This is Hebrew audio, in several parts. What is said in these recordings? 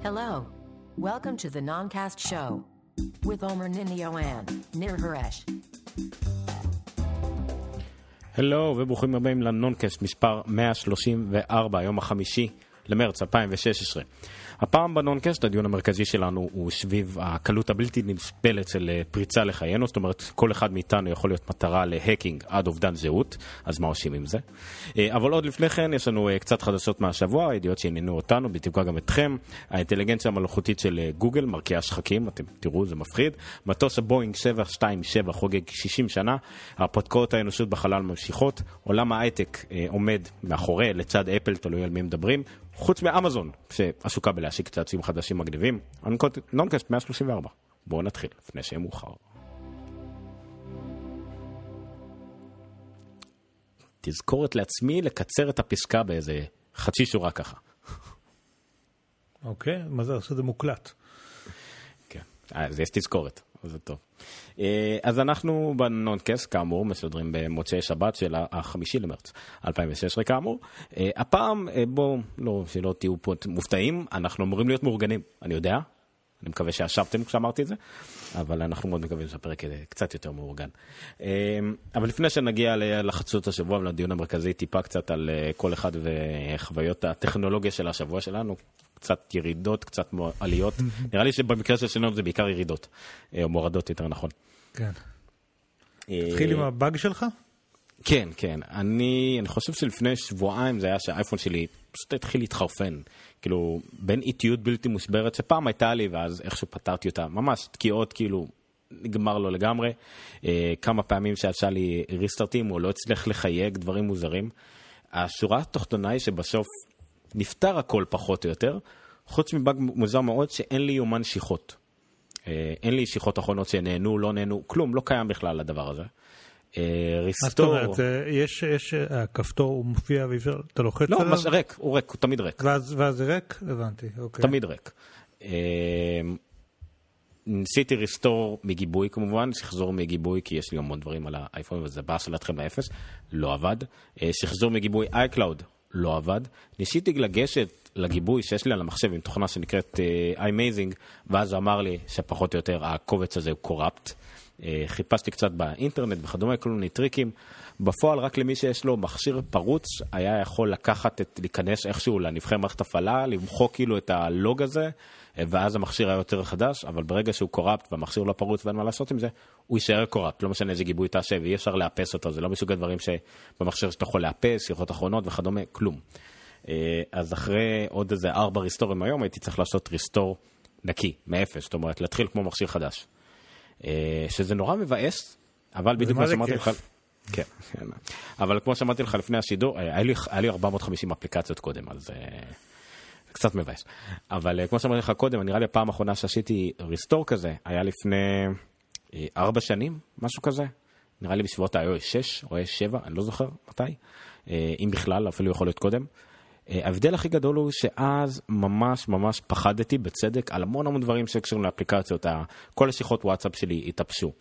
Hello. Welcome to the Noncast Show with Omer Ninio and Nir Haresh. הלו וברוכים הבאים לנונקאסט מספר 134, יום החמישי למרץ 2016. הפעם בנונקאסט הדיון המרכזי שלנו הוא סביב הקלות הבלתי נסבלת של פריצה לחיינו, זאת אומרת כל אחד מאיתנו יכול להיות מטרה להקינג עד אובדן זהות, אז מה עושים עם זה? אבל עוד לפני כן יש לנו קצת חדשות מהשבוע, ידיעות שעניינו אותנו, בתקווה גם אתכם. האינטליגנציה המלאכותית של גוגל מרקיעה שחקים, אתם תראו זה מפחיד. מטוס הבואינג 727 חוגג 60 שנה, הרפתקאות האנושות בחלל ממשיכות, עולם ההייטק עומד מאחורי לצד אפל, תלוי על מי מדברים, חוץ מאמזון, שעסוקה בלהשיק צעצועים חדשים מגניבים. נונקאסט 134. בואו נתחיל, לפני שיהיה מאוחר. תזכורת לעצמי לקצר את הפסקה באיזה חצי שורה ככה. אוקיי, מה זה עושה? זה מוקלט. כן, אז יש תזכורת, זה טוב. אז אנחנו בנונקאסט, כאמור, מסודרים במוצאי שבת של החמישי למרץ 2016, כאמור. הפעם, בואו, שלא תהיו פה מופתעים, אנחנו אמורים להיות מאורגנים, אני יודע, אני מקווה שהשבתם כשאמרתי את זה, אבל אנחנו מאוד מקווים שהפרק קצת יותר מאורגן. אבל לפני שנגיע לחצות השבוע ולדיון המרכזי, טיפה קצת על כל אחד וחוויות הטכנולוגיה של השבוע שלנו, קצת ירידות, קצת עליות. נראה לי שבמקרה של שלנו זה בעיקר ירידות, או מורדות יותר נכון. כן. התחיל עם הבאג שלך? כן, כן. אני חושב שלפני שבועיים זה היה שהאייפון שלי פשוט התחיל להתחרפן. כאילו, בין איטיות בלתי מוסברת שפעם הייתה לי, ואז איכשהו פתרתי אותה. ממש תקיעות, כאילו, נגמר לו לגמרי. כמה פעמים שעשה לי ריסטארטים, הוא לא הצליח לחייג דברים מוזרים. השורה התחתונה היא שבסוף נפטר הכל פחות או יותר, חוץ מבאג מוזר מאוד שאין לי יומן שיחות. אין לי שיחות אחרונות שנהנו, לא נהנו, כלום, לא קיים בכלל הדבר הזה. ריסטור... זאת אומרת, יש הכפתור, הוא מופיע ואפשר, אתה לוחץ עליו? לא, ריק, הוא ריק, הוא תמיד ריק. ואז זה ריק? הבנתי, אוקיי. תמיד ריק. ניסיתי ריסטור מגיבוי כמובן, שחזור מגיבוי, כי יש לי המון דברים על האייפון, וזה בא שלתכם לאפס, לא עבד. שחזור מגיבוי iCloud, לא עבד. ניסיתי לגשת לגיבוי שיש לי על המחשב עם תוכנה שנקראת iMazing, ואז הוא אמר לי שפחות או יותר הקובץ הזה הוא קורפט. חיפשתי קצת באינטרנט וכדומה, כל מיני טריקים. בפועל רק למי שיש לו מכשיר פרוץ היה יכול להיכנס איכשהו לנבחי מערכת הפעלה, למחוק כאילו את הלוג הזה, ואז המכשיר היה יותר חדש, אבל ברגע שהוא קורפט והמכשיר לא פרוץ ואין מה לעשות עם זה, הוא יישאר קורפט, לא משנה איזה גיבוי תעשה, ואי אפשר לאפס אותו, זה לא מסוג הדברים שבמכשיר שאתה יכול לאפס, שיחות אחרונות וכדומה, כלום. אז אחרי עוד איזה 4 ריסטורים היום, הייתי צריך לעשות ריסטור נקי, מאפס, זאת אומרת, להתחיל כמו מכשיר חדש. שזה נורא מבאס, אבל בדיוק מה שאמרתי לך... כן, אבל כמו שאמרתי לך לפני השידור, היה לי 450 אפליקציות קודם, אז זה קצת מבאס. אבל כמו שאמרתי לך קודם, נראה לי הפעם האחרונה שעשיתי ריסטור כזה, היה לפני 4 שנים, משהו כזה. נראה לי בסביבות ה-iOS 6 או iOS 7, אני לא זוכר מתי, אם בכלל, אפילו יכול להיות קודם. ההבדל הכי גדול הוא שאז ממש ממש פחדתי בצדק על המון דברים שקשורים לאפליקציות, כל השיחות וואטסאפ שלי התאפשו.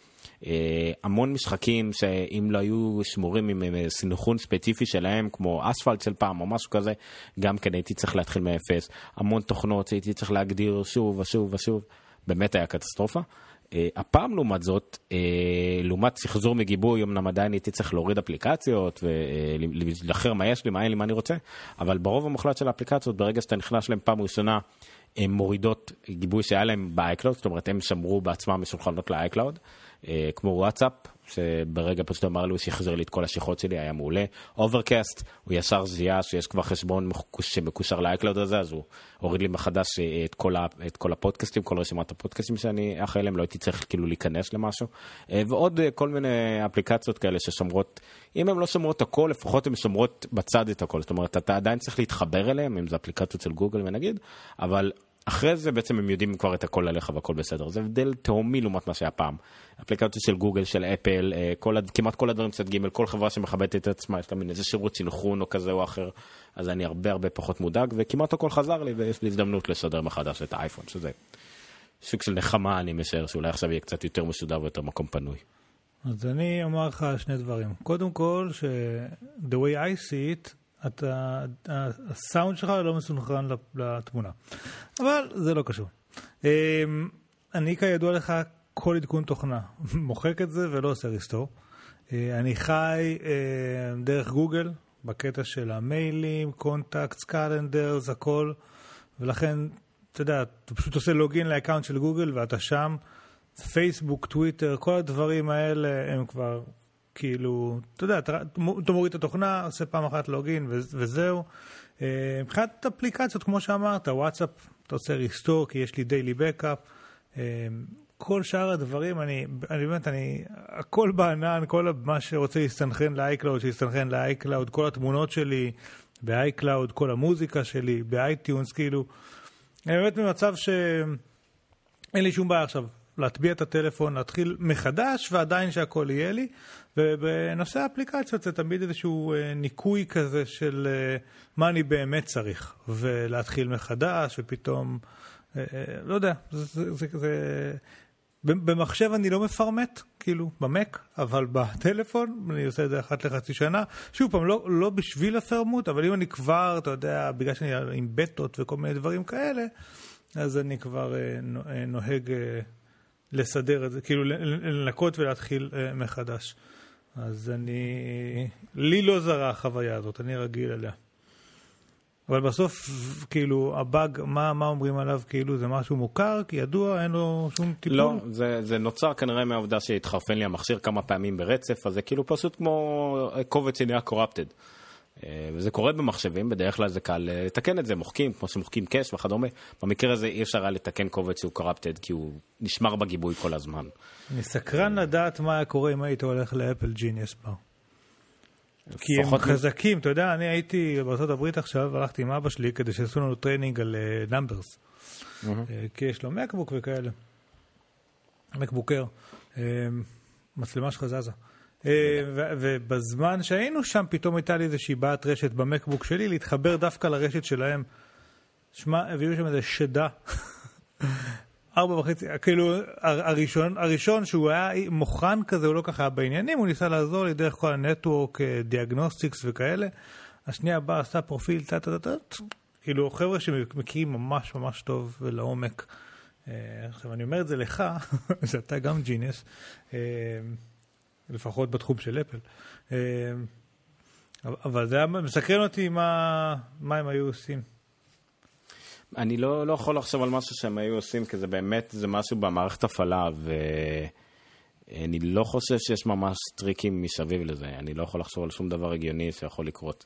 המון משחקים שאם לא היו שמורים עם סינכרון ספציפי שלהם, כמו אספלט של פעם או משהו כזה, גם כן הייתי צריך להתחיל מאפס. המון תוכנות שהייתי צריך להגדיר שוב ושוב ושוב, באמת היה קטסטרופה. הפעם לעומת זאת, לעומת שחזור מגיבוי, אמנם עדיין הייתי צריך להוריד אפליקציות ולאחר מה יש לי, מה אין לי, מה אני רוצה, אבל ברוב המוחלט של האפליקציות, ברגע שאתה נכנס להם פעם ראשונה, הן מורידות גיבוי שהיה להם ב-iCloud, זאת אומרת, הם שמרו בעצמם משולחנות ל-iCloud, כמו וואטסאפ, שברגע פשוט אמר לי, שיחזר לי את כל השיחות שלי, היה מעולה. אוברקאסט, הוא ישר זיהה שיש כבר חשבון שמקושר ל-iCloud הזה, אז הוא הוריד לי מחדש את כל הפודקאסטים, כל רשימת הפודקאסטים שאני אחרי להם, לא הייתי צריך כאילו להיכנס למשהו. ועוד כל מיני אפליקציות כאלה ששומרות, אם הן לא שומרות הכל, לפחות הן שומרות בצד את הכל. זאת אומרת, אתה עדיין צריך להתחבר אליהם, אם זה אפליקציות של גוגל ונגיד, אבל אחרי זה בעצם הם יודעים כבר את הכל עליך והכל בסדר. זה הבדל תהומי לעומת מה שהיה פעם. אפליקציות של גוגל, של אפל, כמעט כל הדברים צד ג' כל חברה שמכבדת את עצמה, יש לה מין איזה שירות סינכרון או כזה או אחר, אז אני הרבה פחות מודאג, וכמעט הכל חזר לי, ויש לי הזדמנות לסדר מחדש את האייפון, שזה סוג של נחמה, אני משער, שאולי עכשיו יהיה קצת יותר מסודר ויותר מקום פנוי. אז אני אומר לך שני דברים. קודם כל, the way I see it, הסאונד שלך לא מסונכרן לתמונה. אבל זה לא קשור. אני כידוע לך כל עדכון תוכנה. מוחק את זה ולא עושה ריסטור. אני חי דרך גוגל, בקטע של המיילים, קונטקטס, קלנדרס, הכל. ולכן, אתה יודע, אתה פשוט עושה לוגין לאקאונט של גוגל ואתה שם. פייסבוק, טוויטר, כל הדברים האלה הם כבר כאילו, אתה יודע, אתה מוריד את התוכנה, עושה פעם אחת לוגין וזהו. מבחינת אפליקציות, כמו שאמרת, וואטסאפ, אתה עושה ריסטור, כי יש לי דיילי בקאפ. כל שאר הדברים, אני באמת, הכל בענן, כל מה שרוצה להסתנכרן לאייקלאוד, שיסתנכרן לאייקלאוד, כל התמונות שלי באייקלאוד, כל המוזיקה שלי באייטיונס, כאילו, אני באמת במצב שאין לי שום בעיה עכשיו. להטביע את הטלפון, להתחיל מחדש, ועדיין שהכל יהיה לי. ובנושא האפליקציות זה תמיד איזשהו ניקוי כזה של מה אני באמת צריך. ולהתחיל מחדש, ופתאום, לא יודע, במחשב אני לא מפרמט, כאילו, במק, אבל בטלפון, אני עושה את זה אחת לחצי שנה. שוב פעם, לא בשביל הפרמוט, אבל אם אני כבר, אתה יודע, בגלל שאני עם בטות וכל מיני דברים כאלה, אז אני כבר נוהג לסדר את זה, כאילו לנקות ולהתחיל מחדש. אז לי לא זרה החוויה הזאת, אני רגיל אליה. אבל בסוף, כאילו, הבאג, מה אומרים עליו, כאילו, זה משהו מוכר, כי ידוע, אין לו שום טיפול? לא, זה נוצר כנראה מהעובדה שהתחרפן לי המכשיר כמה פעמים ברצף, אז זה כאילו פשוט כמו קובץ שנהיה corrupted. וזה קורה במחשבים, בדרך כלל זה קל לתקן את זה, מוחקים, כמו שמוחקים קש וכדומה. במקרה הזה אי אפשר לתקן קובץ שהוא corrupted, כי הוא נשמר בגיבוי כל הזמן. אני סקרן לדעת מה היה קורה אם היית הולך לאפל ג'יניוס בר. כי הם חזקים, אתה יודע, אני הייתי בארצות הברית עכשיו, הלכתי עם אבא שלי כדי שעשו לנו טריינינג על נאמברס. כי יש לו מקבוק וכאלה. מקבוקר. מצלמה שלך זזה. ובזמן שהיינו שם, פתאום הייתה לי איזושהי בעיית רשת במקבוק שלי, להתחבר דווקא לרשת שלהם. שמע, הביאו שם איזה שדה. 4.5, כאילו, הראשון שהוא היה מוכן כזה, הוא לא ככה בעניינים, הוא ניסה לעזור לי דרך כל הנטוורק, דיאגנוסטיקס וכאלה. השנייה באה, עשתה פרופיל, כאילו, חבר'ה שמכירים ממש ממש טוב ולעומק. עכשיו, אני אומר את זה לך, שאתה גם ג'יניוס, לפחות בתחום של אפל. אבל זה היה מסקרן אותי מה הם היו עושים. אני לא יכול לחשוב על משהו שהם היו עושים, כי זה באמת, זה משהו במערכת הפעלה, ואני לא חושב שיש ממש טריקים מסביב לזה. אני לא יכול לחשוב על שום דבר הגיוני שיכול לקרות.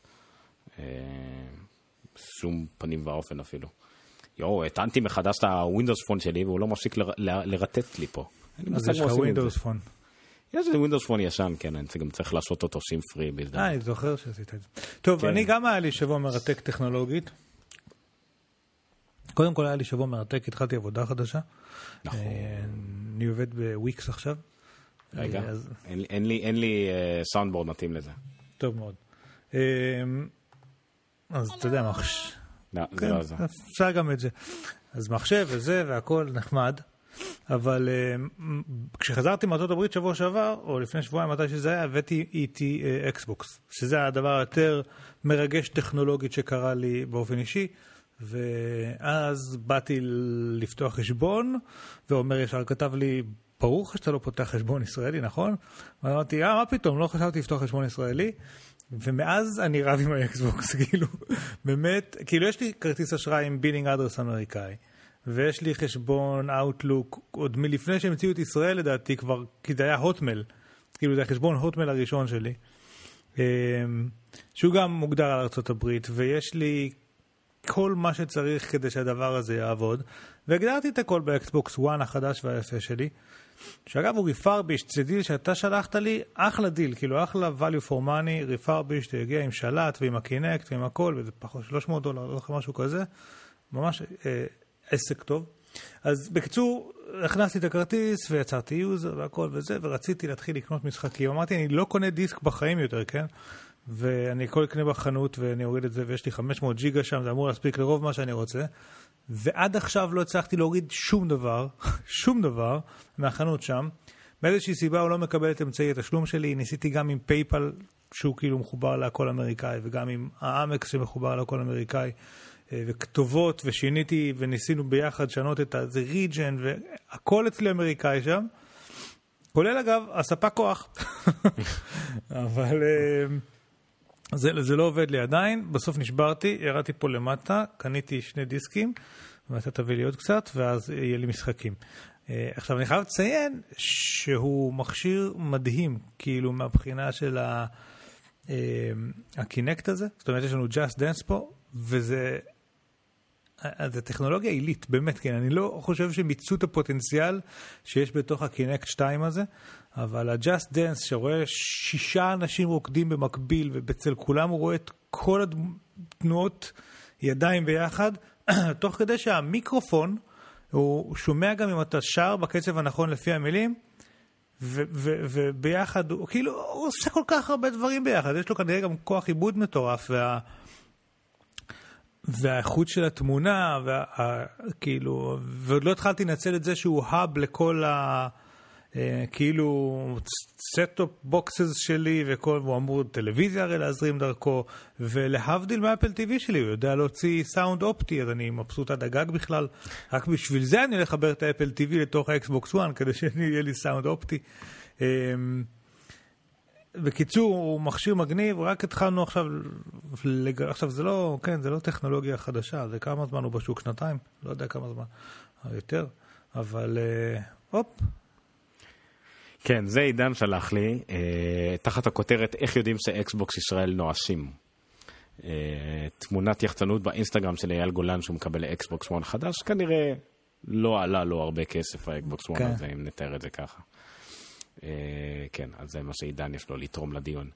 שום פנים ואופן אפילו. הטענתי מחדש את הווינדוס פון שלי, והוא לא מפסיק לרטט לי פה. אז יש לך ווינדוס פון. יש לי ווינדוס פון ישן, כן, אני גם צריך לעשות אותו שים פרי. אני זוכר שעשית את זה. טוב, אני גם היה לי שבוע מרתק טכנולוגית. קודם כל היה לי שבוע מרתק, התחלתי עבודה חדשה. נכון. אני עובד בוויקס עכשיו. רגע, אין לי סאונדבורד מתאים לזה. טוב מאוד. אז אתה יודע, זה לא זה. אפשר גם את זה. אז מחשב וזה והכל נחמד. אבל כשחזרתי מארצות הברית שבוע שעבר, או לפני שבועיים מתי שזה היה, הבאתי איתי אקסבוקס. שזה הדבר היותר מרגש טכנולוגית שקרה לי באופן אישי. ואז באתי לפתוח חשבון, ואומר ישר כתב לי, ברור שאתה לא פותח חשבון ישראלי, נכון? ואמרתי, מה פתאום, לא חשבתי לפתוח חשבון ישראלי, ומאז אני רב עם האקסבוקס, כאילו, באמת, כאילו יש לי כרטיס אשראי עם בילינג אדרס אמריקאי, ויש לי חשבון אאוטלוק, עוד מלפני שהם המציאו את ישראל לדעתי כבר, כי זה היה הוטמייל, כאילו זה החשבון הוטמייל הראשון שלי, שהוא גם מוגדר על ארצות הברית, ויש לי כל מה שצריך כדי שהדבר הזה יעבוד, והגדרתי את הכל באקסבוקס 1 החדש והיפה שלי, שאגב הוא ריפרבישט, זה דיל שאתה שלחת לי, אחלה דיל, כאילו אחלה value for money, ריפרבישט, הגיע עם שלט ועם הקינקט ועם הכל, וזה פחות $300, לא זוכר משהו כזה, ממש עסק טוב. אז בקיצור, הכנסתי את הכרטיס ויצרתי יוזר והכל וזה, ורציתי להתחיל לקנות משחקים. אמרתי, אני לא קונה דיסק בחיים יותר, כן? ואני כל קנה בחנות ואני אוריד את זה, ויש לי 500 ג'יגה שם, זה אמור להספיק לרוב מה שאני רוצה. ועד עכשיו לא הצלחתי להוריד שום דבר מהחנות שם. באיזושהי סיבה הוא לא מקבל את אמצעי התשלום שלי, ניסיתי גם עם פייפל, שהוא כאילו מחובר להכל אמריקאי, וגם עם האמקס שמחובר להכל אמריקאי, וכתובות, ושיניתי, וניסינו ביחד לשנות את זה ריג'ן, והכל אצלי אמריקאי שם, כולל אגב, הספק כוח. אבל זה לא עובד לי עדיין, בסוף נשברתי, ירדתי פה למטה, קניתי 2 דיסקים, ואתה תביא לי עוד קצת, ואז יהיה לי משחקים. עכשיו, אני חייב לציין שהוא מכשיר מדהים, כאילו מהבחינה של הקינקט הזה, זאת אומרת, יש לנו Just Dance פה, וזה טכנולוגיה עילית, באמת, כן, אני לא חושב שמיצו את הפוטנציאל שיש בתוך הקינקט 2 הזה, אבל ה-Just Dance שרואה 6 אנשים רוקדים במקביל, ובצל כולם הוא רואה את כל התנועות ידיים ביחד, תוך כדי שהמיקרופון, הוא שומע גם אם אתה שר בקצב הנכון לפי המילים, וביחד, הוא כאילו, הוא עושה כל כך הרבה דברים ביחד, יש לו כנראה גם כוח עיבוד מטורף, והאיכות של התמונה, כאילו, ועוד לא התחלתי לנצל את זה שהוא האב לכל כאילו סט-טופ בוקסס שלי, והוא אמור טלוויזיה הרי להזרים דרכו, ולהבדיל מהאפל TV שלי, הוא יודע להוציא סאונד אופטי, אז אני מבסוט עד הגג בכלל, רק בשביל זה אני לחבר את האפל TV לתוך האקסבוקס 1, כדי שיהיה לי סאונד אופטי. בקיצור, הוא מכשיר מגניב, רק התחלנו עכשיו, עכשיו זה לא, כן, זה לא טכנולוגיה חדשה, זה כמה זמן הוא בשוק, 2, לא יודע כמה זמן, יותר, אבל הופ. כן, זה עידן שלח לי, תחת הכותרת, איך יודעים שאקסבוקס ישראל נואשים. תמונת יחצנות באינסטגרם של אייל גולן, שהוא מקבל לאקסבוקס 1 חדש, כנראה לא עלה לו הרבה כסף האקסבוקס 1 הזה, אם נתאר את זה ככה. כן, אז זה מה שעידן יש לו לתרום לדיון.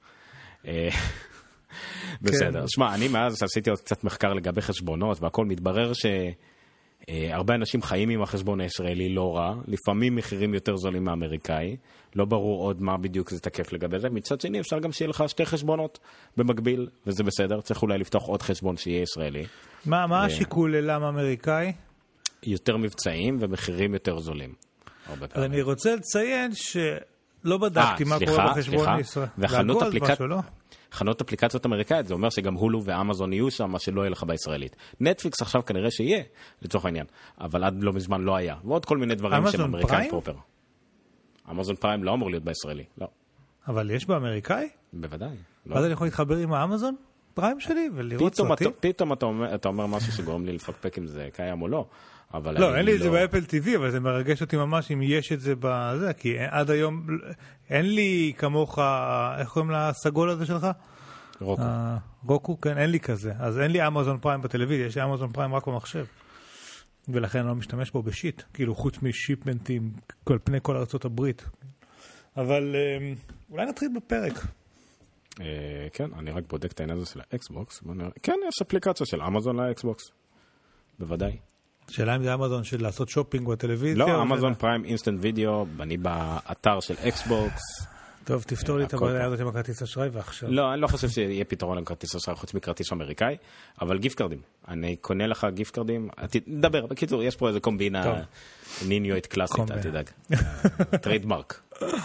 בסדר. שמע, אני מאז עשיתי עוד קצת מחקר לגבי חשבונות, והכל מתברר שהרבה אנשים חיים עם החשבון הישראלי לא רע, לפעמים מחירים יותר זולים מהאמריקאי, לא ברור עוד מה בדיוק זה תקף לגבי זה. מצד שני, אפשר גם שיהיה לך 2 חשבונות במקביל, וזה בסדר, צריך אולי לפתוח עוד חשבון שיהיה ישראלי. מה השיקול למה אמריקאי? יותר מבצעים ומחירים יותר זולים. אז אני רוצה לציין שלא בדקתי מה קורה בחשבון ישראל. וחנות אפליקציות אמריקאית, זה אומר שגם הולו ואמזון יהיו שם, מה שלא יהיה לך בישראלית. נטפליקס עכשיו כנראה שיהיה, לצורך העניין, אבל עד לא מזמן לא היה. ועוד כל מיני דברים שהם אמריקאים פרופר. אמזון פריים לא אמור להיות בישראלי, לא. אבל יש באמריקאי? בוודאי. אז אני יכול להתחבר עם האמזון פריים שלי ולראות סרטים? פתאום אתה אומר משהו שגורם לי לפקפק אם זה קיים או לא. לא, אין לי את זה באפל TV, אבל זה מרגש אותי ממש אם יש את זה בזה, כי עד היום אין לי כמוך, איך קוראים לסגול הזה שלך? רוקו. רוקו, כן, אין לי כזה. אז אין לי אמזון פריים בטלוויזיה, יש לי אמזון פריים רק במחשב. ולכן אני לא משתמש בו בשיט, כאילו חוץ משיפמנטים על פני כל ארצות הברית. אבל אולי נתחיל בפרק. כן, אני רק בודק את העניין הזה של האקסבוקס. כן, יש אפליקציה של אמזון לאקסבוקס. בוודאי. שאלה אם זה אמזון של לעשות שופינג בטלוויזיה? לא, אמזון פריים אינסטנט וידאו, אני באתר של אקסבוקס. טוב, תפתור לי את הבעיה הזאת עם הכרטיס אשראי ועכשיו. לא, אני לא חושב שיהיה פתרון עם כרטיס אשראי חוץ מכרטיס אמריקאי, אבל גיפט קארדים. אני קונה לך גיפט קארדים. דבר, בקיצור, יש פה איזה קומבינה ניניואית קלאסית, אל תדאג. טריידמרק.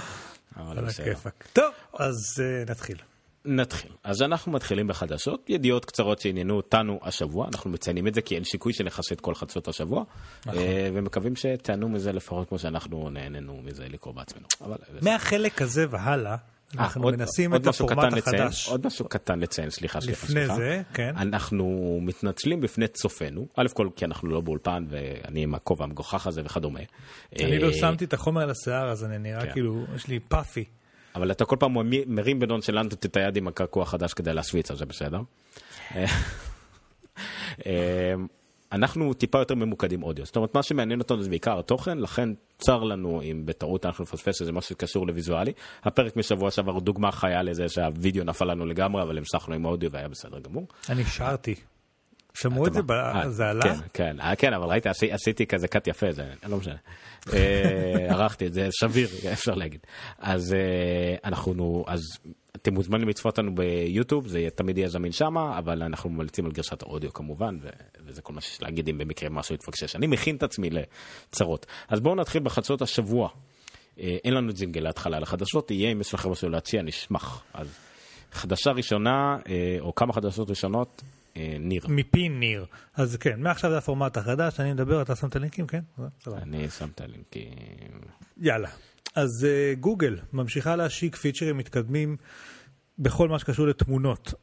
טוב, אז נתחיל. אז אנחנו מתחילים בחדשות, ידיעות קצרות שעניינו אותנו השבוע, אנחנו מציינים את זה כי אין שיקוי שנחסה את כל חדשות השבוע, ומקווים שתענו מזה לפחות כמו שאנחנו נהנינו מזה לקרוא בעצמנו. מהחלק הזה והלאה, אנחנו מנסים את הפורמט החדש. עוד משהו קטן לציין, סליחה. לפני זה, כן. אנחנו מתנצלים בפני צופנו, א' כל כי אנחנו לא באולפן, ואני עם הכובע המגוחך הזה וכדומה. אני לא שמתי את החומר על השיער, אז אני נראה כאילו, יש לי פאפי. אבל אתה כל פעם מרים בדון שלנו את היד עם הקעקוע החדש כדי להסוויץ, אז זה בסדר. אנחנו טיפה יותר ממוקדים אודיו. זאת אומרת, מה שמעניין אותנו זה בעיקר התוכן, לכן צר לנו אם בטעות אנחנו נפספס שזה משהו שקשור לויזואלי. הפרק משבוע שעבר דוגמה חיה לזה שהווידאו נפל לנו לגמרי, אבל המשכנו עם האודיו והיה בסדר גמור. אני שרתי. שמעו את זה, זה עלה? כן, אבל ראיתי, עשיתי כזה קט יפה, זה לא משנה. ערכתי את זה, שביר, אפשר להגיד. אז אתם מוזמנים לצפות אותנו ביוטיוב, זה תמיד יהיה זמין שמה, אבל אנחנו ממליצים על גרשת האודיו כמובן, וזה כל מה שיש להגיד אם במקרה משהו יתפקשש. אני מכין את עצמי לצרות. אז בואו נתחיל בחדשות השבוע. אין לנו ג'ינגל להתחלה לחדשות, יהיה אם יש לכם משהו להציע, נשמח. אז חדשה ראשונה, או כמה חדשות ראשונות, ניר. מפי ניר. אז כן, מעכשיו זה הפורמט החדש, אני מדבר, אתה שם את הלינקים, כן? אני שם את הלינקים. יאללה. אז גוגל ממשיכה להשיק פיצ'רים מתקדמים בכל מה שקשור לתמונות.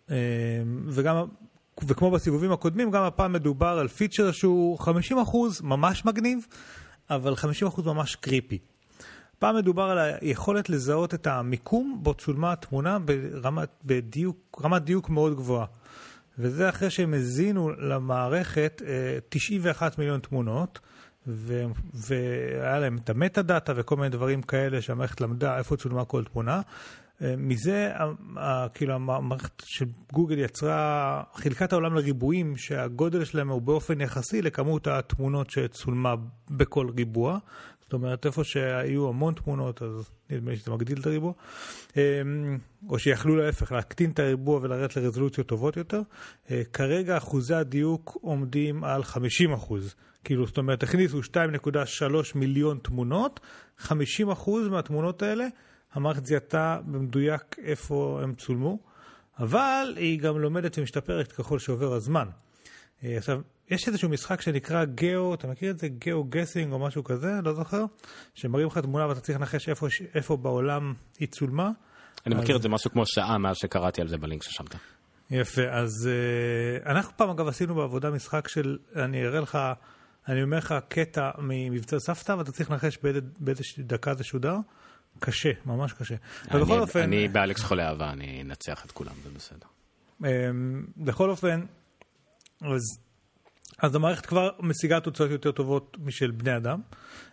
וכמו בסיבובים הקודמים, גם הפעם מדובר על פיצ'ר שהוא 50% ממש מגניב, אבל 50% ממש קריפי. פעם מדובר על היכולת לזהות את המיקום בו צולמה התמונה ברמת דיוק מאוד גבוהה. וזה אחרי שהם הזינו למערכת 91 מיליון תמונות, והיה להם את המטה דאטה וכל מיני דברים כאלה שהמערכת למדה איפה צולמה כל תמונה. מזה, כאילו המערכת שגוגל יצרה, חילקה את העולם לריבועים שהגודל שלהם הוא באופן יחסי לכמות התמונות שצולמה בכל ריבוע. זאת אומרת, איפה שהיו המון תמונות, אז נדמה לי שזה מגדיל את הריבוע. או שיכלו להפך, להקטין את הריבוע ולרדת לרזולוציות טובות יותר. כרגע אחוזי הדיוק עומדים על 50%. כאילו, זאת אומרת, הכניסו 2.3 מיליון תמונות, 50% מהתמונות האלה, המערכת זיהתה במדויק איפה הם צולמו, אבל היא גם לומדת ומשתפרת ככל שעובר הזמן. עכשיו, יש איזשהו משחק שנקרא גאו, אתה מכיר את זה? גאו גסינג או משהו כזה, לא זוכר? שמראים לך תמונה ואתה צריך לנחש איפה בעולם היא צולמה. אני מכיר את זה משהו כמו שעה מאז שקראתי על זה בלינק ששמת. יפה, אז אנחנו פעם אגב עשינו בעבודה משחק של, אני אראה לך, אני אומר לך קטע ממבצע סבתא, ואתה צריך לנחש באיזה דקה זה שודר. קשה, ממש קשה. אני באלכס חולה אהבה, אני אנצח את כולם, זה בסדר. בכל אופן, אז המערכת כבר משיגה תוצאות יותר טובות משל בני אדם.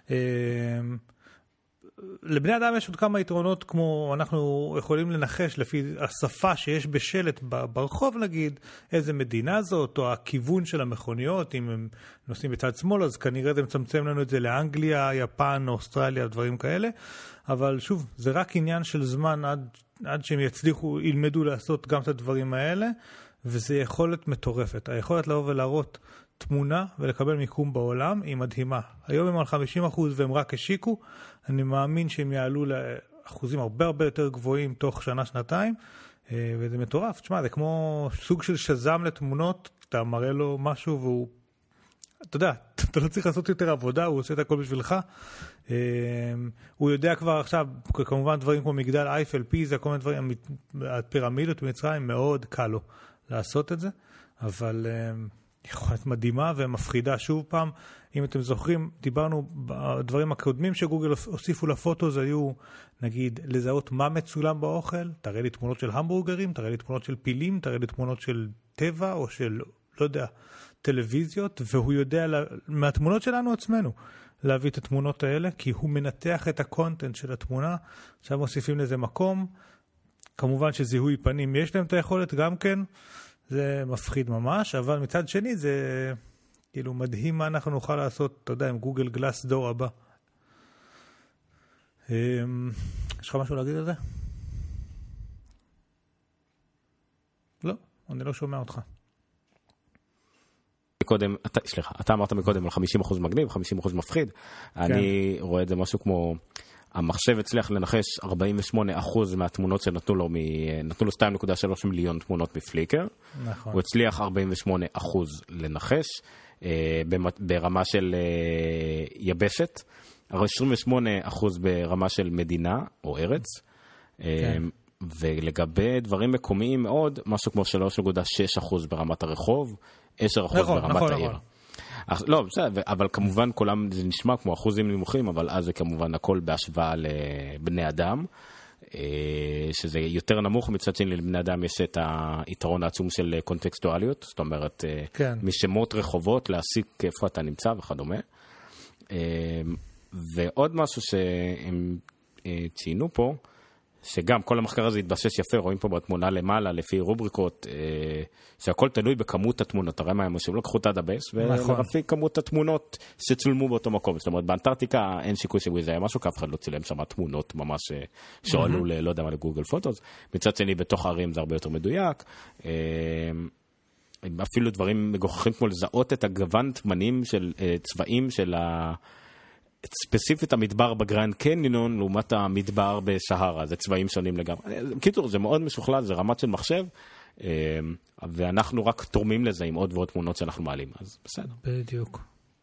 לבני אדם יש עוד כמה יתרונות, כמו אנחנו יכולים לנחש לפי השפה שיש בשלט ברחוב, נגיד, איזה מדינה זאת, או הכיוון של המכוניות, אם הם נוסעים בצד שמאל, אז כנראה זה מצמצם לנו את זה לאנגליה, יפן, אוסטרליה, דברים כאלה. אבל שוב, זה רק עניין של זמן עד שהם יצליחו, ילמדו לעשות גם את הדברים האלה, וזה יכולת מטורפת. היכולת לבוא ולהראות תמונה ולקבל מיקום בעולם היא מדהימה. היום הם על 50% והם רק השיקו, אני מאמין שהם יעלו לאחוזים הרבה יותר גבוהים תוך שנה-שנתיים, וזה מטורף. תשמע, זה כמו סוג של שזם לתמונות, אתה מראה לו משהו והוא, אתה יודע, אתה לא צריך לעשות יותר עבודה, הוא עושה את הכל בשבילך. הוא יודע כבר עכשיו, כמובן דברים כמו מגדל אייפל, פיזה, כל מיני דברים, הפירמידות במצרים, מאוד קל לו לעשות את זה, אבל יכולת מדהימה ומפחידה. שוב פעם, אם אתם זוכרים, דיברנו בדברים הקודמים שגוגל הוסיפו לפוטו, זה היו, נגיד, לזהות מה מצולם באוכל, תראה לי תמונות של המבורגרים, תראה לי תמונות של פילים, תראה לי תמונות של טבע או של, לא יודע, טלוויזיות, והוא יודע מהתמונות שלנו עצמנו להביא את התמונות האלה, כי הוא מנתח את הקונטנט של התמונה. עכשיו מוסיפים לזה מקום, כמובן שזיהוי פנים יש להם את היכולת גם כן, זה מפחיד ממש, אבל מצד שני זה כאילו מדהים מה אנחנו נוכל לעשות, אתה יודע, עם גוגל גלאס דור הבא. יש לך משהו להגיד על זה? לא, אני לא שומע אותך. אתה אמרת מקודם על 50% מגניב, 50% מפחיד. אני רואה את זה משהו כמו, המחשב הצליח לנחש 48% מהתמונות שנתנו לו, נתנו לו 2.3 מיליון תמונות מפליקר. נכון. הוא הצליח 48% לנחש, ברמה של יבשת, 28% ברמה של מדינה או ארץ. כן. ולגבי דברים מקומיים מאוד, משהו כמו 3.6% ברמת הרחוב, 10% ברמת העיר. לא, בסדר, אבל כמובן כולם זה נשמע כמו אחוזים נמוכים, אבל אז זה כמובן הכל בהשוואה לבני אדם, שזה יותר נמוך. מצד שני, לבני אדם יש את היתרון העצום של קונטקסטואליות, זאת אומרת, משמות רחובות, להסיק איפה אתה נמצא וכדומה. ועוד משהו שהם ציינו פה, שגם כל המחקר הזה התבסס יפה, רואים פה בתמונה למעלה, לפי רובריקות, שהכל תלוי בכמות התמונות. תראה מה הם עושים, לקחו את הדבייס, ולפי כמות התמונות שצולמו באותו מקום. זאת אומרת, באנטארקטיקה אין שיקוי שזה היה משהו, כי אף אחד לא צילם שם תמונות ממש שעלו לא יודע מה, לגוגל פוטוס. מצד שני, בתוך הערים זה הרבה יותר מדויק. אפילו דברים מגוחכים כמו לזהות את הגוון צבעים של ספציפית המדבר בגרנד קניון, לעומת המדבר בשהרה, זה צבעים שונים לגמרי. בקיצור, זה מאוד משוכלל, זה רמת של מחשב, ואנחנו רק תורמים לזה עם עוד ועוד תמונות שאנחנו מעלים, אז בסדר. בדיוק.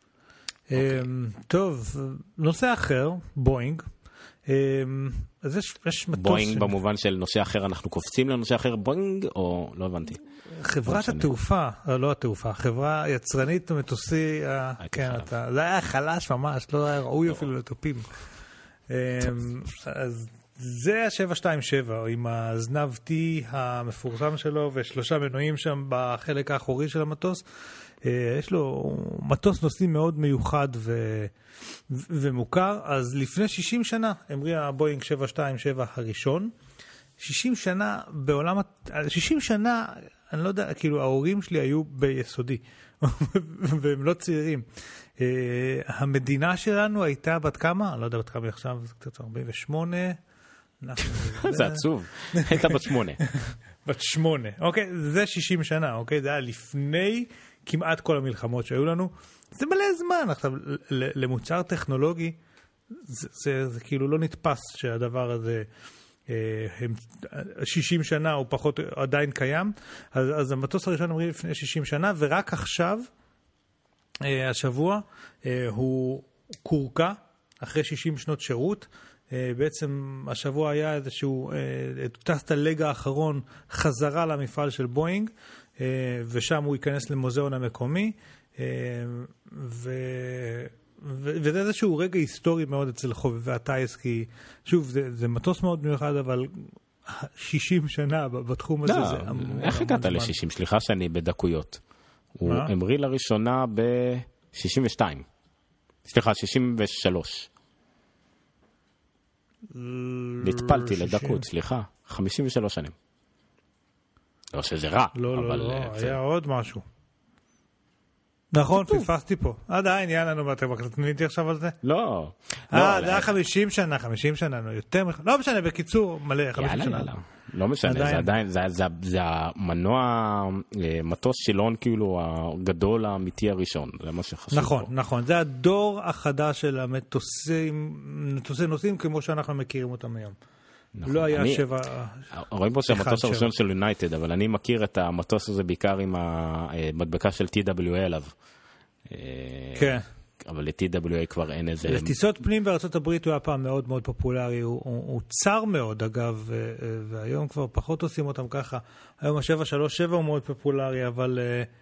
טוב, נושא אחר, בואינג. אז יש מטוס... בואינג במובן של נושא אחר, אנחנו קופצים לנושא אחר, בואינג, או לא הבנתי. חברת התעופה, לא התעופה, חברה יצרנית מטוסי, כן, זה היה חלש ממש, לא היה ראוי אפילו לטופים. אז זה ה-727, עם הזנב T המפורסם שלו, ושלושה מנועים שם בחלק האחורי של המטוס. יש לו מטוס נוסעים מאוד מיוחד ומוכר. אז לפני 60 שנה, המריא הבואינג 727 הראשון, 60 שנה בעולם, 60 שנה, אני לא יודע, כאילו ההורים שלי היו ביסודי, והם לא צעירים. המדינה שלנו הייתה בת כמה? אני לא יודע בת כמה עכשיו, זה קצת 48. זה עצוב, הייתה בת 8. בת 8, אוקיי, זה 60 שנה, אוקיי, זה היה לפני כמעט כל המלחמות שהיו לנו. זה מלא זמן. עכשיו, למוצר טכנולוגי, זה כאילו לא נתפס שהדבר הזה 60 שנה או פחות עדיין קיים. אז המטוס הראשון אמרי לפני 60 שנה, ורק עכשיו, השבוע, הוא קורקע אחרי 60 שנות שירות. בעצם השבוע היה איזשהו, טס את הלג האחרון חזרה למפעל של בואינג, ושם הוא ייכנס למוזיאון המקומי, וזה איזשהו רגע היסטורי מאוד אצל חובבי הטייס, כי שוב, זה מטוס מאוד מיוחד, אבל 60 שנה בתחום הזה זה המון. איך הגעת ל-60? סליחה שאני בדקויות. הוא המריא לראשונה ב-62. סליחה, 63. נטפלתי לדקות, סליחה. 53 שנים. לא שזה רע. לא, היה עוד משהו. נכון, פספסתי פה. עדיין, יאללה, נו, אתם מקטניתי עכשיו על זה? לא. זה היה 50 שנה, יותר לא משנה, בקיצור, מלא, 50 שנה. יאללה, לא משנה, זה עדיין, זה המנוע, מטוס שילון כאילו הגדול האמיתי הראשון, זה מה שחשוב פה. נכון, זה הדור החדש של המטוסי נוסעים כמו שאנחנו מכירים אותם היום. לא היה 7... רואים פה שהמטוס הראשון של יונייטד, אבל אני מכיר את המטוס הזה בעיקר עם המדבקה של TWA עליו. כן. אבל ל-TWA כבר אין איזה... לטיסות פנים בארצות הברית הוא היה פעם מאוד מאוד פופולרי, הוא צר מאוד אגב, והיום כבר פחות עושים אותם ככה. היום ה-737 הוא מאוד פופולרי, אבל...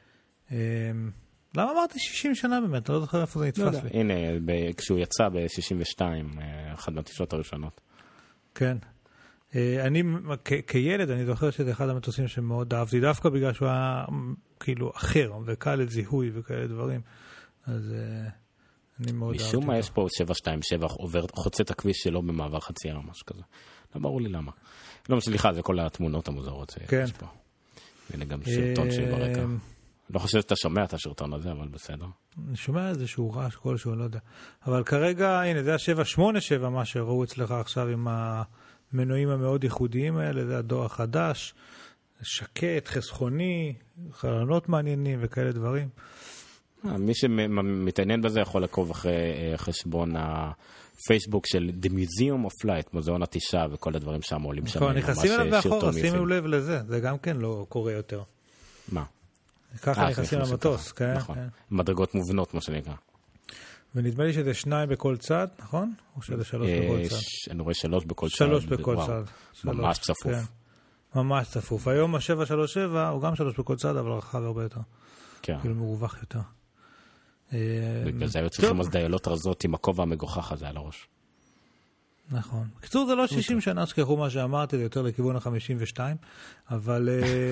למה אמרתי 60 שנה באמת? אני לא זוכר איפה זה נתפס לי. הנה, כשהוא יצא ב-62, אחת מהטיסות הראשונות. כן. אני, כילד, אני זוכר שזה אחד המטוסים שמאוד אהבתי, דווקא בגלל שהוא היה כאילו אחר, וקל לזיהוי וכאלה דברים. אז אני מאוד אהבתי. משום מה יש פה 727 חוצה את הכביש שלו במעבר חצייה או משהו כזה. לא ברור לי למה. לא, סליחה, זה כל התמונות המוזרות שיש פה. הנה גם שרטון שברקע. לא חושב שאתה שומע את השרטון הזה, אבל בסדר. אני שומע איזשהו רעש כלשהו, לא יודע. אבל כרגע, הנה, זה ה-787, מה שראו אצלך עכשיו עם המנועים המאוד ייחודיים האלה, זה הדור החדש, שקט, חסכוני, חלונות מעניינים וכאלה דברים. מי שמתעניין בזה יכול לעקוב אחרי חשבון הפייסבוק של The Museum of Flight, מוזיאון הטיסה וכל הדברים שם עולים שם. נכנסים אליו באחורה, שימו לב לזה, זה גם כן לא קורה יותר. מה? ככה נכנסים למטוס, כן? נכון, מדרגות מובנות, מה שנקרא. ונדמה לי שזה 2 בכל צד, נכון? או שזה 3 בכל צד? אני רואה 3 בכל צד. 3 בכל צד. ממש צפוף. ממש צפוף. היום ה-737 הוא גם 3 בכל צד, אבל רחב הרבה יותר. כן. כאילו מרווח יותר. בגלל זה היו צריכים אז דיילות רזות עם הכובע המגוחך הזה על הראש. נכון. בקיצור, זה לא 60 שנה, שכחו מה שאמרתי, זה יותר לכיוון ה-52, אבל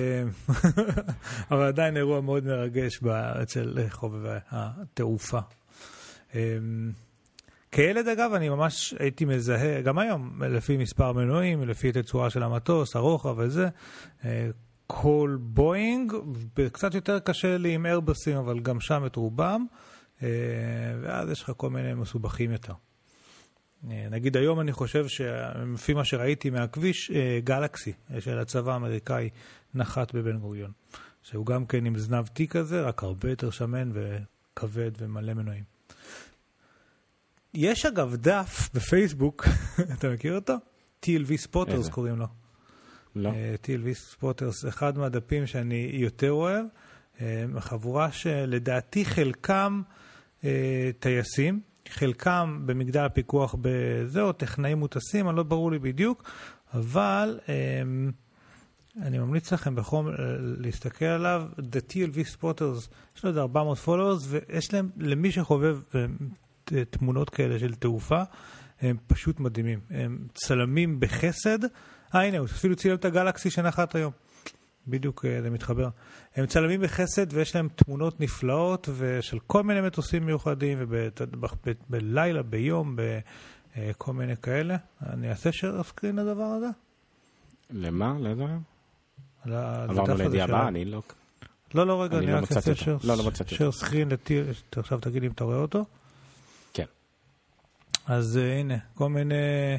עדיין אירוע מאוד מרגש אצל חובבי התעופה. כילד אגב, אני ממש הייתי מזהה, גם היום, לפי מספר מנועים, לפי תצורה של המטוס, הרוחב וזה, כל בואינג, קצת יותר קשה לי עם איירבוסים, אבל גם שם את רובם, ואז יש לך כל מיני מסובכים יותר. נגיד היום אני חושב שלפי מה שראיתי מהכביש, גלקסי של הצבא האמריקאי נחת בבן גוריון, שהוא גם כן עם זנב T כזה, רק הרבה יותר שמן וכבד ומלא מנועים. יש אגב דף בפייסבוק, אתה מכיר אותו? TLV ספוטרס קוראים לו. לא. TLV ספוטרס, אחד מהדפים שאני יותר אוהב, חבורה שלדעתי חלקם טייסים, חלקם במגדל הפיקוח בזהו, טכנאים מוטסים, אני לא ברור לי בדיוק, אבל אני ממליץ לכם בחום להסתכל עליו, The TLV Spotters, יש לו איזה 400 followers, ויש להם, למי שחובב תמונות כאלה של תעופה, הם פשוט מדהימים. הם צלמים בחסד, הנה, הוא אפילו צילם את הגלקסי שנחת היום. בדיוק זה מתחבר. הם צלמים בחסד ויש להם תמונות נפלאות ושל כל מיני מטוסים מיוחדים ובלילה, ביום, בכל מיני כאלה. אני אעשה share screen לדבר הזה? למה? לא יודע. עברנו לידיעה הבאה, אני לא... לא, רגע, אני רק אעשה share screen, עכשיו תגיד אם אתה רואה אותו. כן. אז הנה, כל מיני...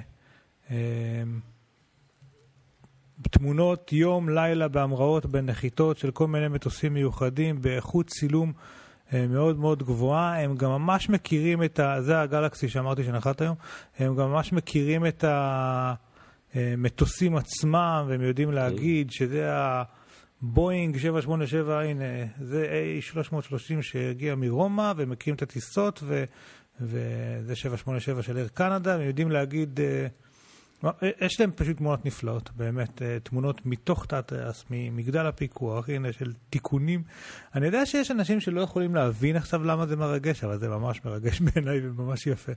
תמונות יום, לילה, בהמראות, בנחיתות של כל מיני מטוסים מיוחדים, באיכות צילום מאוד מאוד גבוהה. הם גם ממש מכירים את זה הגלקסי שאמרתי שנחת היום, הם גם ממש מכירים את המטוסים עצמם, והם יודעים להגיד שזה הבואינג 787, הנה, זה A330 שהגיע מרומא, והם מכירים את הטיסות, וזה 787 של איר קנדה, והם יודעים להגיד... יש להם פשוט תמונות נפלאות, באמת, תמונות מתוך תת-טייס, ממגדל הפיקוח, הנה של תיקונים. אני יודע שיש אנשים שלא יכולים להבין עכשיו למה זה מרגש, אבל זה ממש מרגש בעיניי וממש יפה.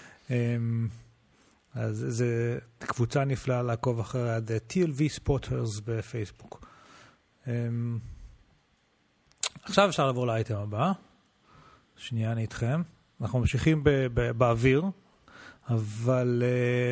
אז זה קבוצה נפלאה לעקוב אחריה, The TLV Spotters בפייסבוק. עכשיו אפשר לעבור לאייטם הבא. שנייה, אני איתכם. אנחנו ממשיכים באוויר, אבל...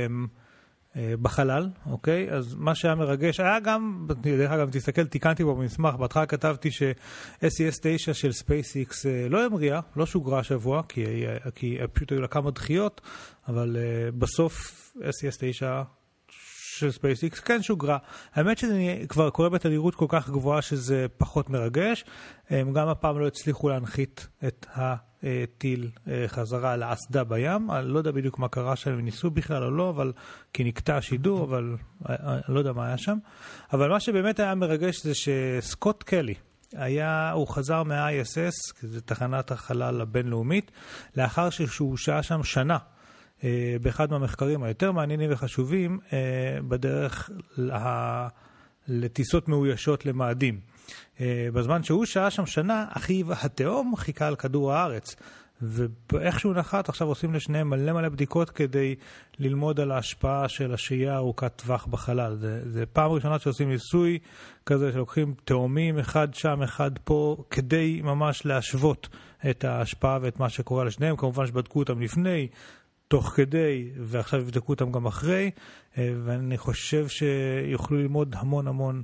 בחלל, אוקיי? אז מה שהיה מרגש, היה גם, דרך אגב, תסתכל, תיקנתי בו במסמך, בהתחלה כתבתי ש-SES 9 של SpaceX לא המריאה, לא שוגרה השבוע, כי פשוט היו לה כמה דחיות, אבל בסוף SES 9 של SpaceX כן שוגרה. האמת שזה כבר קורה בתדירות כל כך גבוהה שזה פחות מרגש. הם גם הפעם לא הצליחו להנחית את הטיל חזרה לאסדה בים. אני לא יודע בדיוק מה קרה שם, הם ניסו בכלל או לא, אבל כי נקטע השידור, אבל אני לא יודע מה היה שם. אבל מה שבאמת היה מרגש זה שסקוט קלי, הוא חזר מה-ISS, כי זה תחנת החלל הבינלאומית, לאחר שהוא שהה שם שנה. באחד מהמחקרים היותר מעניינים וחשובים בדרך לטיסות מאוישות למאדים. בזמן שהוא שעה שם שנה, אחיו התאום חיכה על כדור הארץ. ואיך שהוא נחת, עכשיו עושים לשניהם מלא בדיקות כדי ללמוד על ההשפעה של השהייה ארוכת טווח בחלל. זה פעם ראשונה שעושים ניסוי כזה שלוקחים תאומים, אחד שם, אחד פה, כדי ממש להשוות את ההשפעה ואת מה שקורה לשניהם. כמובן שבדקו אותם לפני, תוך כדי, ועכשיו יבדקו אותם גם אחרי, ואני חושב שיוכלו ללמוד המון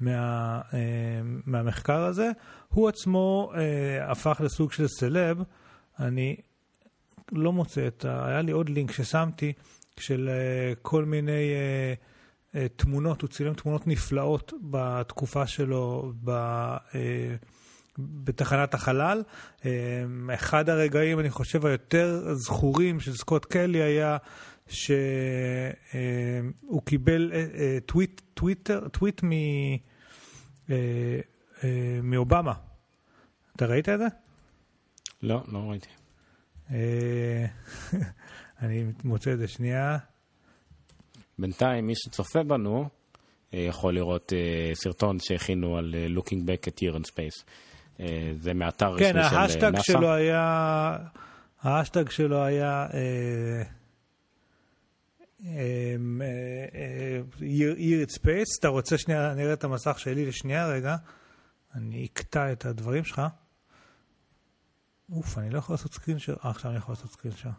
מהמחקר הזה. הוא עצמו הפך לסוג של סלב. אני לא מוצא היה לי עוד לינק ששמתי של כל מיני תמונות, הוא צילם תמונות נפלאות בתקופה שלו בתחנת החלל. אחד הרגעים, אני חושב, היותר זכורים של סקוט קלי היה שהוא קיבל טוויט מאובמה. אתה ראית את זה? לא, לא ראיתי. אני מוצא את זה שנייה. בינתיים, מי שצופה בנו, יכול לראות סרטון שהכינו על Looking Back at Year in Space. זה מאתר רשמי של נאסא. כן, ההשטג שלו היה Year in Space. אתה רוצה שנייה, נראה את המסך שלי לשנייה רגע. אני אקטע את הדברים שלך. אוף, אני לא יכול לעשות סקרין שר. עכשיו אני יכול לעשות סקרין שר.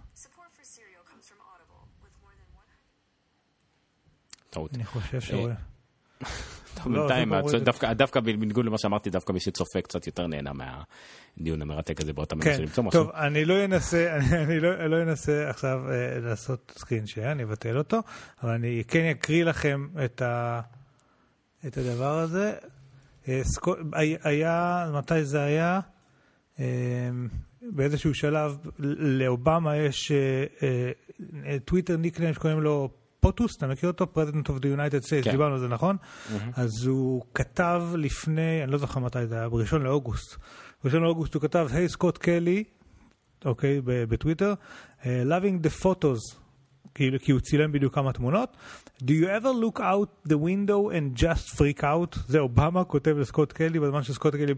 טעות. אני חושב שרואה. בינתיים, דווקא בניגוד למה שאמרתי, דווקא מי שצופה קצת יותר נהנה מהדיון המרתק הזה באותה מנסה למצוא משהו. טוב, אני לא אנסה עכשיו לעשות סקרין שר, אני אבטל אותו, אבל אני כן אקריא לכם את הדבר הזה. היה, מתי זה היה? באיזשהו שלב לאובמה יש טוויטר ניקניים שקוראים לו פוטוס, אתה מכיר אותו? President of the United States, דיברנו על זה, נכון? אז הוא כתב לפני, אני לא זוכר מתי זה היה, ב1 לאוגוסט. ב1 לאוגוסט הוא כתב, היי סקוט קלי, אוקיי, בטוויטר, loving the photos, כי הוא צילם בדיוק כמה תמונות. Do you ever look out the window and just freak out? זה אובמה כותב לסקוט קלי, בזמן שסקוט קלי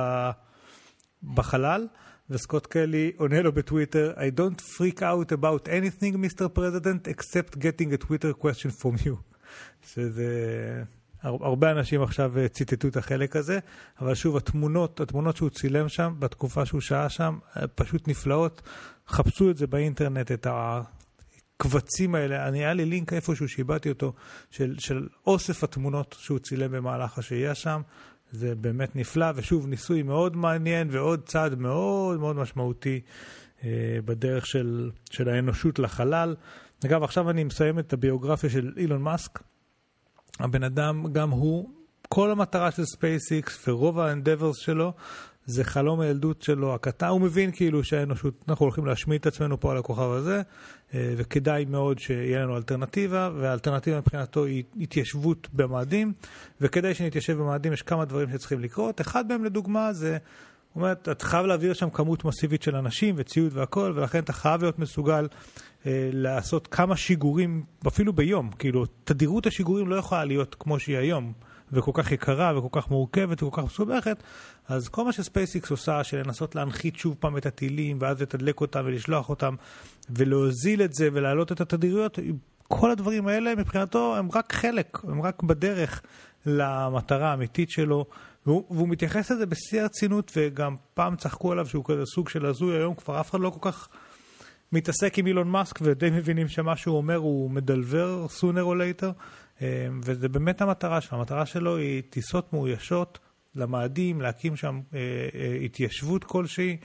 בחלל, וסקוט קלי עונה לו בטוויטר, I don't freak out about anything, Mr. President, except getting a Twitter question from you. שזה... הרבה אנשים עכשיו ציטטו את החלק הזה, אבל שוב, התמונות שהוא צילם שם, בתקופה שהוא שעה שם, פשוט נפלאות. חפשו את זה באינטרנט, את הקבצים האלה. היה לי לינק איפשהו שהבאתי אותו, של אוסף התמונות שהוא צילם במהלך השהייה שם. זה באמת נפלא, ושוב, ניסוי מאוד מעניין, ועוד צעד מאוד מאוד משמעותי בדרך של האנושות לחלל. אגב, עכשיו אני מסיים את הביוגרפיה של אילון מאסק. הבן אדם, גם הוא, כל המטרה של SpaceX ורוב האנדברס שלו, זה חלום הילדות שלו הקטן. הוא מבין כאילו שהאנושות, אנחנו הולכים להשמיד את עצמנו פה על הכוכב הזה, וכדאי מאוד שיהיה לנו אלטרנטיבה, והאלטרנטיבה מבחינתו היא התיישבות במאדים, וכדאי שנתיישב במאדים יש כמה דברים שצריכים לקרות. אחד מהם לדוגמה זה, הוא אומר, אתה חייב להעביר שם כמות מסיבית של אנשים וציוד והכל, ולכן אתה חייב להיות מסוגל לעשות כמה שיגורים, אפילו ביום. כאילו, תדירות השיגורים לא יכולה להיות כמו שהיא היום, וכל כך יקרה וכל כך מורכבת וכל כך מסובכת. אז כל מה שספייסיקס עושה, של לנסות להנחית שוב פעם את הטילים, ואז לתדלק אותם ולשלוח אותם, ולהוזיל את זה ולהעלות את התדירויות, כל הדברים האלה מבחינתו הם רק חלק, הם רק בדרך למטרה האמיתית שלו, והוא מתייחס לזה בשיא הרצינות, וגם פעם צחקו עליו שהוא כזה סוג של הזוי, היום כבר אף אחד לא כל כך מתעסק עם אילון מאסק, ודי מבינים שמה שהוא אומר הוא מדלבר sooner or later, וזה באמת המטרה שלו. המטרה שלו היא טיסות מאוישות למאדים, להקים שם התיישבות כלשהי,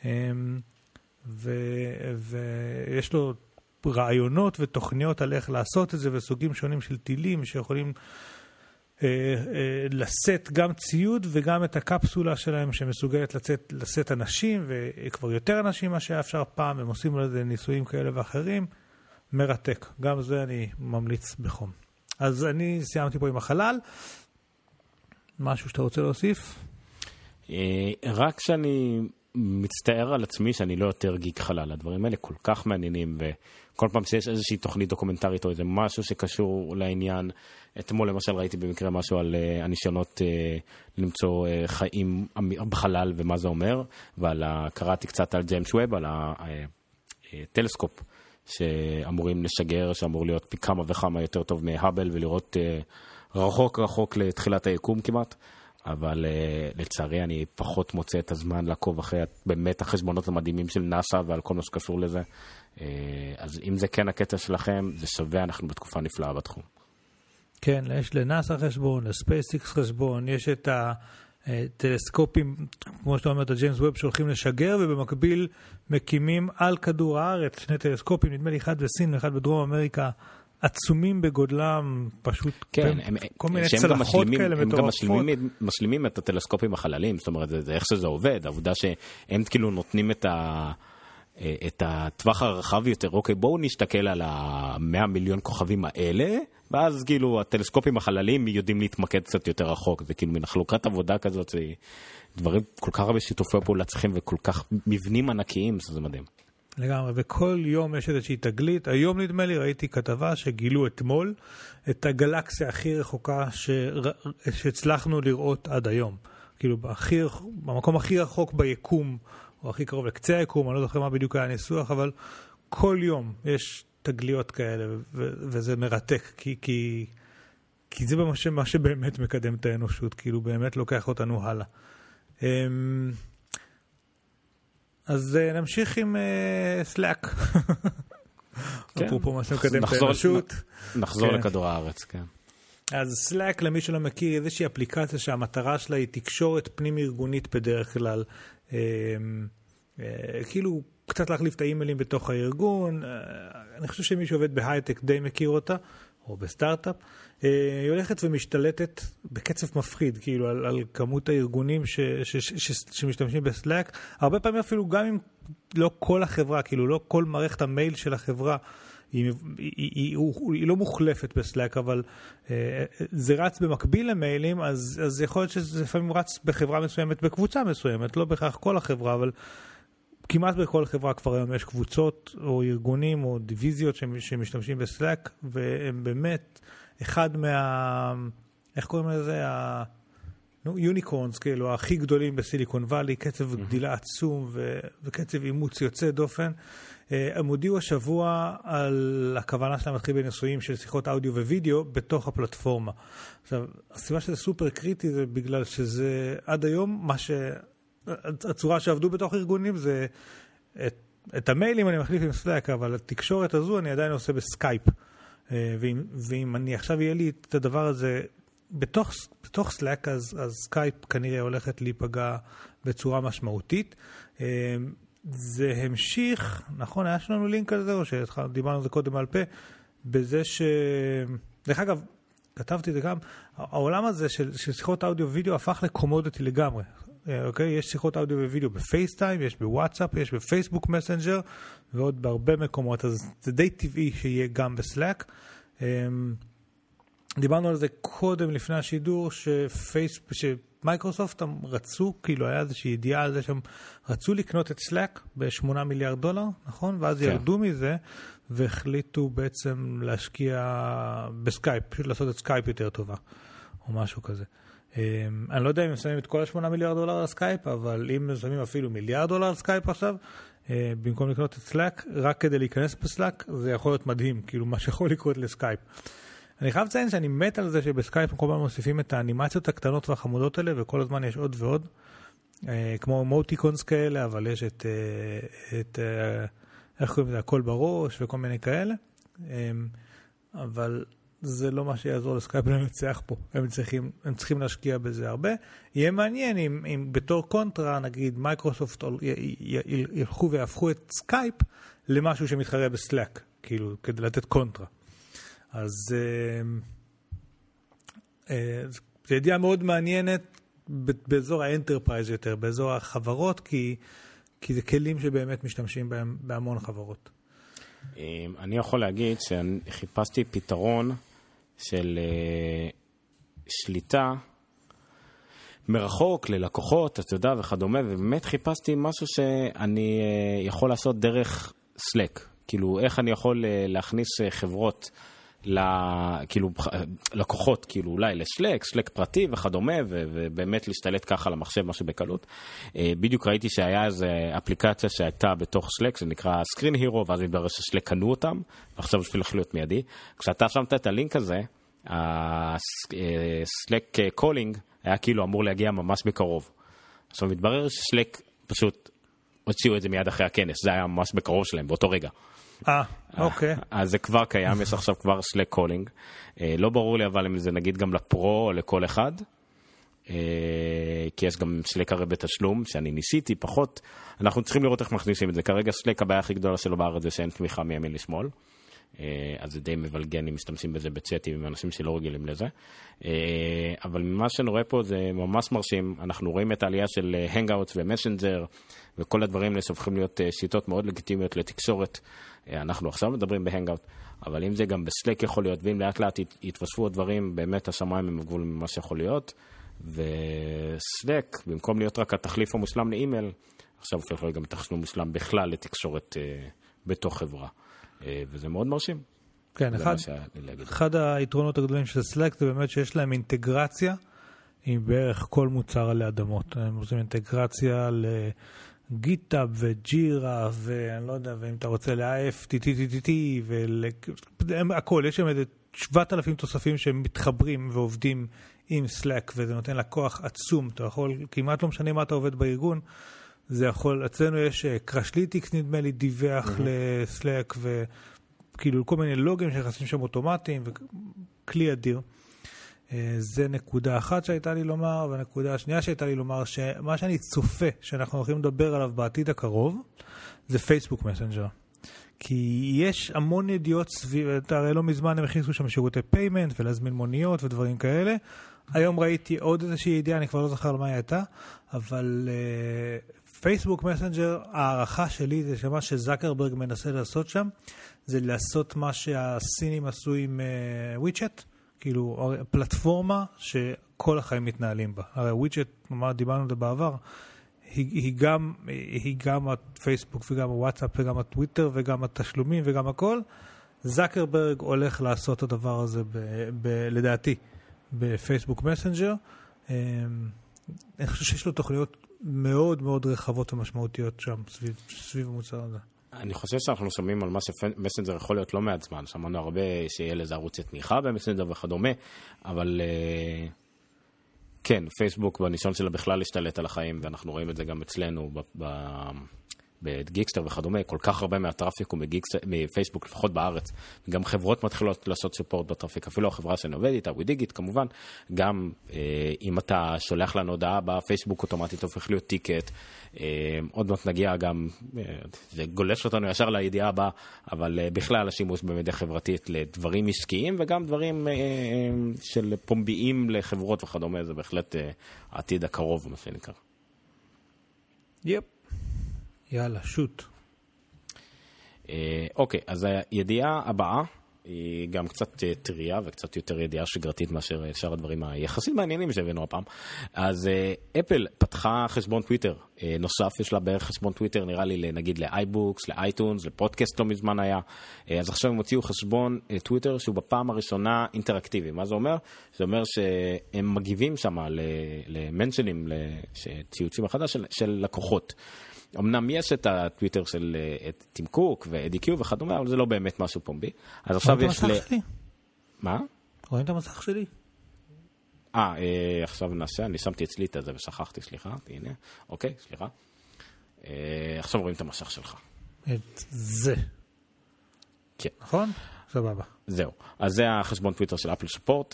ויש לו רעיונות ותוכניות על איך לעשות את זה, וסוגים שונים של טילים שיכולים לשאת גם ציוד וגם את הקפסולה שלהם שמסוגלת לשאת אנשים, וכבר יותר אנשים מה שהיה אפשר פעם, הם עושים על זה ניסויים כאלה ואחרים. מרתק, גם זה אני ממליץ בחום. אז אני סיימתי פה עם החלל. משהו שאתה רוצה להוסיף? רק שאני מצטער על עצמי שאני לא יותר גיק חלל. הדברים האלה כל כך מעניינים, וכל פעם שיש איזושהי תוכנית דוקומנטרית או איזה משהו שקשור לעניין, אתמול למשל ראיתי במקרה משהו על הניסיונות למצוא חיים בחלל ומה זה אומר, קראתי קצת על ג'יימס ווב, על הטלסקופ שאמורים לשגר, שאמור להיות פי כמה וכמה יותר טוב מהאבל, ולראות רחוק לתחילת היקום כמעט. אבל לצערי אני פחות מוצא את הזמן לעקוב אחרי באמת החשבונות המדהימים של נאסא ועל כל מה שקשור לזה. אז אם זה כן הקטע שלכם, זה שווה, אנחנו בתקופה נפלאה בתחום. כן, יש לנאסא חשבון, לספייסיקס חשבון, יש את הטלסקופים, כמו שאתה אומר, את הג'יימס ווב שהולכים לשגר, ובמקביל מקימים על כדור הארץ, שני טלסקופים, נדמה לי אחד בסין ואחד בדרום אמריקה, עצומים בגודלם, פשוט כן, כל מיני צלחות כאלה מטורפות. הם גם משלימים את הטלסקופים החללים, זאת אומרת, זה איך שזה עובד, העובדה שהם כאילו נותנים את הטווח הרחב יותר, אוקיי, בואו נשתכל על 100 מיליון כוכבים האלה, ואז כאילו הטלסקופים החללים יודעים להתמקד קצת יותר רחוק, זה כאילו מן החלוקת עבודה כזאת, זה דברים כל כך הרבה שיתופי פעולה צריכים, וכל כך מבנים ענקיים, זה מדהים. לגמרי, וכל יום יש איזושהי תגלית. היום נדמה לי, ראיתי כתבה שגילו אתמול את הגלקסיה הכי רחוקה שהצלחנו לראות עד היום. כאילו, במקום הכי רחוק ביקום, או הכי קרוב לקצה היקום, אני לא זוכר מה בדיוק היה הניסוח, אבל כל יום יש תגליות כאלה, וזה מרתק, כי זה מה שבאמת מקדם את האנושות, כאילו באמת לוקח אותנו הלאה. אז נמשיך עם Slack. אפרופו מה שמקדם את האנושות. נחזור לכדור הארץ, כן. אז Slack, למי שלא מכיר, איזושהי אפליקציה שהמטרה שלה היא תקשורת פנים ארגונית בדרך כלל. כאילו קצת להחליף את האימיילים בתוך הארגון. אני חושב שמי שעובד בהייטק די מכיר אותה, או בסטארט-אפ. היא הולכת ומשתלטת בקצב מפחיד, כאילו, על כמות הארגונים שמשתמשים בסלאק. הרבה פעמים אפילו גם אם לא כל החברה, כאילו לא כל מערכת המייל של החברה, היא לא מוחלפת בסלאק, אבל זה רץ במקביל למיילים, אז יכול להיות שזה לפעמים רץ בחברה מסוימת, בקבוצה מסוימת, לא בהכרח כל החברה, אבל כמעט בכל חברה כבר היום יש קבוצות או ארגונים או דיוויזיות שמשתמשים בסלאק, והם באמת אחד איך קוראים לזה? יוניקורנס, כאילו, הכי גדולים בסיליקון ואלי, קצב גדילה עצום וקצב אימוץ יוצא דופן. הם הודיעו השבוע על הכוונה שלהם להתחיל בניסויים של שיחות אודיו ווידאו בתוך הפלטפורמה. עכשיו, הסיבה שזה סופר קריטי זה בגלל שזה עד היום הצורה שעבדו בתוך ארגונים זה את המיילים אני מחליף עם סלאק, אבל התקשורת הזו אני עדיין עושה בסקייפ. ואם אני עכשיו יהיה לי את הדבר הזה בתוך סלאק, אז סקייפ כנראה הולכת להיפגע בצורה משמעותית. זה המשיך, נכון, היה שלנו לינק על זה, או שדיברנו על זה קודם על פה, בזה דרך אגב, כתבתי את זה גם, העולם הזה של שיחות אודיו וידאו הפך לקומודיטי לגמרי. אוקיי? יש שיחות אודיו ווידאו בפייסטיים, יש בוואטסאפ, יש בפייסבוק מסנג'ר, ועוד בהרבה מקומות, אז זה די טבעי שיהיה גם בסלאק. דיברנו על זה קודם לפני השידור, שמייקרוסופט רצו, כאילו היה איזושהי ידיעה על זה שהם רצו לקנות את סלאק ב$8 מיליארד, נכון? ואז ירדו מזה, והחליטו בעצם להשקיע בסקייפ, פשוט לעשות את סקייפ יותר טובה, או משהו כזה. אני לא יודע אם הם שמים את כל $8 מיליארד על סקייפ, אבל אם הם שמים אפילו $1 מיליארד על סקייפ עכשיו, במקום לקנות את סלאק, רק כדי להיכנס בסלאק, זה יכול להיות מדהים, כאילו מה שיכול לקרות לסקייפ. אני חייב לציין שאני מת על זה שבסקייפ כל פעם מוסיפים את האנימציות הקטנות והחמודות האלה, וכל הזמן יש עוד ועוד, כמו מוטיקונס כאלה, אבל יש את איך קוראים לזה, הכל בראש וכל מיני כאלה, אבל זה לא מה שיעזור לסקייפ לנצח פה. הם צריכים להשקיע בזה הרבה. יהיה מעניין אם בתור קונטרה, נגיד, מייקרוסופט ילכו והפכו את סקייפ למשהו שמתחרה בסלאק, כאילו, כדי לתת קונטרה. אז זו ידיעה מאוד מעניינת באזור האנטרפרייז יותר, באזור החברות, כי זה כלים שבאמת משתמשים בהם בהמון חברות. אני יכול להגיד שחיפשתי פתרון של שליטה מרחוק ללקוחות, אתה יודע, וכדומה, ובאמת חיפשתי משהו שאני יכול לעשות דרך סלאק. כאילו, איך אני יכול להכניס חברות כאילו, לקוחות, כאילו, אולי לשלק, סלק פרטי וכדומה, ובאמת להשתלט ככה למחשב, משהו בקלות. בדיוק ראיתי שהיה איזו אפליקציה שהייתה בתוך סלק, שנקרא Screen Hero, ואז מתברר שסלק קנו אותם, ועכשיו בשביל להיות מיידי. כשאתה שמת את הלינק הזה, הסלק קולינג היה כאילו אמור להגיע ממש בקרוב. עכשיו מתברר שסלק פשוט הוציאו את זה מיד אחרי הכנס, זה היה ממש בקרוב שלהם, באותו רגע. אוקיי. אז זה כבר קיים, יש עכשיו כבר סלק קולינג. לא ברור לי אבל אם זה נגיד גם לפרו או לכל אחד, כי יש גם סלק הרי בתשלום, שאני ניסיתי פחות, אנחנו צריכים לראות איך מכניסים את זה. כרגע סלק הבעיה הכי גדולה שלו בארץ זה שאין תמיכה מימין לשמאל, אז זה די מבלגן אם משתמשים בזה בצ'אטים עם אנשים שלא רגילים לזה. אבל ממה שאני רואה פה זה ממש מרשים, אנחנו רואים את העלייה של Hangouts ומסנג'ר, וכל הדברים האלה שהופכים להיות שיטות מאוד לגיטימיות לתקשורת. אנחנו עכשיו מדברים בהנגאוט, אבל אם זה גם בסלק יכול להיות, ואם לאט לאט יתווספו הדברים, באמת השמיים הם הגבול ממה שיכול להיות, וסלק, במקום להיות רק התחליף המושלם לאימייל, עכשיו הופך להיות גם תחליף מושלם בכלל לתקשורת בתוך חברה. וזה מאוד מרשים. כן, אחד היתרונות הגדולים של סלק זה באמת שיש להם אינטגרציה עם בערך כל מוצר עלי אדמות. הם עושים אינטגרציה גיטאב וג'ירה ואני לא יודע, ואם אתה רוצה ל-IF, הכל, יש שם איזה 7,000 תוספים שמתחברים ועובדים עם סלאק, וזה נותן לקוח עצום. אתה יכול, כמעט לא משנה מה אתה עובד בארגון, זה יכול, אצלנו יש קרשליטיקס נדמה לי דיווח לסלאק, וכאילו כל מיני לוגים שנכנסים שם אוטומטיים, וכלי אדיר. זה נקודה אחת שהייתה לי לומר, והנקודה השנייה שהייתה לי לומר, שמה שאני צופה שאנחנו הולכים לדבר עליו בעתיד הקרוב, זה פייסבוק מסנג'ר. כי יש המון ידיעות סביב, הרי לא מזמן הם הכניסו שם שירותי פיימנט, ולהזמין מוניות ודברים כאלה. היום ראיתי עוד איזושהי ידיעה, אני כבר לא זוכר על מה היא הייתה, אבל פייסבוק מסנג'ר, הערכה שלי זה שמה שזקרברג מנסה לעשות שם, זה לעשות מה שהסינים עשו עם וויצ'ט, כאילו פלטפורמה שכל החיים מתנהלים בה. הרי וויצ'ט, דיברנו על זה בעבר, היא גם הפייסבוק וגם הוואטסאפ וגם הטוויטר וגם התשלומים וגם הכל. זקרברג הולך לעשות את הדבר הזה לדעתי בפייסבוק מסנג'ר. אני חושב שיש לו תוכניות מאוד מאוד רחבות ומשמעותיות שם סביב המוצר הזה. אני חושב שאנחנו שומעים על מה שמסנג'ר יכול להיות לא מעט זמן. שמענו הרבה שיהיה לזה ערוצי תמיכה במסנג'ר וכדומה, אבל כן, פייסבוק בניסיון שלה בכלל להשתלט על החיים, ואנחנו רואים את זה גם אצלנו בגיקסטר וכדומה, כל כך הרבה מהטראפיק הוא מפייסבוק, לפחות בארץ. גם חברות מתחילות לעשות סופורט בטראפיק, אפילו החברה שאני עובד איתה, ווידיגיט כמובן, גם אם אתה שולח לנו הודעה בפייסבוק אוטומטית, הופך להיות טיקט, עוד מעט נגיע גם, זה גולש אותנו ישר לידיעה הבאה, אבל בכלל השימוש במדיה חברתית לדברים עסקיים, וגם דברים של פומביים לחברות וכדומה, זה בהחלט העתיד הקרוב, מה שנקרא. יפ. יאללה, שוט. אוקיי, אז הידיעה הבאה היא גם קצת טריה וקצת יותר ידיעה שגרתית מאשר שאר הדברים היחסים מעניינים שהבאנו הפעם. אז אפל פתחה חשבון טוויטר נוסף, יש לה בערך חשבון טוויטר נראה לי נגיד לאייבוקס, לאייטונס, לפודקאסט לא מזמן היה. אז עכשיו הם הוציאו חשבון טוויטר שהוא בפעם הראשונה אינטראקטיבי. מה זה אומר? זה אומר שהם מגיבים שם למנשנים, ציוצים החדש של לקוחות. אמנם יש את הטוויטר של טים קוק ואדי קיו וכדומה, אבל זה לא באמת משהו פומבי. אז עכשיו יש מה? רואים את המסך שלי? עכשיו נעשה, אני שמתי אצלי את זה ושכחתי, סליחה, הנה, אוקיי, סליחה. עכשיו רואים את המסך שלך. את זה. כן. נכון? סבבה. זהו. אז זה החשבון טוויטר של אפל ספורט.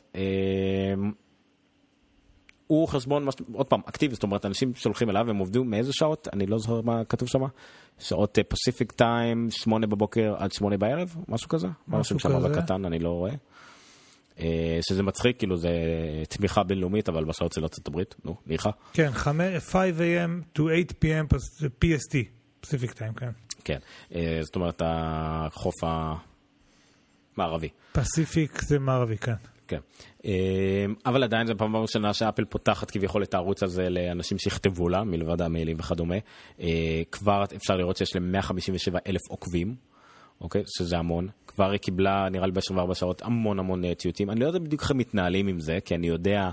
הוא חשבון, עוד פעם, אקטיבי, זאת אומרת, אנשים שולחים אליו, הם עובדו מאיזה שעות? אני לא זוכר מה כתוב שם. שעות פסיפיק טיים, 8 בבוקר עד 8 בערב, משהו כזה? משהו שם בקטן, אני לא רואה. שזה מצחיק, כאילו זה תמיכה בינלאומית, אבל בשעות של ארצות הברית, נו, ניחה. כן, 5 a.m. to 8 p.m. PST, פסיפיק טיים, כן. כן, זאת אומרת, החוף המערבי. פסיפיק זה מערבי, כן. כן. אבל עדיין זה פעם ראשונה שאפל פותחת כביכול את הערוץ הזה לאנשים שיכתבו לה, מלבד המיילים וכדומה. כבר אפשר לראות שיש להם 157,000 עוקבים, אוקיי? שזה המון. כבר היא קיבלה, נראה לי ב-24 שעות, המון ציוצים. אני לא יודע בדיוק איך הם מתנהלים עם זה, כי אני יודע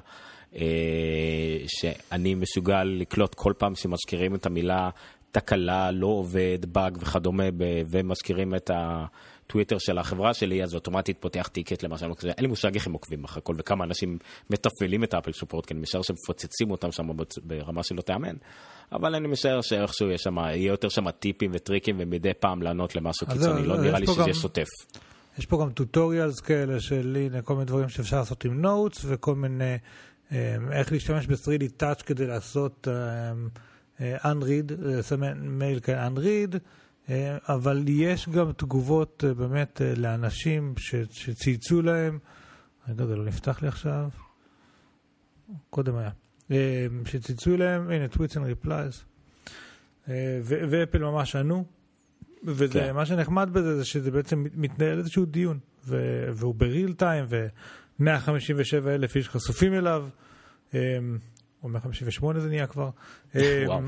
שאני מסוגל לקלוט כל פעם שמזכירים את המילה תקלה, לא עובד, באג וכדומה, ומזכירים את הטוויטר של החברה שלי, אז אוטומטית פותח טיקט למשל, אין לי מושג איך הם עוקבים אחרי כל, וכמה אנשים מתפעלים את האפל סופורט, כי אני משער שמפוצצים אותם שם ברמה שלא תאמן, אבל אני משער שאיכשהו יהיה יותר שם טיפים וטריקים, ומדי פעם לענות למשהו קיצוני, לא נראה לי שזה שוטף. יש פה גם טוטוריאלס כאלה של כל מיני דברים שאפשר לעשות עם נוטס, וכל מיני, איך להשתמש ב-3D Touch כדי לעשות unread, מייל כ-unread, אבל יש גם תגובות באמת לאנשים שצייצו להם, רגע, זה לא נפתח לי עכשיו, קודם היה, שצייצו להם, הנה, tweets and replies, ואפל ממש ענו, וזה, מה שנחמד בזה זה שזה בעצם מתנהל איזשהו דיון, והוא בריל טיים, ו157,000 איש חשופים אליו, או 158 זה נהיה כבר. וואו,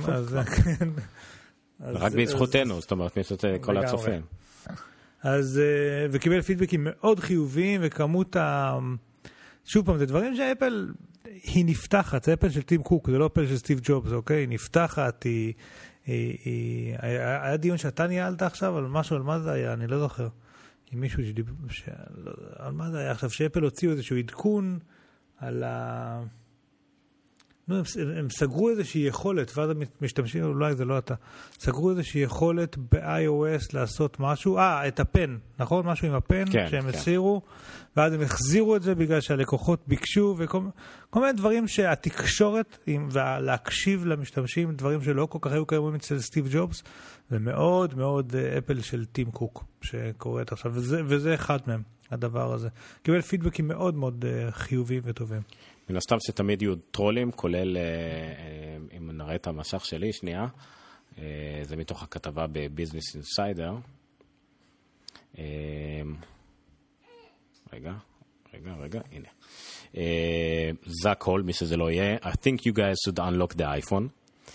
רק בזכותנו, זאת אומרת, מצאת כל הצופים. אז, וקיבל פידבקים מאוד חיוביים, וכמות שוב פעם, זה דברים שאפל, היא נפתחת, זה אפל של טים קוק, זה לא אפל של סטיב ג'ובס, אוקיי? היא נפתחת, היה דיון שאתה ניהלת עכשיו, על משהו, על מה זה היה, אני לא זוכר. עם מישהו על מה זה היה עכשיו, שאפל הוציאו איזשהו עדכון על הם סגרו איזושהי יכולת, ואז הם משתמשים, אולי זה לא אתה, סגרו איזושהי יכולת ב-iOS לעשות משהו, את הפן, נכון? משהו עם הפן, שהם הסירו, ואז הם החזירו את זה בגלל שהלקוחות ביקשו, וכל מיני דברים שהתקשורת, ולהקשיב למשתמשים, דברים שלא כל כך היו קיימים אצל סטיב ג'ובס, ומאוד מאוד אפל של טים קוק, שקוראת עכשיו, וזה אחד מהם, הדבר הזה. קיבל פידבקים מאוד מאוד חיוביים וטובים. מן הסתם שתמיד יהיו טרולים, כולל, אם נראה את המשך שלי, שנייה, זה מתוך הכתבה בביזנס אינסיידר. רגע, הנה. זאק הול, מי שזה לא יהיה. I think you guys should unlock the iPhone.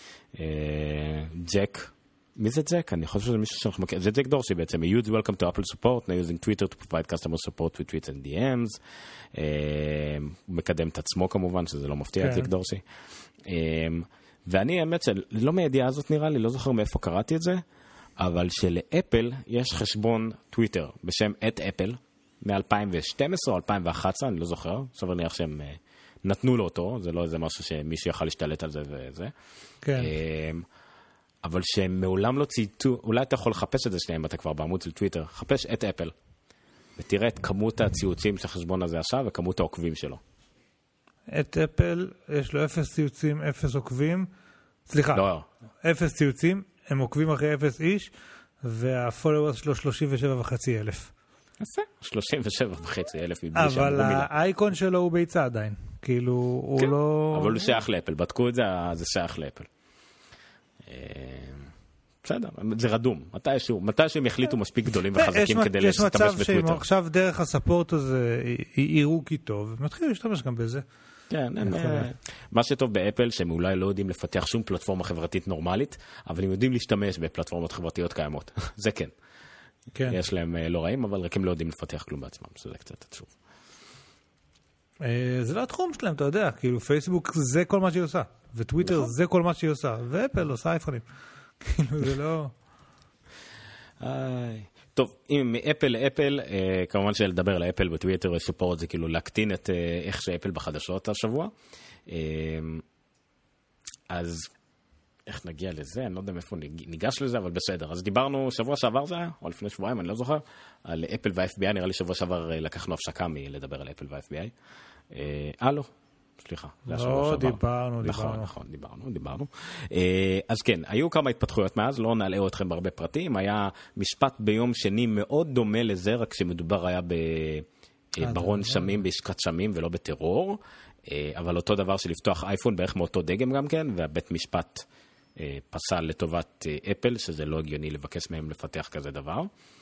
ג'ק, מי זה ג'ק? אני חושב שזה מישהו שאנחנו מכירים. זה ג'ק דורסי בעצם. You'd welcome to Apple support, now using Twitter to provide customer support with tweets and DMs. מקדם את עצמו כמובן, שזה לא מפתיע, ג'ק דורסי. ואני האמת שלא מהידיעה הזאת נראה לי, לא זוכר מאיפה קראתי את זה, אבל שלאפל יש חשבון טוויטר בשם @אפל מ-2012 או 2011, אני לא זוכר, סביר נראה שהם נתנו לו אותו, זה לא איזה משהו שמישהו יכל להשתלט על זה וזה. כן. אבל שהם מעולם לא צייתו, אולי אתה יכול לחפש את זה שניהם, אתה כבר בעמוד של טוויטר, חפש @אפל, ותראה את כמות הציוצים שהחשבון הזה עשה וכמות העוקבים שלו. אפל, יש לו 0 ציוצים, 0 עוקבים, סליחה, לא. 0 ציוצים, הם עוקבים אחרי 0 איש, והפולוורס שלו 37,500. יפה, 37,500. אבל האייקון שלו הוא ביצה עדיין. כאילו, הוא לא... אבל הוא שייך לאפל, בדקו את זה, זה שייך לאפל. בסדר, זה רדום. מתישהו הם יחליטו מספיק גדולים וחזקים כדי להשתמש בטוויטר. יש מצב שהם עכשיו דרך הספורט הזה יראו כי טוב, הם מתחילים להשתמש גם בזה. כן, מה שטוב באפל, שהם אולי לא יודעים לפתח שום פלטפורמה חברתית נורמלית, אבל הם יודעים להשתמש בפלטפורמות חברתיות קיימות. זה כן. יש להם לא רעים, אבל רק הם לא יודעים לפתח כלום בעצמם, שזה קצת עצוב. זה לא התחום שלהם, אתה יודע, כאילו פייסבוק זה כל מה שהיא עושה, וטוויטר זה כל מה שהיא עושה, ואפל עושה אייפונים. כאילו זה לא... טוב, אם מאפל לאפל, כמובן שלדבר על האפל בטוויטר ושופרות זה כאילו להקטין את איך שאפל בחדשות השבוע. אז איך נגיע לזה? אני לא יודע מאיפה ניגש לזה, אבל בסדר. אז דיברנו שבוע שעבר זה היה, או לפני שבועיים, אני לא זוכר, על אפל וה-FBI. נראה לי שבוע שעבר לקחנו הפסקה מלדבר על אפל וה-FBI. לא. סליחה. לא, דיברנו. נכון, דיברנו. אז כן, היו כמה התפתחויות מאז, לא נעלה אתכם בהרבה פרטים. היה משפט ביום שני מאוד דומה לזה, רק שמדובר היה בברון שמים, בעסקת שמים ולא בטרור. אבל אותו דבר של לפתוח אייפון בערך מאותו דגם גם כן, והבית משפט פסל לטובת אפל, שזה לא הגיוני לבקש מהם לפתח כזה דבר.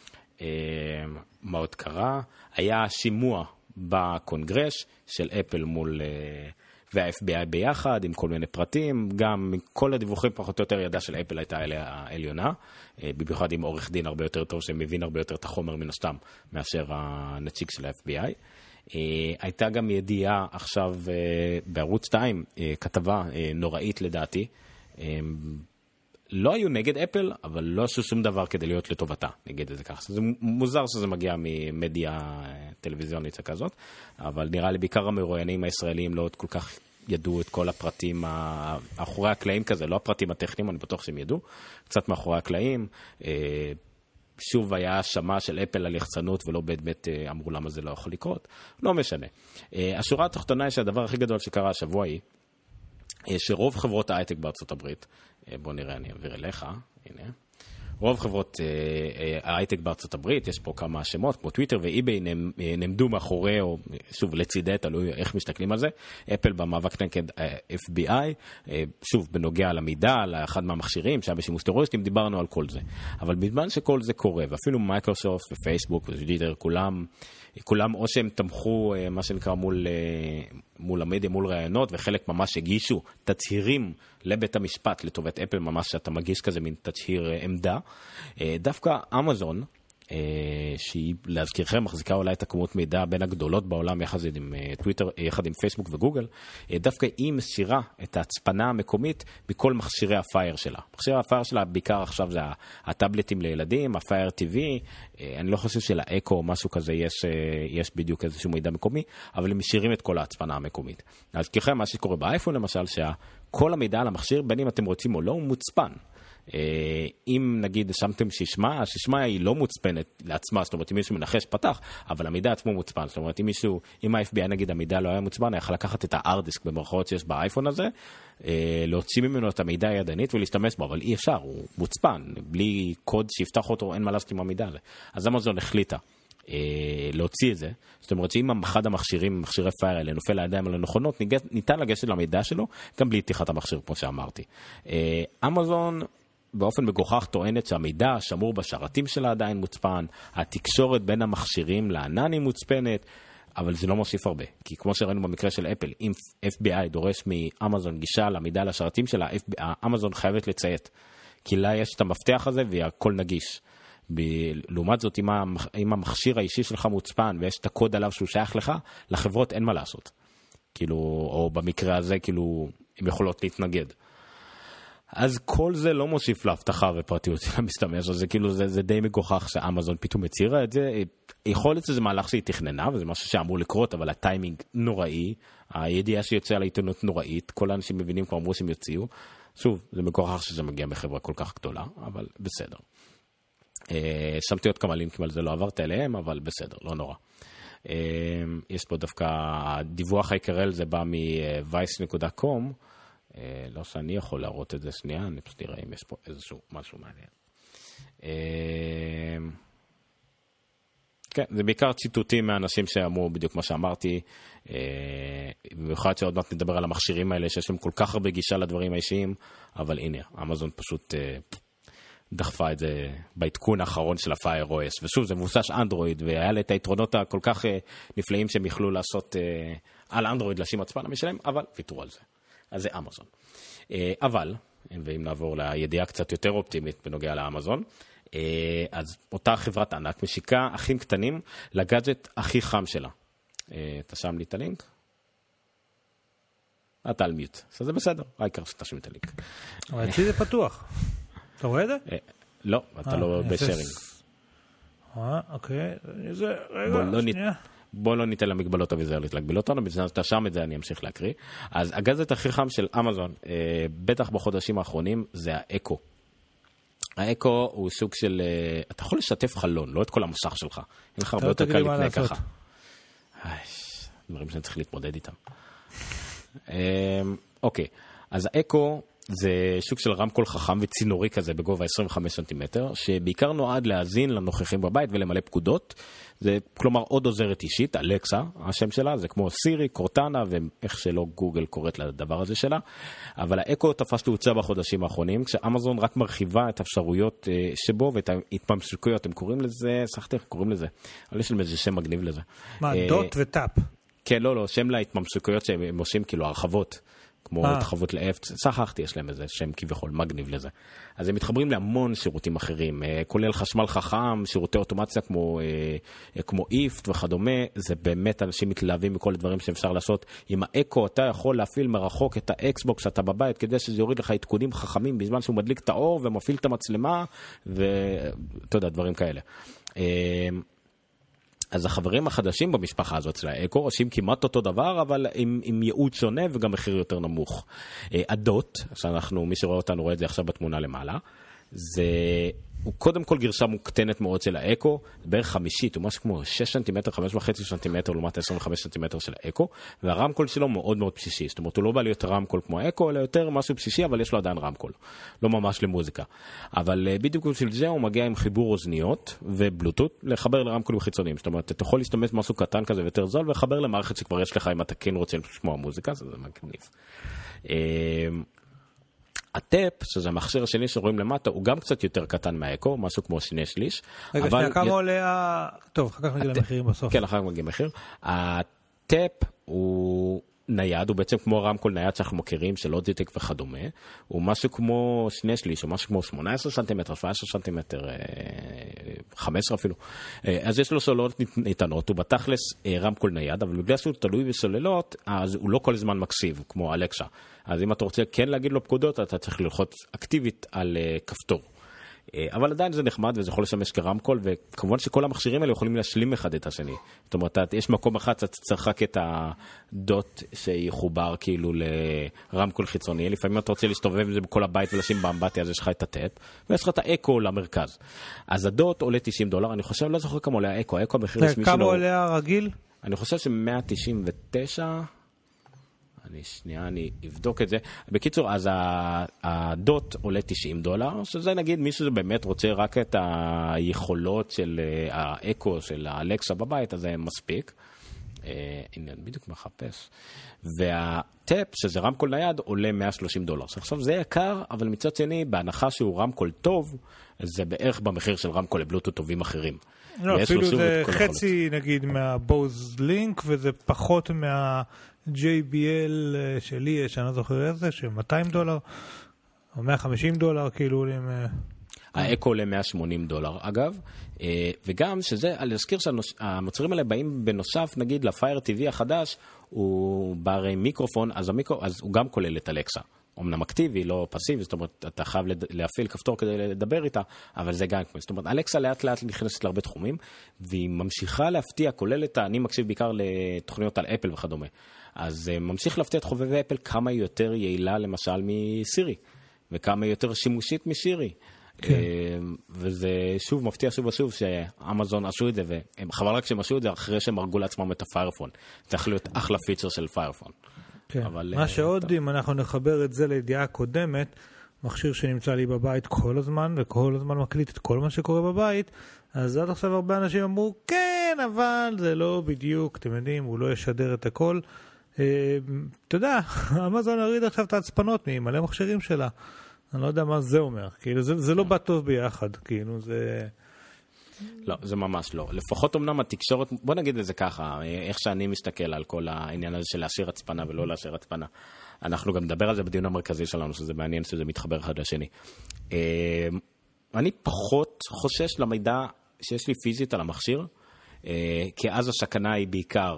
מה עוד קרה? היה שימוע בקונגרס של אפל מול וה-FBI ביחד, עם כל מיני פרטים, גם כל הדיווחים פחות או יותר ידע של אפל הייתה העליונה, במיוחד עם עורך דין הרבה יותר טוב, שמבין הרבה יותר את החומר מן הסתם, מאשר הנציג של ה-FBI. הייתה גם ידיעה עכשיו בערוץ 2, כתבה נוראית לדעתי, לא היו נגד אפל, אבל לא עשו שום דבר כדי להיות לטובתה, נגיד את זה ככה. זה מוזר שזה מגיע ממדיה טלוויזיונית כזאת, אבל נראה לי בעיקר המרואיינים הישראלים לא כל כך ידעו את כל הפרטים מאחורי הקלעים כזה, לא הפרטים הטכניים, אני בטוח שהם ידעו, קצת מאחורי הקלעים. שוב היה שמה של אפל על יחצנות ולא באמת אמרו למה זה לא יכול לקרות. לא משנה. השורה התחתונה היא שהדבר הכי גדול שקרה השבוע היא, שרוב חברות ההייטק בארצות הברית, בוא נראה, אני אעביר אליך, הנה, רוב חברות ההייטק בארצות הברית, יש פה כמה שמות, כמו טוויטר ואי-ביי, נעמדו מאחורי, או שוב, לצידי, תלוי איך מסתכלים על זה, אפל במאבק נגד FBI, שוב, בנוגע למידע, על אחד מהמכשירים, שהיה בשימוש טרוריסטים, דיברנו על כל זה. אבל בזמן שכל זה קורה, ואפילו מייקרוסופט ופייסבוק וטוויטר, כולם או שהם תמכו, מה שנקרא, מול המדיה, מול רעיונות, וחלק ממש הגישו תצהירים לבית המשפט לטובת אפל, ממש שאתה מגיש כזה מין תצהיר עמדה. דווקא אמזון, שהיא להזכירכם מחזיקה אולי את הכמות מידע בין הגדולות בעולם יחד עם טוויטר, יחד עם פייסבוק וגוגל, דווקא היא מסירה את ההצפנה המקומית בכל מכשירי הפייר שלה. מכשירי הפייר שלה בעיקר עכשיו זה הטאבלטים לילדים, הפייר TV, אני לא חושב שלאקו או משהו כזה יש בדיוק איזשהו מידע מקומי, אבל הם מסירים את כל ההצפנה המקומית. אז ככם מה שקורה באייפון למשל, שכל המידע על המכשיר, בין אם אתם רוצים או לא, הוא מוצפן. אם נגיד שמתם ששמה היא לא מוצפנת לעצמה, זאת אומרת אם מישהו מנחש פתח, אבל המידע עצמו מוצפן, זאת אומרת אם ה-FBI נגיד המידע לא היה מוצפן, היה יכול לקחת את הארדיסק במרכאות שיש באייפון הזה, להוציא ממנו את המידע הידנית ולהשתמש בו, אבל אי אפשר, הוא מוצפן, בלי קוד שיפתח אותו, אין מה לעשות עם המידע הזה. אז אמזון החליטה להוציא את זה, זאת אומרת שאם אחד המכשירים, מכשירי פייר האלה, נופל לידיים על הנכונות, ניתן לגשת למידע שלו, גם בלי פתיחת המכשיר, כמו שאמרתי. אמזון באופן מגוחך טוענת שהמידע שמור בשרתים שלה עדיין מוצפן, התקשורת בין המכשירים לענן היא מוצפנת, אבל זה לא מוסיף הרבה. כי כמו שראינו במקרה של אפל, אם FBI דורש מאמזון גישה למידע לשרתים שלה, אמזון חייבת לציית. כי לה יש את המפתח הזה והכל נגיש. לעומת זאת, אם המכשיר האישי שלך מוצפן ויש את הקוד עליו שהוא שייך לך, לחברות אין מה לעשות. כאילו, או במקרה הזה, כאילו, הם יכולות להתנגד. אז כל זה לא מוסיף להבטחה ופרטיות של המשתמש, אז זה כאילו, זה די מגוחך שאמזון פתאום הצירה את זה. יכול להיות שזה מהלך שהיא תכננה, וזה משהו שאמור לקרות, אבל הטיימינג נוראי, הידיעה שיוצאה לעיתונות נוראית, כל האנשים מבינים כבר אמרו שהם יוציאו. שוב, זה מגוחך שזה מגיע מחברה כל כך גדולה, אבל בסדר. שמתי עוד כמה לינקים על זה, לא עברת אליהם, אבל בסדר, לא נורא. יש פה דווקא, הדיווח העיקרי על זה בא מ-vice.com, לא שאני יכול להראות את זה שנייה, אני פשוט נראה אם יש פה איזשהו משהו מעניין. כן, זה בעיקר ציטוטים מאנשים שאמרו בדיוק מה שאמרתי, במיוחד שעוד מעט נדבר על המכשירים האלה, שיש להם כל כך הרבה גישה לדברים האישיים, אבל הנה, אמזון פשוט דחפה את זה בעדכון האחרון של ה-Fire OS, ושוב, זה מבוסס אנדרואיד, והיה לה את היתרונות הכל כך נפלאים שהם יכלו לעשות על אנדרואיד לשים עצמם משלם, אבל ויתרו על זה. אז זה אמזון. אבל, ואם נעבור לידיעה קצת יותר אופטימית בנוגע לאמזון, אז אותה חברת ענק משיקה אחים קטנים לגאדג'ט הכי חם שלה. אתה שם לי את הלינק? אתה על מיוט. אז זה בסדר, העיקר שאתה שם את הלינק. אבל אצלי זה פתוח. אתה רואה את זה? לא, אתה לא בשיירינג. אוקיי. רגע, שנייה. בוא לא ניתן למגבלות הוויזואליות להגביל אותנו, בזמן שאתה שם את זה אני אמשיך להקריא. אז הגאדג'ט הכי חם של אמזון, בטח בחודשים האחרונים, זה האקו. האקו הוא סוג של, אתה יכול לשתף חלון, לא את כל המוסך שלך. אין לך הרבה יותר קל להתנהג ככה. דברים שאני צריך להתמודד איתם. אוקיי, אז האקו זה סוג של רמקול חכם וצינורי כזה בגובה 25 סנטימטר, שבעיקר נועד להאזין לנוכחים בבית ולמלא פקודות. זה כלומר עוד עוזרת אישית, אלקסה, השם שלה, זה כמו סירי, קורטנה, ואיך שלא גוגל קוראת לדבר הזה שלה. אבל האקו תפס תאוצה בחודשים האחרונים, כשאמזון רק מרחיבה את האפשרויות שבו ואת ההתממשקויות, הם קוראים לזה, סחתי, קוראים לזה, אבל יש להם איזה שם מגניב לזה. מה, דוט וטאפ? כן, לא, שם להתממשקויות שהם עושים כאילו הרחבות. כמו התחוות לאפט, שכחתי, יש להם איזה שם כביכול מגניב לזה. אז הם מתחברים להמון שירותים אחרים, כולל חשמל חכם, שירותי אוטומציה כמו איפט וכדומה, זה באמת אנשים מתלהבים מכל הדברים שאפשר לעשות. עם האקו אתה יכול להפעיל מרחוק את האקסבוקס שאתה בבית, כדי שזה יוריד לך עדכונים חכמים בזמן שהוא מדליק את האור ומפעיל את המצלמה, ואתה יודע, דברים כאלה. אז החברים החדשים במשפחה הזאת של האקו עושים כמעט אותו דבר, אבל עם ייעוד שונה וגם מחיר יותר נמוך. הדוט, שאנחנו, מי שרואה אותנו רואה את זה עכשיו בתמונה למעלה, הוא קודם כל גרשה מוקטנת מאוד של האקו, בערך חמישית, הוא משהו כמו 6 סנטימטר, 5.5 סנטימטר, לעומת 25 סנטימטר של האקו, והרמקול שלו מאוד מאוד בסיסי, זאת אומרת, הוא לא בא להיות רמקול כמו האקו, אלא יותר משהו בסיסי, אבל יש לו עדיין רמקול, לא ממש למוזיקה. אבל בדיוק בשביל זה הוא מגיע עם חיבור אוזניות ובלוטות, לחבר לרמקולים חיצוניים, זאת אומרת, אתה יכול להשתמש משהו קטן כזה ויותר זול, ולחבר למערכת שכבר יש לך אם אתה כן רוצה לשמוע מוזיקה, זה מגניב. הטאפ, שזה המכשיר השני שרואים למטה, הוא גם קצת יותר קטן מהאקו, משהו כמו 2/3. רגע, שנייה, כמה עולה טוב, אחר כך נגיע למחירים בסוף. כן, אחר כך מגיע מחיר. הטאפ הוא נייד, הוא בעצם כמו רמקול נייד שאנחנו מכירים, של לוג'יטק וכדומה. הוא משהו כמו 2/3, או משהו כמו 18 סנטימטר, 17 סנטימטר, 15 אפילו. אז יש לו סוללות ניתנות, הוא בתכלס רמקול נייד, אבל בגלל שהוא תלוי בסוללות, אז הוא לא כל הזמן מקשיב, כמו אלקסה. אז אם אתה רוצה כן להגיד לו פקודות, אתה צריך ללחוץ אקטיבית על כפתור. אבל עדיין זה נחמד וזה יכול לשמש כרמקול, וכמובן שכל המכשירים האלה יכולים להשלים אחד את השני. זאת אומרת, יש מקום אחד, אתה צריך רק את הדוט שיחובר כאילו לרמקול חיצוני. לפעמים אתה רוצה להסתובב עם זה בכל הבית ולשים באמבטיה, אז יש לך את הטאפ, ויש לך את האקו למרכז. אז הדוט עולה $90, אני חושב, לא זוכר כמה עולה האקו, האקו המחיר רשמי שלו. כמה עולה הרגיל? אני חושב ש$199, אני אבדוק את זה. בקיצור, אז הדוט עולה $90, שזה נגיד מישהו שבאמת רוצה רק את היכולות של האקו, של האלקסה בבית, אז זה מספיק. הנה, אני בדיוק מחפש. והטאפ, שזה רמקול נייד, עולה $130. עכשיו, זה יקר, אבל מצד שני, בהנחה שהוא רמקול טוב, זה בערך במחיר של רמקול לבלוטות טובים אחרים. לא, אפילו זה חצי, נגיד, מהבוז לינק, וזה פחות מה-JBL שלי יש, אני לא זוכר איזה, $200, או $150, כאילו, האקו עולה $180, אגב, וגם שזה, להזכיר שהמוצרים האלה באים בנוסף, נגיד, לפייר TV החדש, הוא בערי מיקרופון, אז הוא גם כולל את אלקסה. אמנם אקטיבי, לא פסיבי, זאת אומרת, אתה חייב להפעיל כפתור כדי לדבר איתה, אבל זה גם כמו. זאת אומרת, אלקסה לאט לאט נכנסת להרבה תחומים, והיא ממשיכה להפתיע, כוללת, אני מקשיב בעיקר לתוכניות על אפל וכדומה, אז ממשיך להפתיע את חובבי אפל כמה היא יותר יעילה, למשל, מסירי, וכמה היא יותר שימושית משירי. וזה שוב מפתיע שוב ושוב שאמזון עשו את זה, וחבל רק שהם עשו את זה אחרי שהם הרגו לעצמם את הפיירפון. צריך להיות אחלה פיצ'ר של פיירפון. מה שעוד, אם אנחנו נחבר את זה לידיעה הקודמת, מכשיר שנמצא לי בבית כל הזמן, וכל הזמן מקליט את כל מה שקורה בבית, אז עד עכשיו הרבה אנשים אמרו, כן, אבל זה לא בדיוק, אתם יודעים, הוא לא ישדר את הכל. אתה יודע, אמזון הוריד עכשיו את ההצפנות ממלא מכשירים שלה. אני לא יודע מה זה אומר, כאילו זה לא בא טוב ביחד, כאילו זה... לא, זה ממש לא. לפחות אמנם התקשורת, בוא נגיד את זה ככה, איך שאני מסתכל על כל העניין הזה של להשאיר הצפנה ולא להשאיר הצפנה. אנחנו גם נדבר על זה בדיון המרכזי שלנו, שזה מעניין שזה מתחבר אחד לשני. אני פחות חושש למידע שיש לי פיזית על המכשיר, כי אז הסכנה היא בעיקר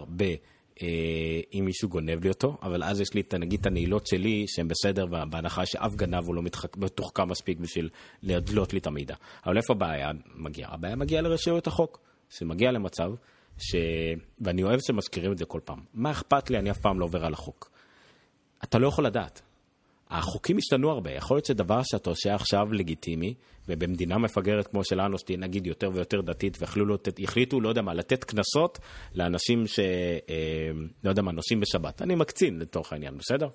אם מישהו גונב לי אותו, אבל אז יש לי נגיד את הנעילות שלי שהן בסדר, בהנחה שאף גנב הוא לא מתוחכם מספיק בשביל להדלות לי את המידע. אבל איפה הבעיה מגיעה? הבעיה מגיעה לרשויות החוק, שמגיע למצב ואני אוהב שמזכירים את זה כל פעם. מה אכפת לי? אני אף פעם לא עובר על החוק. אתה לא יכול לדעת. החוקים השתנו הרבה. יכול להיות שדבר שאתה עושה עכשיו לגיטימי, ובמדינה מפגרת כמו שלנו, שתהיה נגיד יותר ויותר דתית, והחליטו, לא יודע מה, לתת כנסות לאנשים לא יודע מה, נוסעים בשבת. אני מקצין לתוך העניין, בסדר?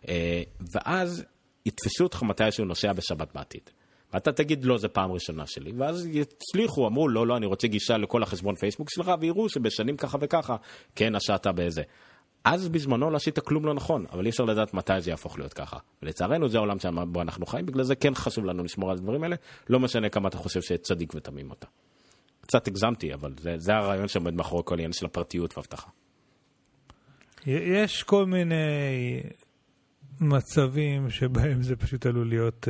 ואז יתפסו אותך מתי שהוא נוסע בשבת בעתיד. ואתה תגיד, לא, זה פעם ראשונה שלי. ואז יצליחו, אמרו, לא, אני רוצה גישה לכל החשבון פייסבוק שלך, ויראו שבשנים ככה וככה, כן, השעת באיזה. אז בזמנו לא עשית כלום לא נכון, אבל אי אפשר לדעת מתי זה יהפוך להיות ככה. ולצערנו זה העולם שבו אנחנו חיים, בגלל זה כן חשוב לנו לשמור על הדברים האלה, לא משנה כמה אתה חושב שצדיק ותמים אותה. קצת הגזמתי, אבל זה הרעיון שעומד מאחורי כל העניין של הפרטיות והבטחה. יש כל מיני מצבים שבהם זה פשוט עלול להיות...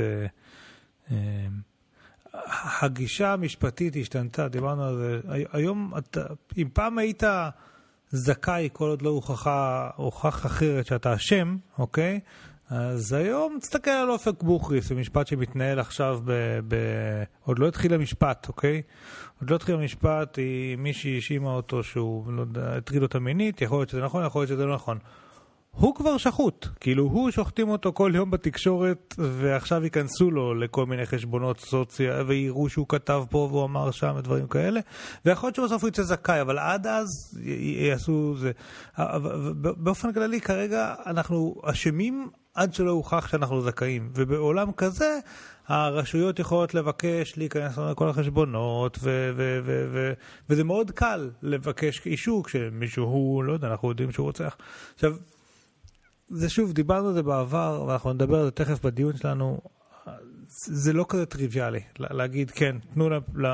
הגישה המשפטית השתנתה, דיברנו על זה. היום, אם פעם היית... זכאי, כל עוד לא הוכח אחרת שאתה אשם, אוקיי? אז היום תסתכל על אופק בוכריס, במשפט שמתנהל עכשיו עוד לא התחיל המשפט, אוקיי? עוד לא התחיל המשפט, מישהי האשימה אותו שהוא, לא יודע, הטריד אותה מינית, יכול להיות שזה נכון, יכול להיות שזה לא נכון. הוא כבר שחוט, כאילו הוא שוחטים אותו כל יום בתקשורת, ועכשיו ייכנסו לו לכל מיני חשבונות סוציה, ויראו שהוא כתב פה והוא אמר שם דברים כאלה, ויכול להיות שבסוף הוא יצא זכאי, אבל עד אז יעשו זה. באופן כללי, כרגע אנחנו אשמים עד שלא הוכח שאנחנו זכאים, ובעולם כזה, הרשויות יכולות לבקש להיכנס לכל החשבונות, וזה מאוד קל לבקש אישור, כשמישהו הוא, לא יודע, אנחנו יודעים שהוא רוצח. עכשיו, זה שוב, דיברנו על זה בעבר, ואנחנו נדבר על זה תכף בדיון שלנו, זה לא כזה טריוויאלי, להגיד, כן, תנו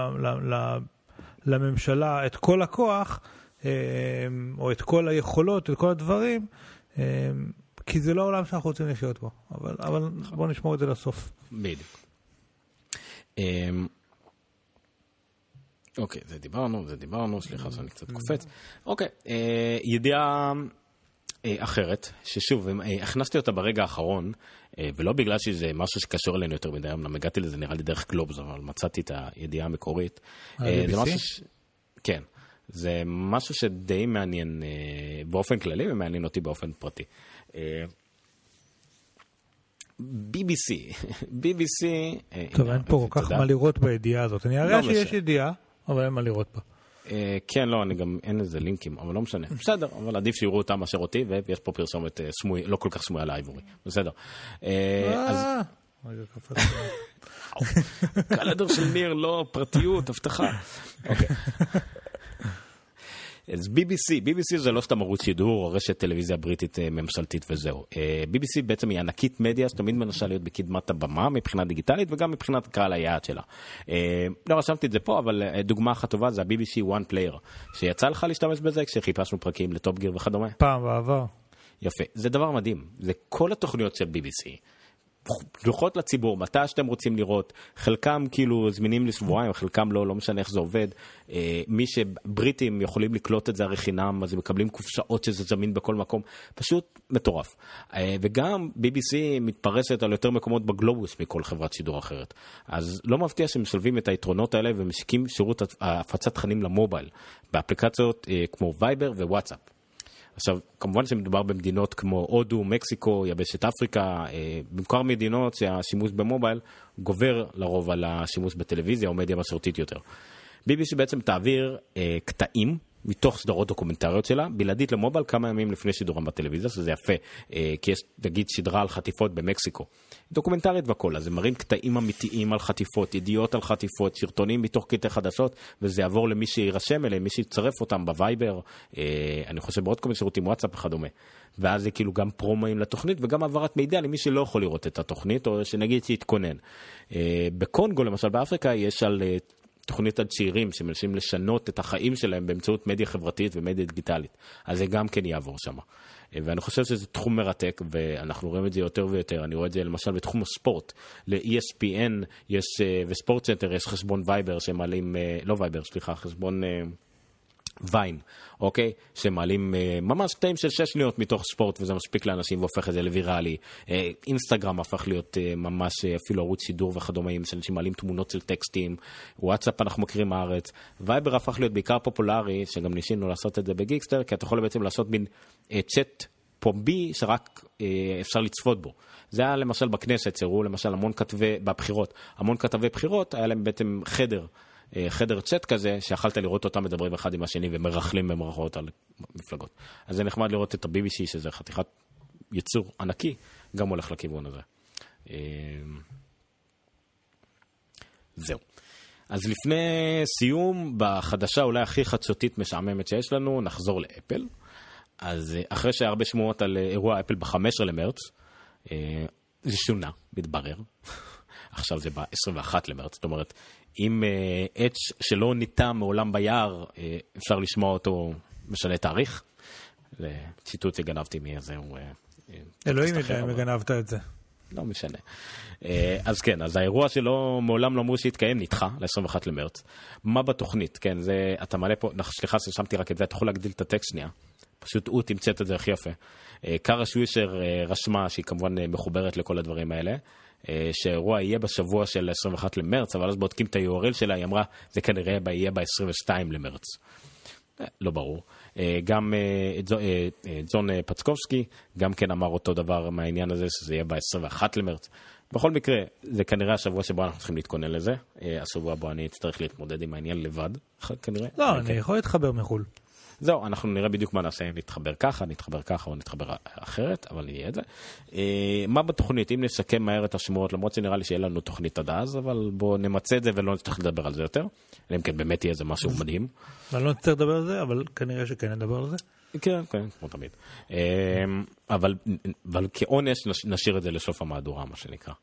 לממשלה את כל הכוח, או את כל היכולות, את כל הדברים, כי זה לא העולם שאנחנו רוצים לחיות בו, אבל בואו נשמור את זה לסוף. בדיוק. אוקיי, זה דיברנו, סליחה, זה אני קצת קופץ. אוקיי, ידיעה אחרת, ששוב, הכנסתי אותה ברגע האחרון, ולא בגלל שזה משהו שקשור אלינו יותר מדי, אמנם הגעתי לזה נראה לי דרך גלובס, אבל מצאתי את הידיעה המקורית. כן, זה משהו שדי מעניין באופן כללי, ומעניין אותי באופן פרטי. BBC. טוב, אין פה כל כך מה לראות בידיעה הזאת. אני אראה שיש ידיעה, אבל אין מה לראות פה. כן, לא, אני גם, אין איזה לינקים, אבל לא משנה. בסדר, אבל עדיף שיראו אותם מאשר אותי, ויש פה פרסומת לא כל כך סמויה לאייבורי. בסדר. רגע, קפץ. קלדר של ניר, לא, פרטיות, הבטחה. אוקיי. אז BBC זה לא סתם ערוץ שידור, או רשת טלוויזיה בריטית ממשלתית וזהו. BBC בעצם היא ענקית מדיה, שתמיד מנסה להיות בקדמת הבמה, מבחינה דיגיטלית, וגם מבחינת קהל היעד שלה. לא רשמתי את זה פה, אבל דוגמה אחת טובה זה ה-BBC One Player, שיצא לך להשתמש בזה כשחיפשנו פרקים לטופ גיר וכדומה. פעם בעבר. יפה, זה דבר מדהים, זה כל התוכניות של BBC. פתוחות לציבור, מתי שאתם רוצים לראות, חלקם כאילו זמינים לשבועיים, חלקם לא משנה איך זה עובד, מי שבריטים יכולים לקלוט את זה הרי חינם, אז הם מקבלים קופסאות שזה זמין בכל מקום, פשוט מטורף. וגם BBC מתפרסת על יותר מקומות בגלובוס מכל חברת שידור אחרת, אז לא מפתיע שמשלבים את היתרונות האלה ומשיקים שירות הפצת תכנים למובייל, באפליקציות כמו וייבר ווואטסאפ. עכשיו, כמובן שמדובר במדינות כמו הודו, מקסיקו, יבשת אפריקה, במקור מדינות שהשימוש במובייל גובר לרוב על השימוש בטלוויזיה או מדיה מסורתית יותר. BBC בעצם תעביר קטעים מתוך סדרות דוקומנטריות שלה, בלעדית למובייל כמה ימים לפני שידורם בטלוויזיה, שזה יפה, כי יש, נגיד, שדרה על חטיפות במקסיקו. דוקומנטרית וכל, אז הם מראים קטעים אמיתיים על חטיפות, ידיעות על חטיפות, סרטונים מתוך קטעי חדשות, וזה יעבור למי שירשם אליהם, מי שיצרף אותם בווייבר, אני חושב בעוד כל מיני שירותים, וואטסאפ וכדומה. ואז זה כאילו גם פרומואים לתוכנית, וגם העברת מידע למי שלא יכול לראות את התוכנית, או שנגיד שיתכונן. בקונגו, למשל, באפריקה, יש על תוכנית על צעירים שמנסים לשנות את החיים שלהם באמצעות מדיה חברתית ומדיה דיגיטלית. אז זה גם כן יעבור שם. ואני חושב שזה תחום מרתק, ואנחנו רואים את זה יותר ויותר. אני רואה את זה למשל בתחום הספורט. ל-ESPN יש, וספורט סנטר יש חשבון וייבר שמעלים, לא וייבר, סליחה, חשבון ויין, אוקיי? שמעלים ממש קטעים של 6 שניות מתוך ספורט, וזה מספיק לאנשים והופך את זה לוויראלי. אינסטגרם הפך להיות ממש אפילו ערוץ שידור וכדומה, שאנשים מעלים תמונות של טקסטים. וואטסאפ אנחנו מכירים מהארץ. וייבר הפך להיות בעיקר פופולרי, שגם ניסינו לעשות את זה בגיקסטר, כי אתה יכול בעצם לעשות מין צ'אט פומבי שרק אפשר לצפות בו. זה היה למשל בכנסת, שהראו למשל המון כתבי, בבחירות, המון כתבי בחירות, היה להם בעצם חדר צ'אט כזה, שיכלת לראות אותם מדברים אחד עם השני, ומרחלים במרכאות על מפלגות. אז זה נחמד לראות את ה-BBC, שזה חתיכת יצור ענקי, גם הולך לכיוון הזה. זהו. אז לפני סיום, בחדשה אולי הכי חדשותית משעממת שיש לנו, נחזור לאפל. אז אחרי שהרבה שמועות על אירוע אפל ב-15 למרץ, זה שונה, מתברר. עכשיו זה ב-21 למרץ, זאת אומרת, אם עץ שלא ניטע מעולם ביער, אפשר לשמוע אותו משנה תאריך. זה ציטוט שגנבתי מאיזה הוא... אלוהים יודע אם גנבת את זה. לא משנה. אז כן, אז האירוע שלו מעולם לא אמרו שיתקיים, נדחה ל-21 למרץ. מה בתוכנית? כן, זה, אתה מעלה פה, סליחה, ששמתי רק את זה, אתה יכול להגדיל את הטקסט שנייה. פשוט הוא תמצאת את זה הכי יפה. קארה שווישר רשמה, שהיא כמובן מחוברת לכל הדברים האלה, שהאירוע יהיה בשבוע של 21 למרץ, אבל אז בודקים את ה-URL שלה, היא אמרה, זה כנראה יהיה ב-22 למרץ. לא ברור. גם זון פצקובסקי, גם כן אמר אותו דבר מהעניין הזה, שזה יהיה ב-21 למרץ. בכל מקרה, זה כנראה השבוע שבו אנחנו צריכים להתכונן לזה. השבוע בו אני אצטרך להתמודד עם העניין לבד, כנראה. לא, אני יכול להתחבר מחול. זהו, אנחנו נראה בדיוק מה נעשה, נתחבר ככה או נתחבר אחרת, אבל יהיה את זה. מה בתוכנית? אם נסכם מהר את השמועות, למרות שנראה לי שיהיה לנו תוכנית עד אז, אבל בואו נמצא את זה ולא נצטרך לדבר על זה יותר. אם כן, באמת יהיה זה משהו מדהים. אבל לא נצטרך לדבר על זה, אבל כנראה שכן נדבר על זה. כן, כמו תמיד. אבל כעונש נשאיר את זה לסוף המהדורה, מה שנקרא.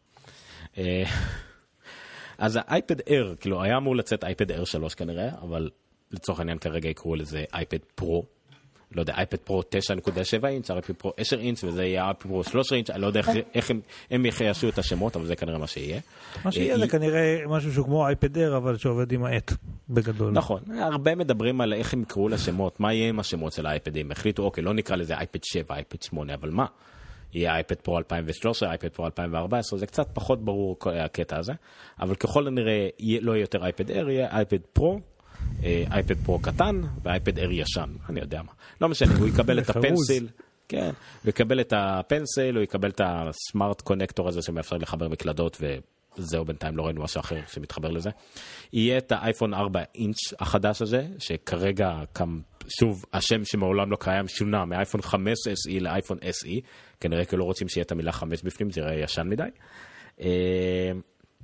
אז האייפד אייר, כאילו היה אמור לצאת אייפד אייר 3 כנראה, אבל לצורך העניין כרגע יקראו לזה אייפד פרו, לא יודע, אייפד פרו 9.7 אינץ', אייפד פרו 10 אינץ', וזה יהיה אייפד פרו 13 אינץ', אני לא יודע איך הם יחיישו את השמות, אבל זה כנראה מה שיהיה. מה שיהיה זה כנראה משהו שהוא כמו אייפד אייר, אבל שעובד עם העט בגדול. נכון, הרבה מדברים על איך הם יקראו לשמות, מה יהיה עם השמות של האייפדים, החליטו, אוקיי, לא נקרא לזה אייפד 7, אייפד 8, אבל מה? יהיה אייפד פרו 2013, אייפד פרו 2014, זה קצת פחות ברור הקטע הזה, אבל ככל הנראה לא יהיה יותר אייפד אייר, יהיה אייפד פרו, אייפד פרו קטן ואייפד אייר ישן, אני יודע מה. לא משנה, הוא יקבל את הפנסיל, כן, הוא יקבל את הפנסיל, הוא יקבל את הסמארט קונקטור הזה שמאפשר לחבר מקלדות, וזהו בינתיים לא ראינו משהו אחר שמתחבר לזה. יהיה את האייפון 4 אינץ' החדש הזה, שכרגע שוב, השם שמעולם לא קיים שונה מאייפון 5 SE לאייפון SE, כנראה כי לא רוצים שיהיה את המילה 5 בפנים, זה יראה ישן מדי.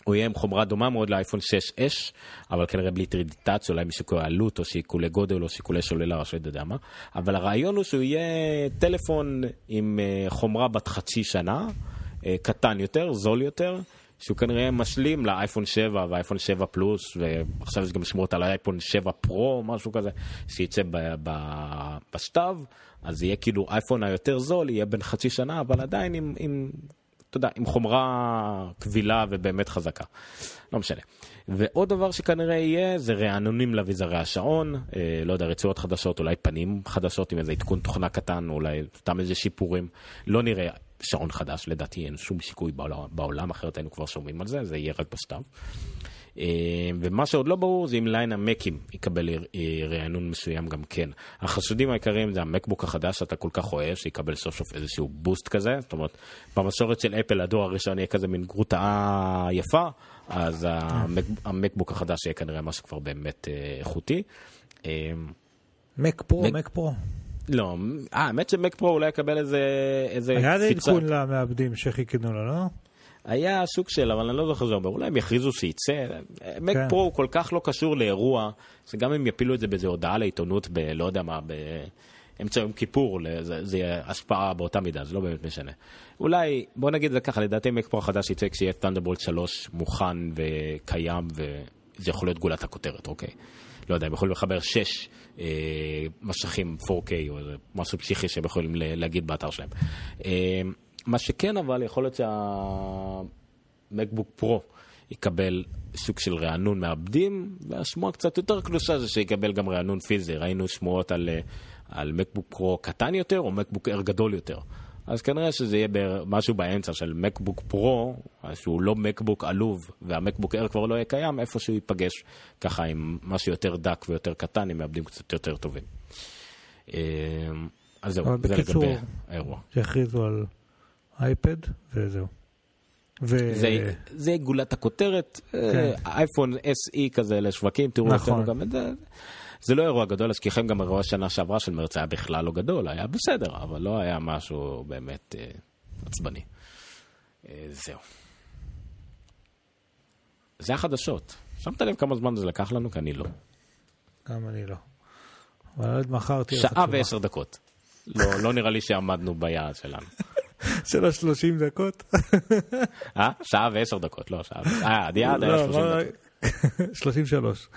הוא יהיה עם חומרה דומה מאוד לאייפון 6S, אבל כנראה בלי טרידיטציה, אולי משיקולי עלות, או שיקולי גודל, או שיקולי שוללה, או שלא יודע מה. אבל הרעיון הוא שהוא יהיה טלפון עם חומרה בת חצי שנה, קטן יותר, זול יותר, שהוא כנראה משלים לאייפון 7 ואייפון 7 פלוס, ועכשיו יש גם שמועות על האייפון 7 פרו, משהו כזה, שיצא בשטב, אז יהיה כאילו אייפון היותר זול, יהיה בין חצי שנה, אבל עדיין עם חומרה קבילה ובאמת חזקה. לא משנה. ועוד דבר שכנראה יהיה, זה רענונים לוויזרי השעון, לא יודע, רצועות חדשות, אולי פנים חדשות עם איזה עדכון תוכנה קטן, אולי סתם איזה שיפורים. לא נראה שעון חדש, לדעתי אין שום שיקוי בעולם, אחרת היינו כבר שומעים על זה, זה יהיה רק בשטב. ומה שעוד לא ברור זה אם ליין המקים יקבל רענון מסוים גם כן. החשודים העיקריים זה המקבוק החדש שאתה כל כך אוהב, שיקבל סוף סוף איזשהו בוסט כזה, זאת אומרת, במסורת של אפל הדור הראשון יהיה כזה מין גרוטאה יפה, אז המקבוק החדש יהיה כנראה משהו כבר באמת איכותי. מק פרו. לא, האמת שמק פרו אולי יקבל איזה היה זה עדכון למעבדים שחיכנו לו, לא? היה סוג של, אבל אני לא זוכר זה אומר, אולי הם יכריזו שיצא. מק פרו הוא כל כך לא קשור לאירוע, שגם אם יפילו את זה באיזו הודעה לעיתונות, לא יודע מה, באמצע יום כיפור, זה יהיה השפעה באותה מידה, זה לא באמת משנה. אולי, בוא נגיד זה ככה, לדעתי מק פרו החדש יצא כשיהיה Thunderbolt 3 מוכן וקיים, וזה יכול להיות גולת הכותרת, אוקיי? לא יודע, הם יכולים לחבר 6 משכים 4K, או משהו פסיכי שהם יכולים להגיד באתר שלהם. מה שכן, אבל יכול להיות שהמקבוק פרו יקבל סוג של רענון מעבדים, והשמועה קצת יותר קלושה זה שיקבל גם רענון פיזי. ראינו שמועות על מקבוק פרו קטן יותר או מקבוק אר גדול יותר. אז כנראה שזה יהיה משהו באמצע של מקבוק פרו, שהוא לא מקבוק עלוב, והמקבוק אר כבר לא יהיה קיים, איפה שהוא ייפגש ככה עם משהו יותר דק ויותר קטן, עם מעבדים קצת יותר טובים. אז זהו, זה לגבי האירוע. שהכריזו על אייפד וזהו. זה גולת הכותרת, אייפון SE כזה לשווקים, תראו אותנו גם את זה. זה לא אירוע גדול, אז כיכם גם אירוע שנה שעברה של מרץ היה בכלל לא גדול, היה בסדר, אבל לא היה משהו באמת עצבני. זהו. זה החדשות. שמת לב כמה זמן זה לקח לנו? כי אני לא. גם אני לא. אבל עוד מחר תהיה... שעה ו10 דקות. לא נראה לי שעמדנו ביעד שלנו. של 30 דקות? שעה ו10 דקות, לא שעה. היעד היה 30 דקות. 33.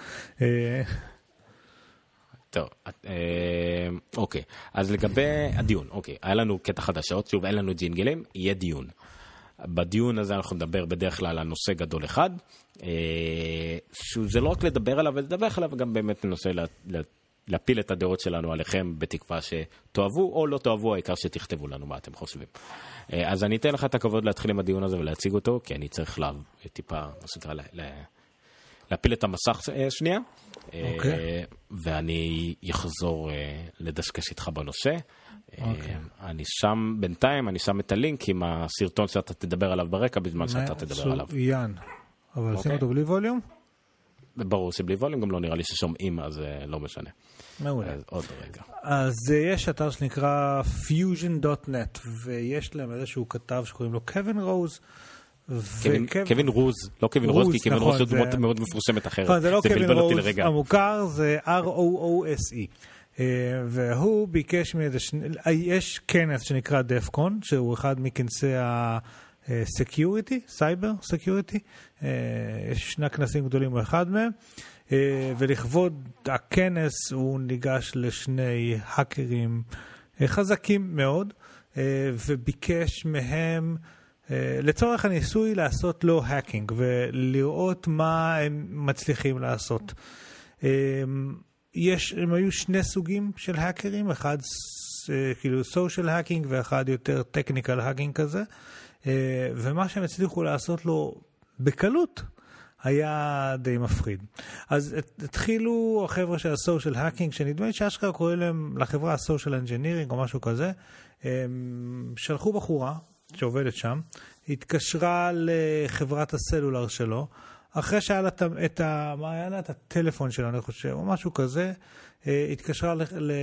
טוב, אוקיי. אז לגבי הדיון, אוקיי. היה לנו קטע חדשות, שוב, אין לנו ג'ינגלים, יהיה דיון. בדיון הזה אנחנו נדבר בדרך כלל על נושא גדול אחד, שזה לא רק לדבר עליו ולדבר עליו, גם באמת ננסה להפיל את הדעות שלנו עליכם, בתקווה שתאהבו או לא תאהבו, העיקר שתכתבו לנו מה אתם חושבים. אז אני אתן לך את הכבוד להתחיל עם הדיון הזה ולהציג אותו, כי אני צריך טיפה, מה שנקרא, להפיל את המסך שנייה, ואני אחזור לדשקש איתך בנושא. אני שם, בינתיים, אני שם את הלינק עם הסרטון שאתה תדבר עליו ברקע, בזמן שאתה תדבר עליו. מצוין. אבל שים אותו בלי ווליום? ברור שבלי ווליום, גם לא נראה לי ששומעים, אז לא משנה. מעולה. עוד רגע. אז יש אתר שנקרא fusion.net, ויש להם איזשהו כתב שקוראים לו קווין רוז, קווין רוז, לא קווין רוז, כי קווין רוז הוא דמות מאוד מפורסמת אחרת. זה לא קווין רוז המוכר, זה ROOSE. והוא ביקש יש כנס שנקרא דפקון, שהוא אחד מכנסי ה-Security, Cyber Security. יש שני כנסים גדולים באחד מהם, ולכבוד הכנס הוא ניגש לשני האקרים חזקים מאוד, וביקש מהם לצורך הניסוי לעשות לו האקינג ולראות מה הם מצליחים לעשות. הם היו שני סוגים של האקרים, אחד כאילו סושיאל האקינג ואחד יותר טכניקל האקינג כזה, ומה שהם הצליחו לעשות לו בקלות היה די מפחיד. אז התחילו החבר'ה של הסושיאל האקינג, שנדמה לי שאשכרה קוראים להם לחברה הסושיאל אנג'ינירינג או משהו כזה, שלחו בחורה שעובדת שם, התקשרה לחברת הסלולר שלו, אחרי שהיה לה היה לה את הטלפון שלו, אני חושב, או משהו כזה, התקשרה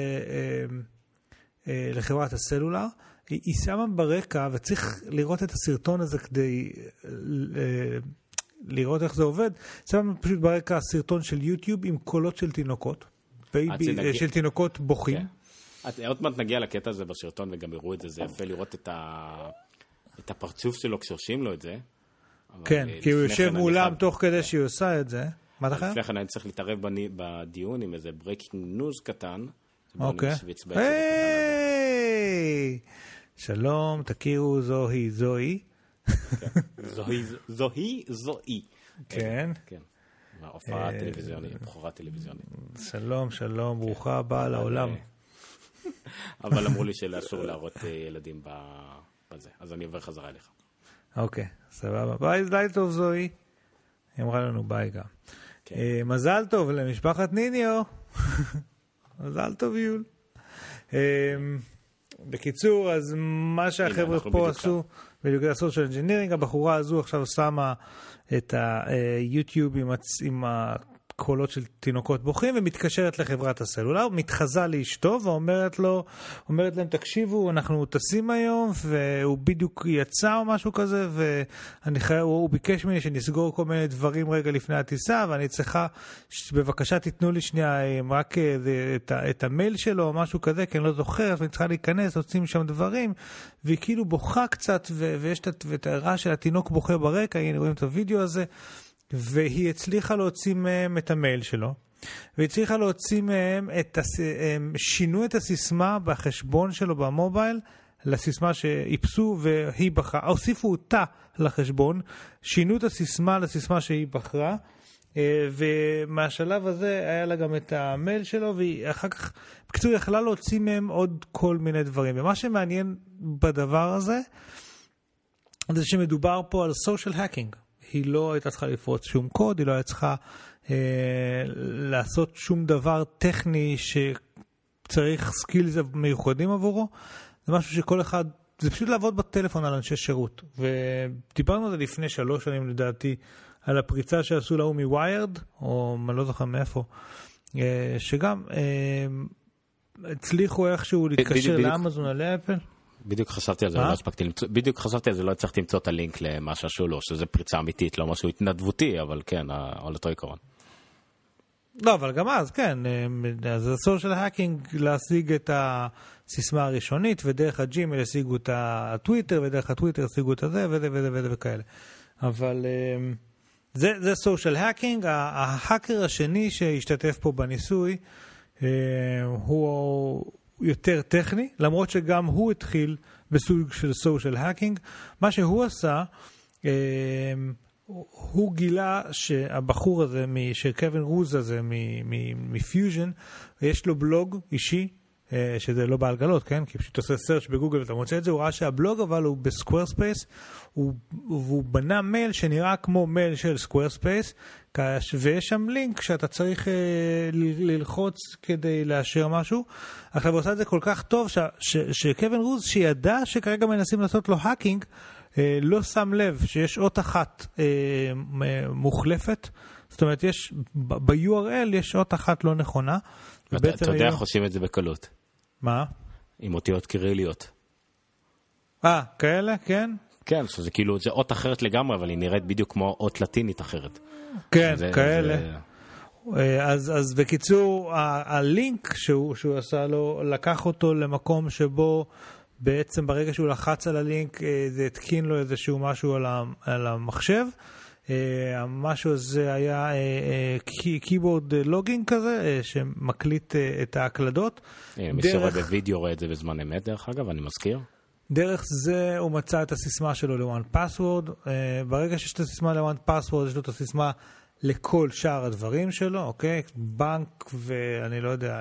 לחברת הסלולר, היא שמה ברקע, וצריך לראות את הסרטון הזה כדי לראות איך זה עובד, שם פשוט ברקע סרטון של יוטיוב עם קולות של תינוקות, של תינוקות בוכים. עוד מעט נגיע לקטע הזה בסרטון וגם יראו את זה, זה יפה לראות את הפרצוף שלו כשעושים לו את זה. כן, כי הוא יושב מולם תוך כדי שהיא עושה את זה. מה אתה חייב? לפני כן אני צריך להתערב בדיון עם איזה breaking news קטן. אוקיי. היי! שלום, תכירו, זוהי. זוהי. כן. הופעה טלוויזיונית, בחורה טלוויזיונית. שלום, ברוכה הבאה לעולם. אבל אמרו לי שאסור להראות ילדים בזה, אז אני עובר חזרה אליך. אוקיי, סבבה. ביי טוב זוהי. היא אמרה לנו ביי גם. מזל טוב למשפחת ניניו. מזל טוב יול. בקיצור, אז מה שהחבר'ה פה עשו, בדיוק לעשות של אנג'ינירינג, הבחורה הזו עכשיו שמה את היוטיוב עם הקולות של תינוקות בוכים, ומתקשרת לחברת הסלולר, מתחזה לאשתו, ואומרת להם, תקשיבו, אנחנו טסים היום, והוא בדיוק יצא או משהו כזה, והוא ביקש ממני שנסגור כל מיני דברים רגע לפני הטיסה, ואני צריכה, בבקשה תיתנו לי שנייה, רק את המייל שלו או משהו כזה, כי אני לא זוכרת, ואני צריכה להיכנס, עושים שם דברים, והיא כאילו בוכה קצת, ויש את הרעש של התינוק בוכה ברקע, הנה רואים את הוידאו הזה, והיא הצליחה להוציא מהם את המייל שלו, והיא הצליחה להוציא מהם שינו את הסיסמה בחשבון שלו במובייל, לסיסמה שאיפסו והיא בחרה, הוסיפו אותה לחשבון, שינו את הסיסמה לסיסמה שהיא בחרה, ומהשלב הזה היה לה גם את המייל שלו, והיא אחר כך, בקצור, יכלה להוציא מהם עוד כל מיני דברים, ומה שמעניין בדבר הזה, זה שמדובר פה על social hacking, היא לא הייתה צריכה לפרוץ שום קוד, היא לא הייתה צריכה לעשות שום דבר טכני שצריך סקילס מיוחדים עבורו. זה משהו שכל אחד, זה פשוט לעבוד בטלפון על אנשי שירות. ודיברנו על זה לפני 3 שנים לדעתי, על הפריצה שעשו להוא מוויירד, או אני לא זוכר מאיפה, שגם הצליחו איכשהו להתקשר לאמזון על אפל. בדיוק חשבתי על זה, לא הספקתי למצוא, בדיוק חשבתי על זה, לא הצלחתי למצוא את הלינק למה שעשו לו, שזה פריצה אמיתית, לא משהו התנדבותי, אבל כן, על אותו עיקרון. לא, אבל גם אז, כן, זה סושיאל האקינג להשיג את הסיסמה הראשונית, ודרך הג'ימייל השיגו את הטוויטר, ודרך הטוויטר השיגו את זה, וזה וכאלה. אבל זה סושיאל האקינג, ההאקר השני שהשתתף פה בניסוי, הוא יותר טכני, למרות שגם הוא התחיל בסוג של סושיאל האקינג. מה שהוא עשה, הוא גילה שהבחור הזה, שקווין רוז הזה מפיוז'ן, יש לו בלוג אישי, שזה לא בעל גלות, כן? כי פשוט עושה סרצ' בגוגל ואתה מוצא את זה, הוא ראה שהבלוג אבל הוא בסקוורספייס, והוא בנה מייל שנראה כמו מייל של סקוורספייס, ויש שם לינק שאתה צריך ללחוץ כדי לאשר משהו. עכשיו הוא עושה את זה כל כך טוב שקווין רוז, שידע שכרגע מנסים לעשות לו האקינג, לא שם לב שיש אות אחת מוחלפת, זאת אומרת ב-URL יש אות אחת לא נכונה. אתה יודע איך עושים את זה בקלות. מה? עם אותיות קיריליות. כאלה? כן? כן, שזה כאילו, זה אות אחרת לגמרי, אבל היא נראית בדיוק כמו אות לטינית אחרת. כן, כאלה. אז בקיצור, הלינק שהוא עשה לו, לקח אותו למקום שבו בעצם ברגע שהוא לחץ על הלינק, זה התקין לו איזשהו משהו על המחשב. המשהו הזה היה קיבורד לוגינג כזה, שמקליט את ההקלדות. מי שרואה בווידאו רואה את זה בזמן אמת, דרך אגב, אני מזכיר. דרך זה הוא מצא את הסיסמה שלו ל-One Password. ברגע שיש את הסיסמה ל-One Password, יש לו את הסיסמה לכל שאר הדברים שלו, אוקיי? בנק ואני לא יודע,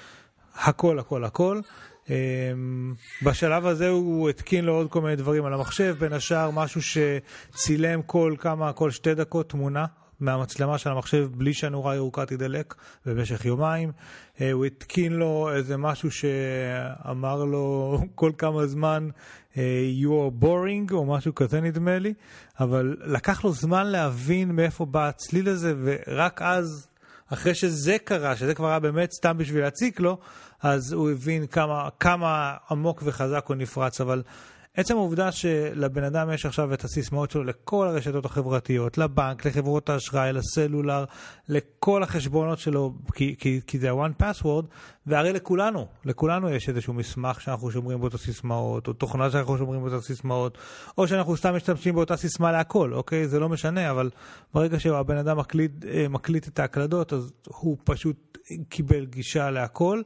הכל. בשלב הזה הוא התקין לו עוד כל מיני דברים על המחשב, בין השאר משהו שצילם כל 2 דקות תמונה מהמצלמה של המחשב בלי שהנורה הירוקה תדלק במשך יומיים. הוא התקין לו איזה משהו שאמר לו כל כמה זמן you are boring או משהו כזה נדמה לי, אבל לקח לו זמן להבין מאיפה בא הצליל הזה, ורק אז אחרי שזה קרה, שזה כבר היה באמת סתם בשביל להציק לו, אז הוא הבין כמה עמוק וחזק הוא נפרץ. אבל עצם העובדה שלבן אדם יש עכשיו את הסיסמאות שלו לכל הרשתות החברתיות, לבנק, לחברות האשראי, לסלולר, לכל החשבונות שלו, כי זה ה-one password, והרי לכולנו יש איזשהו מסמך שאנחנו שומרים באותו סיסמאות, או תוכנה שאנחנו שומרים באותו סיסמאות, או שאנחנו סתם משתמשים באותה סיסמה להכל, אוקיי? זה לא משנה, אבל ברגע שהבן אדם מקליט את ההקלדות, אז הוא פשוט קיבל גישה להכל,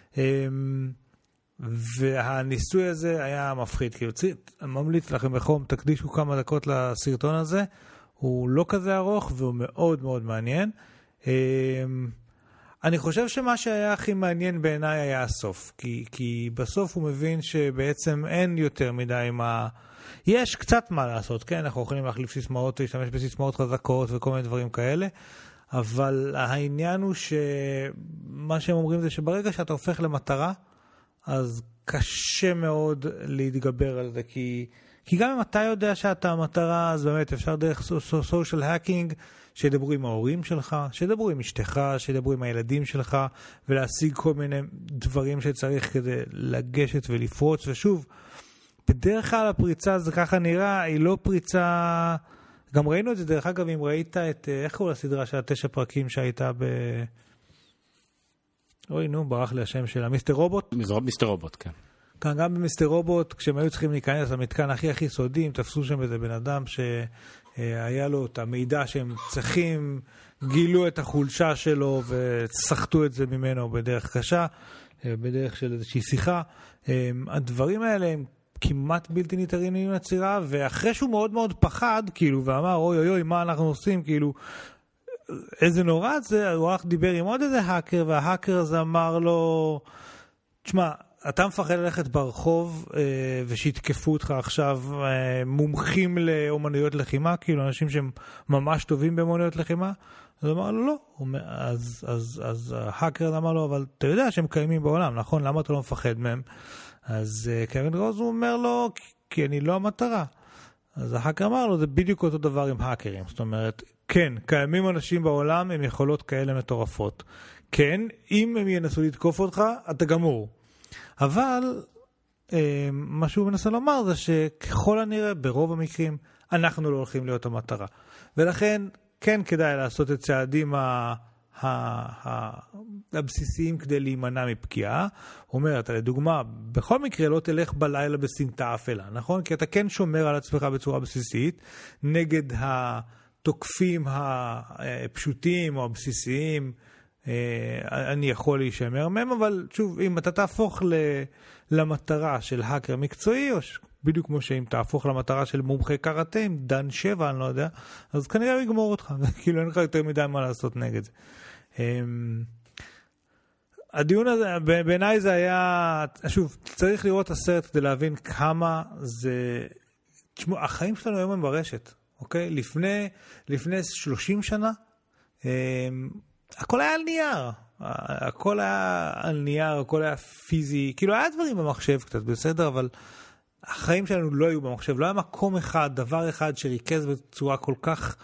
והניסוי הזה היה מפחיד. כאילו, אני ממליץ לכם בחום, תקדישו כמה דקות לסרטון הזה, הוא לא כזה ארוך והוא מאוד מאוד מעניין. אני חושב שמה שהיה הכי מעניין בעיניי היה הסוף, כי בסוף הוא מבין שבעצם אין יותר מדי יש קצת מה לעשות, כן? אנחנו יכולים להחליף סיסמאות ולהשתמש בסיסמאות חזקות וכל מיני דברים כאלה, אבל העניין הוא שמה שהם אומרים זה שברגע שאתה הופך למטרה, אז קשה מאוד להתגבר על זה, כי גם אם אתה יודע שאתה המטרה, אז באמת אפשר דרך סושיאל האקינג, שידברו עם ההורים שלך, שידברו עם אשתך, שידברו עם הילדים שלך, ולהשיג כל מיני דברים שצריך כדי לגשת ולפרוץ, ושוב, בדרך כלל הפריצה, זה ככה נראה, היא לא פריצה, גם ראינו את זה דרך אגב, אם ראית את, איך קוראים לסדרה של 9 פרקים שהייתה ברח לי השם שלה, מיסטר רובוט? מיסטר רובוט, כן. כאן גם במיסטר רובוט, כשהם היו צריכים להיכנס למתקן הכי סודי, הם תפסו שם איזה בן אדם שהיה לו את המידע שהם צריכים, גילו את החולשה שלו וסחטו את זה ממנו בדרך קשה, בדרך של איזושהי שיחה. הדברים האלה הם כמעט בלתי ניתנים לצירה, ואחרי שהוא מאוד מאוד פחד, כאילו, ואמר, אוי, מה אנחנו עושים, כאילו, איזה נורא זה, הוא רק דיבר עם עוד איזה האקר, וההאקר הזה אמר לו, תשמע, אתה מפחד ללכת ברחוב, ושיתקפו אותך עכשיו מומחים לאומנויות לחימה, כאילו אנשים שהם ממש טובים באומנויות לחימה, אז הוא אמר לו, לא. אז ההאקר אמר לו, אבל אתה יודע שהם קיימים בעולם, נכון? למה אתה לא מפחד מהם? אז קווין רוז הוא אומר לו, כי אני לא המטרה. אז ההאקר אמר לו, זה בדיוק אותו דבר עם האקרים. זאת אומרת, כן, קיימים אנשים בעולם עם יכולות כאלה מטורפות. כן, אם הם ינסו לתקוף אותך, אתה גמור. אבל מה שהוא מנסה לומר זה שככל הנראה, ברוב המקרים, אנחנו לא הולכים להיות המטרה. ולכן, כן כדאי לעשות את צעדים הבסיסיים כדי להימנע מפגיעה. הוא אומר, אתה לדוגמה, בכל מקרה לא תלך בלילה בסמטה אפלה, נכון? כי אתה כן שומר על עצמך בצורה בסיסית, נגד התוקפים הפשוטים או הבסיסיים, אני יכול להישמר מהם, אבל שוב, אם אתה תהפוך למטרה של האקר מקצועי, או בדיוק כמו שאם תהפוך למטרה של מומחה קראטה, עם דן 7, אני לא יודע, אז כנראה הוא יגמור אותך, כאילו אין לך יותר מדי מה לעשות נגד זה. הדיון הזה, בעיניי זה היה, שוב, צריך לראות הסרט כדי להבין כמה זה, תשמעו, החיים שלנו היום הם ברשת, אוקיי? לפני 30 שנה, הכל היה על נייר, הכל היה על נייר, הכל היה פיזי, כאילו היה דברים במחשב קצת, בסדר, אבל החיים שלנו לא היו במחשב, לא היה מקום אחד, דבר אחד שריכז בצורה כל כך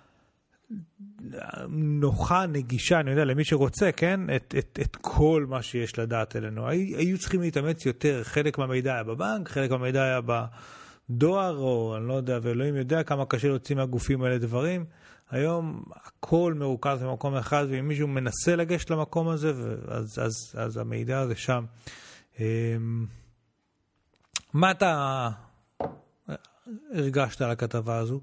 נוחה, נגישה, אני יודע, למי שרוצה, כן? את כל מה שיש לדעת אלינו. היו צריכים להתאמץ יותר, חלק מהמידע היה בבנק, חלק מהמידע היה בדואר, או אני לא יודע, ואלוהים יודע כמה קשה להוציא מהגופים האלה דברים. היום הכל מרוכז במקום אחד, ואם מישהו מנסה לגשת למקום הזה, אז המידע הזה שם. מה אתה הרגשת על הכתבה הזו?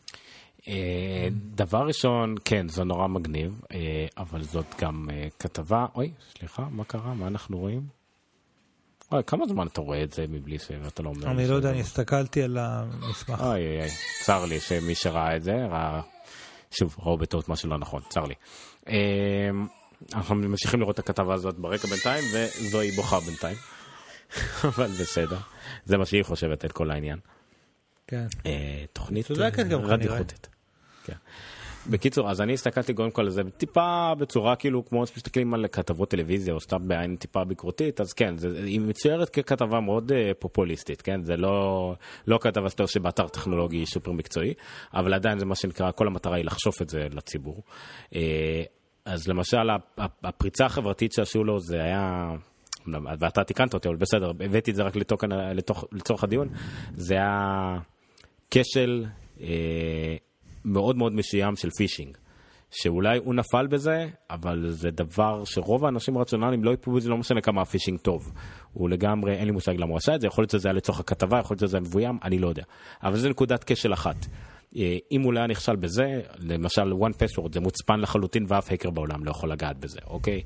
דבר ראשון, כן, זה נורא מגניב, אבל זאת גם כתבה, אוי, סליחה, מה קרה? מה אנחנו רואים? אוי, כמה זמן אתה רואה את זה מבלי שאתה לא אומר? אני לא יודע, אני הסתכלתי על המסמך. אוי, צר לי שמי שראה את זה, שוב, ראו בטעות משהו לא נכון, צר לי. אנחנו ממשיכים לראות את הכתבה הזאת ברקע בינתיים, וזוהי בוכה בינתיים. אבל בסדר, זה מה שהיא חושבת את כל העניין. כן. תוכנית רדיו-חוטית. כן. בקיצור, אז אני הסתכלתי קודם כל על זה טיפה בצורה כאילו כמו שמסתכלים על כתבות טלוויזיה או סתם בעין טיפה ביקורתית, אז כן, היא מצוירת ככתבה מאוד פופוליסטית, כן? זה לא כתבה שבאתר טכנולוגי סופר מקצועי, אבל עדיין זה מה שנקרא, כל המטרה היא לחשוף את זה לציבור. אז למשל, הפריצה החברתית שעשו לו זה היה ואתה תיקנת אותי, אבל בסדר, הבאתי את זה רק לצורך הדיון, זה היה כשל מאוד מאוד מסוים של פישינג, שאולי הוא נפל בזה, אבל זה דבר שרוב האנשים הרציונליים לא יפלו בזה, לא משנה כמה הפישינג טוב. הוא לגמרי, אין לי מושג למה הוא עשה את זה, יכול להיות שזה היה לצורך הכתבה, יכול להיות שזה היה מבוים, אני לא יודע. אבל זה נקודת כשל אחת. אם הוא לא היה נכשל בזה, למשל one password, זה מוצפן לחלוטין, ואף הקר בעולם לא יכול לגעת בזה, אוקיי?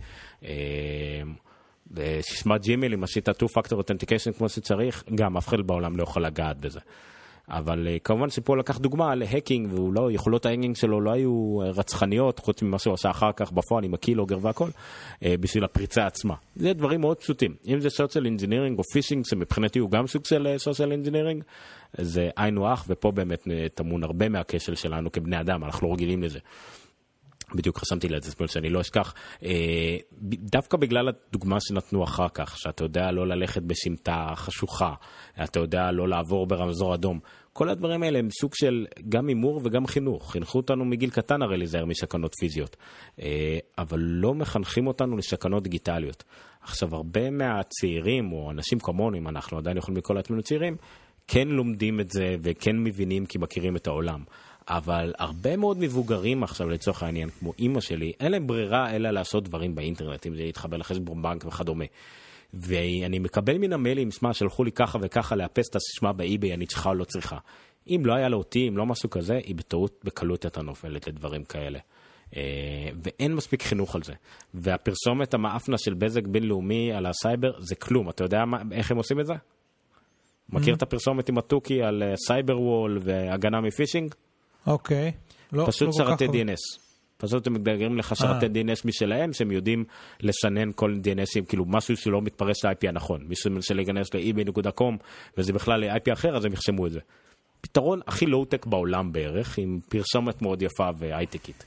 ששמה ג'ימייל עם השיטה 2-Factor Authentication כמו שצריך, גם אף אחד בעולם לא יכול לגעת בזה. אבל כמובן שפה לקח דוגמה להקינג, ויכולות ההקינג שלו לא היו רצחניות, חוץ ממה שהוא עשה אחר כך בפועל עם הקילוגר והכל, בשביל הפריצה עצמה. זה דברים מאוד פשוטים. אם זה social engineering או פישינג, שמבחינתי הוא גם סוג של social engineering, זה היינו אח, ופה באמת תמון הרבה מהכשל שלנו כבני אדם, אנחנו לא רגילים לזה. בדיוק חשמתי לעצמי שאני לא אשכח, דווקא בגלל הדוגמה שנתנו אחר כך, שאתה יודע לא ללכת בשמטה חשוכה, אתה יודע לא לעבור ברמזור אדום, כל הדברים האלה הם סוג של גם אימור וגם חינוך. חינכו אותנו מגיל קטן הרי להיזהר משקנות פיזיות, אבל לא מחנכים אותנו לשקנות דיגיטליות. עכשיו, הרבה מהצעירים, או אנשים כמונו, אנחנו עדיין יכולים לקרוא לעצמנו צעירים, כן לומדים את זה וכן מבינים כי מכירים את העולם. אבל הרבה מאוד מבוגרים עכשיו לצורך העניין, כמו אמא שלי, אין להם ברירה אלא לעשות דברים באינטרנט, אם זה יתחבר לחשבון בנק וכדומה. ואני מקבל מן המיילים, שמה, שלחו לי ככה וככה לאפס את השמה באי-ביי, אני צריכה או לא צריכה. אם לא היה לה אותי, אם לא משהו כזה, היא בקלות יותר נופלת לדברים כאלה. ואין מספיק חינוך על זה. והפרסומת המאפנה של בזק בינלאומי על הסייבר, זה כלום. אתה יודע איך הם עושים את זה? מכיר את הפרסומת עם הטוקי על סייבר וול והגנה מפישינג? אוקיי. פשוט שרתי DNS. פשוט הם מדברים לך שרתי DNS משלהם, שהם יודעים לשנן כל DNSים, כאילו משהו שלא מתפרש ל-IP הנכון. מישהו שלהיכנס ל-ebay.com, וזה בכלל ל-IP אחר, אז הם יחשמו את זה. פתרון הכי לואו-טק בעולם בערך, עם פרסומת מאוד יפה והייטקית.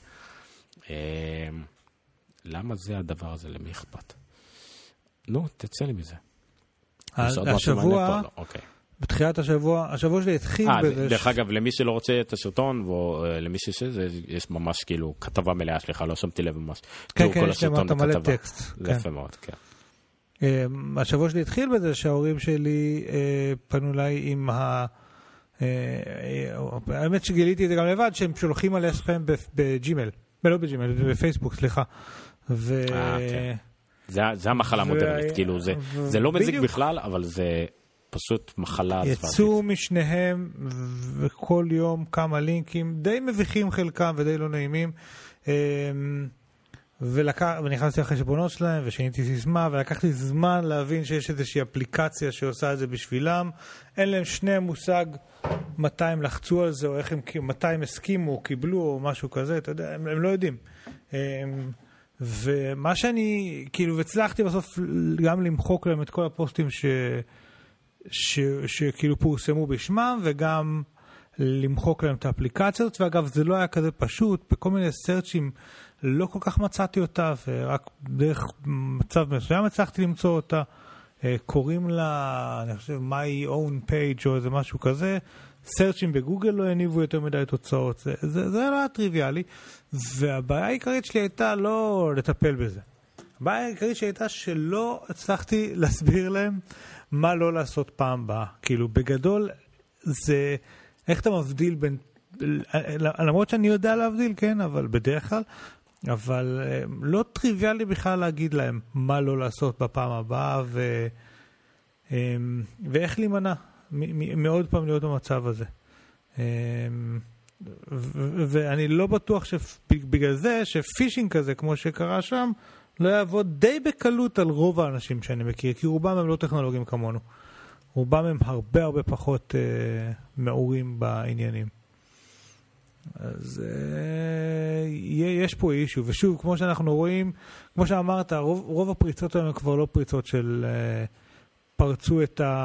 למה זה הדבר הזה? למי אכפת? נו, תצא לי מזה. השבוע, בתחילת השבוע שלי התחיל בזה. דרך אגב, למי שלא רוצה את הסרטון, ולמי יש ממש כאילו כתבה מלאה, סליחה, לא שמתי לב ממש. כן, כן, יש להם מלא טקסט. זה יפה מאוד, כן. השבוע שלי התחיל בזה שההורים שלי פנו אליי עם האמת שגיליתי את זה גם לבד, שהם שולחים עליה ספאם בג'ימל. לא בג'ימל, בפייסבוק, סליחה. זה המחלה המודרנית, כאילו זה לא מזיק בכלל, אבל זה פשוט מחלה זוועתית. יצאו משניהם, וכל יום כמה לינקים, די מביכים חלקם ודי לא נעימים, ונכנסתי לחשבונות שלהם, ושיניתי סיסמה, ולקחתי זמן להבין שיש איזושהי אפליקציה שעושה את זה בשבילם. אין להם שני מושג מתי הם לחצו על זה, או מתי הם הסכימו, או קיבלו, או משהו כזה, אתה יודע, הם לא יודעים. ומה שאני, כאילו, הצלחתי בסוף גם למחוק להם את כל הפוסטים שכאילו פורסמו בשמם, וגם למחוק להם את האפליקציה הזאת, ואגב, זה לא היה כזה פשוט, בכל מיני סרצ'ים לא כל כך מצאתי אותה, ורק דרך מצב מסוים הצלחתי למצוא אותה, קוראים לה, אני חושב, my own page או איזה משהו כזה, סרצ'ים בגוגל לא הניבו יותר מדי תוצאות, זה לא היה טריוויאלי, והבעיה העיקרית שלי הייתה לא לטפל בזה. הבעיה העיקרית שלי הייתה שלא הצלחתי להסביר להם מה לא לעשות פעם הבאה. כאילו, בגדול, זה איך אתה מבדיל בין, למרות שאני יודע להבדיל, כן, אבל בדרך כלל, אבל לא טריוויאלי בכלל להגיד להם מה לא לעשות בפעם הבאה, ואיך להימנע מעוד פעם להיות במצב הזה. ואני לא בטוח שבגלל זה שפישינג כזה, כמו שקרה שם, לא יעבוד די בקלות על רוב האנשים שאני מכיר, כי רובם הם לא טכנולוגים כמונו. רובם הם הרבה הרבה פחות מעורים בעניינים. אז יש פה אישו, ושוב, כמו שאנחנו רואים, כמו שאמרת, רוב הפריצות האלה כבר לא פריצות של פרצו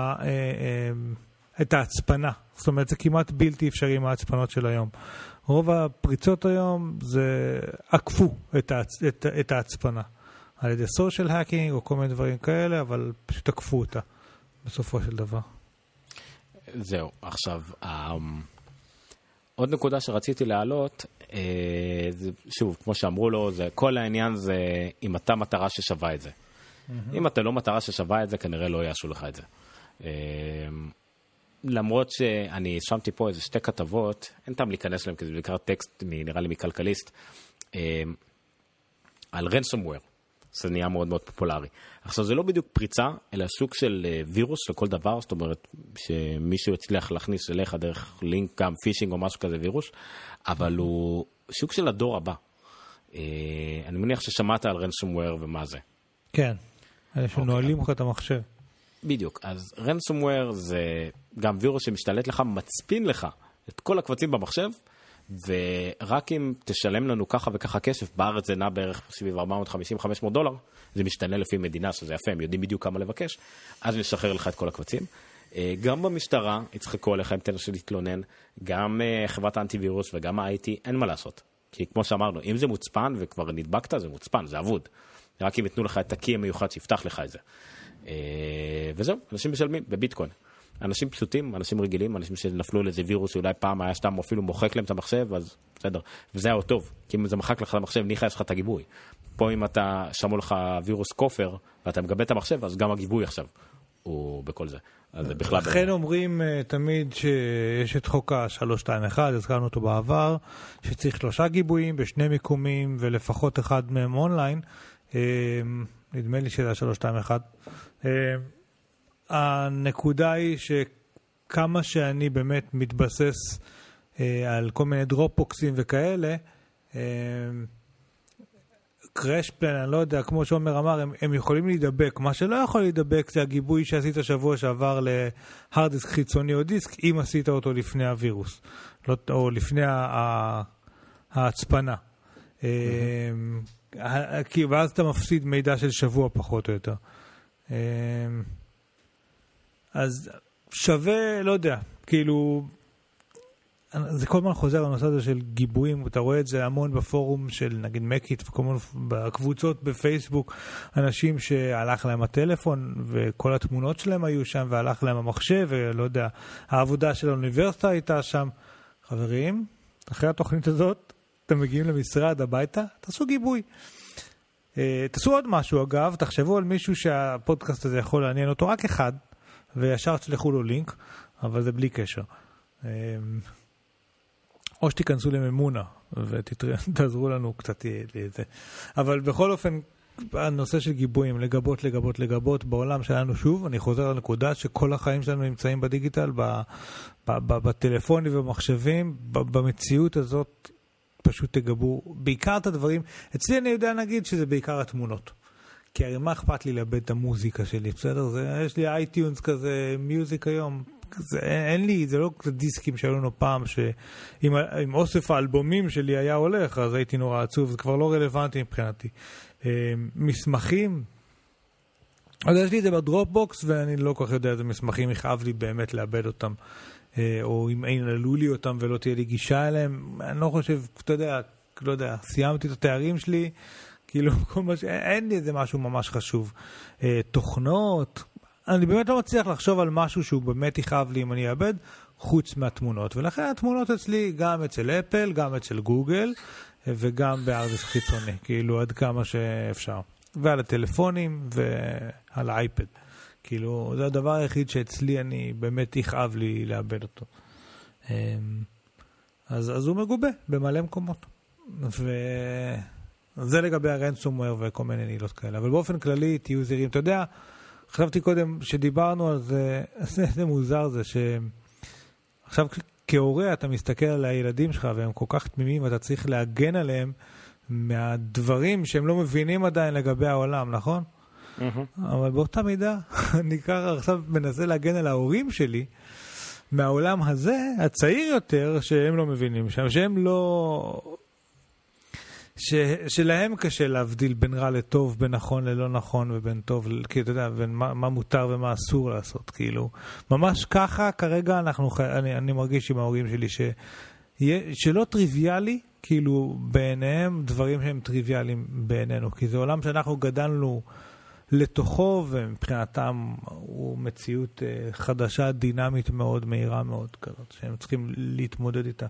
את ההצפנה. זאת אומרת, זה כמעט בלתי אפשרי עם ההצפנות של היום. רוב הפריצות היום זה עקפו את ההצפנה. על ידי סושיאל האקינג או כל מיני דברים כאלה, אבל פשוט עקפו אותה בסופו של דבר. זהו, עכשיו, עוד נקודה שרציתי להעלות, שוב, כמו שאמרו לו, כל העניין זה אם אתה מטרה ששווה את זה. אם אתה לא מטרה ששווה את זה, כנראה לא יעשו לך את זה. למרות שאני שמתי פה איזה 2 כתבות, אין טעם להיכנס להם, כי זה בעיקר טקסט, נראה לי מכלכליסט, על ransomware. זה נהיה מאוד מאוד פופולרי. עכשיו, זה לא בדיוק פריצה, אלא סוג של וירוס לכל דבר, זאת אומרת, שמישהו הצליח להכניס אליך דרך לינק, גם פישינג או משהו כזה וירוס, אבל הוא סוג של הדור הבא. אני מניח ששמעת על ransomware ומה זה. כן, אלה שנועלים לך את המחשב. בדיוק, אז ransomware זה גם וירוס שמשתלט לך, מצפין לך את כל הקבצים במחשב, ורק אם תשלם לנו ככה וככה כסף, בארץ זה נע בערך סביב $450-500, זה משתנה לפי מדינה, שזה יפה, הם יודעים בדיוק כמה לבקש, אז נשחרר לך את כל הקבצים. גם במשטרה, יצחקו עליך אם תנסו להתלונן, גם חברת האנטיווירוס וגם ה-IT, אין מה לעשות. כי כמו שאמרנו, אם זה מוצפן וכבר נדבקת, זה מוצפן, זה עבוד. רק אם יתנו לך את הקי המיוחד שיפתח לך את זה. וזהו, אנשים משלמים בביטקוין. אנשים פשוטים, אנשים רגילים, אנשים שנפלו לאיזה וירוס, שאולי פעם היה שתם, או אפילו מוחק להם את המחשב, אז בסדר. וזה היה טוב, כי אם זה מחק לך את המחשב, ניחא יש לך את הגיבוי. פה אם אתה שמו לך וירוס כופר, ואתה מגבה את המחשב, אז גם הגיבוי עכשיו הוא בכל זה. אז זה בכלל... לכן אומרים תמיד שיש את חוק ה-321, הזכרנו אותו בעבר, שצריך 3 גיבויים ב2 מיקומים, ולפחות אחד מהם אונליין. נדמה לי שזה ה-321. הנקודה היא שכמה שאני באמת מתבסס על כל מיני דרופבוקסים וכאלה, קראש פלן, אני לא יודע, כמו שעומר אמר, הם יכולים להידבק. מה שלא יכול להידבק זה הגיבוי שעשית שבוע שעבר להרד דיסק חיצוני או דיסק, אם עשית אותו לפני הווירוס, או לפני ההצפנה. ואז אתה מפסיד מידע של שבוע פחות או יותר. אז שווה, לא יודע, כאילו, זה כל הזמן חוזר לנושא הזה של גיבויים, אתה רואה את זה המון בפורום של נגיד מקית, וכמובן בקבוצות בפייסבוק, אנשים שהלך להם הטלפון, וכל התמונות שלהם היו שם, והלך להם המחשב, ולא יודע, העבודה של האוניברסיטה הייתה שם. חברים, אחרי התוכנית הזאת, אתם מגיעים למשרד הביתה, תעשו גיבוי. תעשו עוד משהו אגב, תחשבו על מישהו שהפודקאסט הזה יכול לעניין אותו, רק אחד, וישר תשלחו לו לינק, אבל זה בלי קשר. או שתיכנסו לממונה, ותעזרו לנו קצת לזה. אבל בכל אופן, הנושא של גיבויים, לגבות, בעולם שלנו שוב, אני חוזר לנקודה שכל החיים שלנו נמצאים בדיגיטל, בטלפונים ובמחשבים, במציאות הזאת, פשוט תגבו, בעיקר את הדברים, אצלי אני יודע נגיד שזה בעיקר התמונות. כי הרי מה אכפת לי לאבד את המוזיקה שלי, בסדר? יש לי אייטיונס כזה, מיוזיק היום, אין לי, זה לא דיסקים שהיו לנו פעם, שאם אוסף האלבומים שלי היה הולך, אז הייתי נורא עצוב, זה כבר לא רלוונטי מבחינתי. מסמכים, אז יש לי את זה בדרופבוקס, ואני לא כל כך יודע איזה מסמכים יכאב לי באמת לאבד אותם, או אם אין עלו לי אותם ולא תהיה לי גישה אליהם, אני לא חושב, אתה יודע, לא יודע, סיימתי את התארים שלי, כאילו, אין לי איזה משהו ממש חשוב. תוכנות, אני באמת לא מצליח לחשוב על משהו שהוא באמת יכאב לי אם אני אאבד, חוץ מהתמונות. ולכן התמונות אצלי גם אצל אפל, גם אצל גוגל, וגם בהרד דיסק חיצוני, כאילו עד כמה שאפשר. ועל הטלפונים ועל האייפד. כאילו, זה הדבר היחיד שאצלי אני באמת יכאב לי לאבד אותו. אז הוא מגובה במלא מקומות. זה לגבי הרנסומוור וכל מיני נעילות כאלה. אבל באופן כללי, תהיו זהירים. אתה יודע, חשבתי קודם שדיברנו על זה, זה מוזר זה, שעכשיו כהורה אתה מסתכל על הילדים שלך, והם כל כך תמימים, ואתה צריך להגן עליהם מהדברים שהם לא מבינים עדיין לגבי העולם, נכון? אבל באותה מידה, אני ככה עכשיו מנסה להגן על ההורים שלי, מהעולם הזה, הצעיר יותר, שהם לא מבינים, שהם לא... שלהם קשה להבדיל בין רע לטוב, בין נכון ללא נכון, ובין טוב, כי אתה יודע, בין מה מותר ומה אסור לעשות, כאילו. ממש ככה, כרגע אני מרגיש עם ההורים שלי, שלא טריוויאלי, כאילו, בעיניהם, דברים שהם טריוויאליים בעינינו, כי זה עולם שאנחנו גדלנו לתוכו, ומבחינתם הוא מציאות חדשה, דינמית מאוד, מהירה מאוד, כזאת, שהם צריכים להתמודד איתה.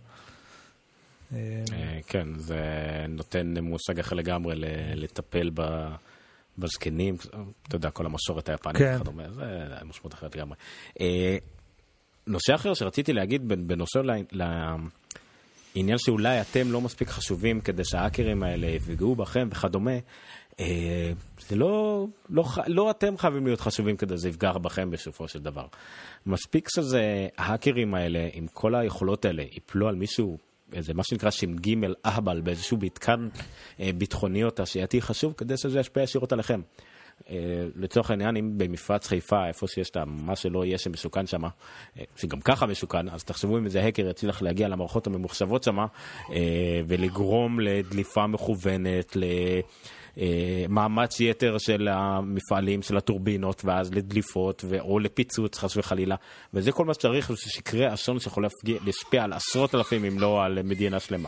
כן, זה נותן מושג אחר לגמרי לטפל בזקנים, אתה יודע, כל המסורת היפנית כן. וכדומה, זה משמעות אחרת לגמרי. נושא אחר שרציתי להגיד בנושא לעניין שאולי אתם לא מספיק חשובים כדי שההאקרים האלה יפגעו בכם וכדומה, זה לא אתם חייבים להיות חשובים כדי זה יפגע בכם בסופו של דבר. מספיק שזה, ההאקרים האלה, עם כל היכולות האלה, יפלו על מישהו, זה מה שנקרא ש"ג אהבל, באיזשהו מתקן ביטחוני או תעשייתי חשוב, כדי שזה ישפיע ישירות עליכם. לצורך העניין, אם במפרץ חיפה, איפה שיש מה שלא יהיה שמסוכן שם, שגם ככה מסוכן, אז תחשבו אם איזה האקר יצליח להגיע למערכות הממוחשבות שם, ולגרום לדליפה מכוונת, למאמץ יתר של המפעלים, של הטורבינות, ואז לדליפות, או לפיצוץ, חס וחלילה. וזה כל מה שצריך, שיקרה אסון שיכול להשפיע על עשרות אלפים, אם לא על מדינה שלמה.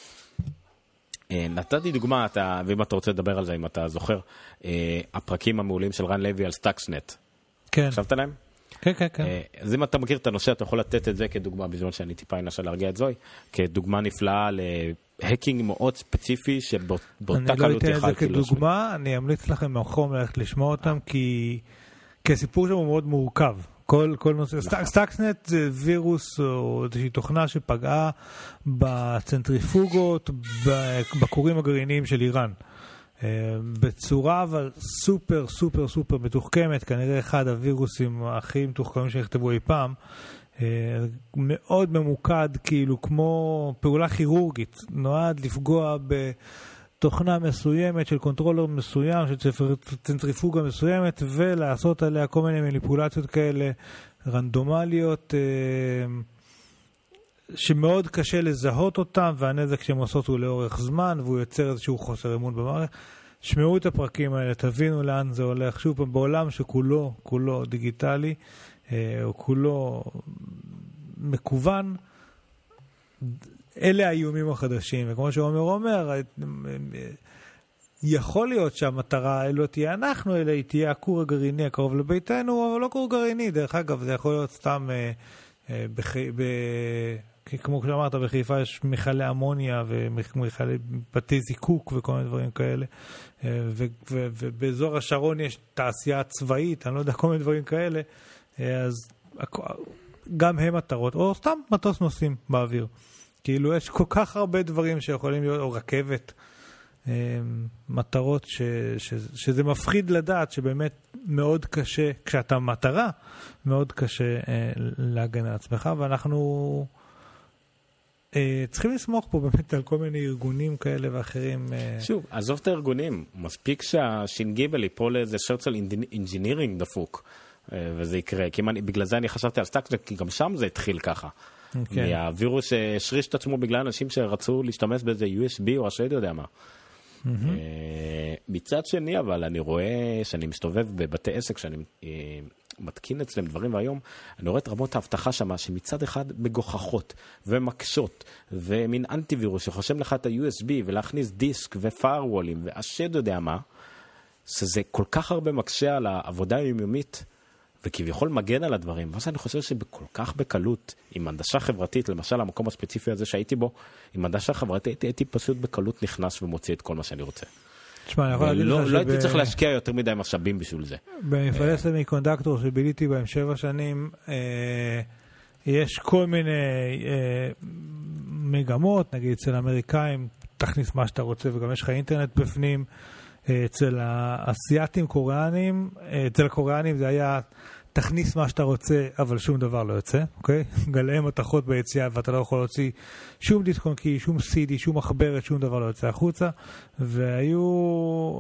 נתתי דוגמה, ואם אתה רוצה לדבר על זה, אם אתה זוכר, הפרקים המעולים של רן לוי על סטאקסנט. כן. חשבת עליהם? כן, כן, כן. אז אם אתה מכיר את הנושא, אתה יכול לתת את זה כדוגמה, בזמן שאני טיפה אנסה להרגיע את זוי, כדוגמה נפלאה להקינג מאוד ספציפי, שבאותה קלות אני לא אתן את זה יכלתי כדוגמה, אני אמליץ לכם מהחום ללכת לשמוע אותם, כי הסיפור שם הוא מאוד מורכב. כל נושא, סטאקסנט זה וירוס או איזושהי תוכנה שפגעה בצנטריפוגות, בכורים הגרעיניים של איראן. בצורה אבל סופר סופר סופר מתוחכמת, כנראה אחד הווירוסים הכי מתוחכמים שנכתבו אי פעם, מאוד ממוקד, כאילו כמו פעולה כירורגית, נועד לפגוע בתוכנה מסוימת של קונטרולר מסוים, של צנטריפוגה מסוימת, ולעשות עליה כל מיני מניפולציות כאלה רנדומליות, שמאוד קשה לזהות אותם, והנזק שהם עושות הוא לאורך זמן, והוא יוצר איזשהו חוסר אמון במערכת. שמעו את הפרקים האלה, תבינו לאן זה הולך. שוב פעם, בעולם שכולו דיגיטלי, או כולו מקוון, אלה האיומים החדשים. וכמו שעומר אומר, יכול להיות שהמטרה לא תהיה אנחנו, אלא היא תהיה הכור הגרעיני הקרוב לביתנו, אבל לא כור גרעיני. דרך אגב, זה יכול להיות סתם כמו שאמרת, בחיפה יש מכלי אמוניה ומכלי בתי זיקוק וכל מיני דברים כאלה, ובאזור השרון יש תעשייה צבאית, אני לא יודע, כל מיני דברים כאלה, אז גם הם מטרות, או סתם מטוס נוסעים באוויר. כאילו יש כל כך הרבה דברים שיכולים להיות, או רכבת, מטרות שזה מפחיד לדעת שבאמת מאוד קשה, כשאתה מטרה, מאוד קשה להגן על עצמך, ואנחנו צריכים לסמוך פה באמת על כל מיני ארגונים כאלה ואחרים. שוב, עזוב את הארגונים, מספיק שהש"ג ייפול לאיזה סוציאל אינג'ינירינג דפוק, וזה יקרה, כי בגלל זה אני חשבתי על סטאקסנט, כי גם שם זה התחיל ככה. מהווירוס שהשריש את עצמו בגלל אנשים שרצו להשתמש באיזה USB או השד יודע מה. מצד שני, אבל אני רואה שאני מסתובב בבתי עסק, שאני מתקין אצלם דברים, והיום אני רואה את רמות ההבטחה שם, שמצד אחד מגוחכות ומקשות, ומין אנטיווירוס שחושם לך את ה-USB ולהכניס דיסק ופיירוולים והשד יודע מה, שזה כל כך הרבה מקשה על העבודה היומיומית, וכביכול מגן על הדברים. ואז אני חושב שבכל כך בקלות, עם הנדשה חברתית, למשל המקום הספציפי הזה שהייתי בו, עם הנדשה חברתית הייתי פשוט בקלות נכנס ומוציא את כל מה שאני רוצה. לא הייתי צריך להשקיע יותר מדי משאבים בשביל זה. במפעלי סמיקונדקטור שביליתי בהם 7 שנים, יש כל מיני מגמות, נגיד אצל האמריקאים, תכניס מה שאתה רוצה, וגם יש לך אינטרנט בפנים. אצל האסייתים קוריאנים, אצל הקוריאנים זה היה תכניס מה שאתה רוצה, אבל שום דבר לא יוצא, אוקיי? גלאי מתכות ביציאה, ואתה לא יכול להוציא שום דיסק און קי, שום CD, שום מחברת, שום דבר לא יוצא החוצה, והיו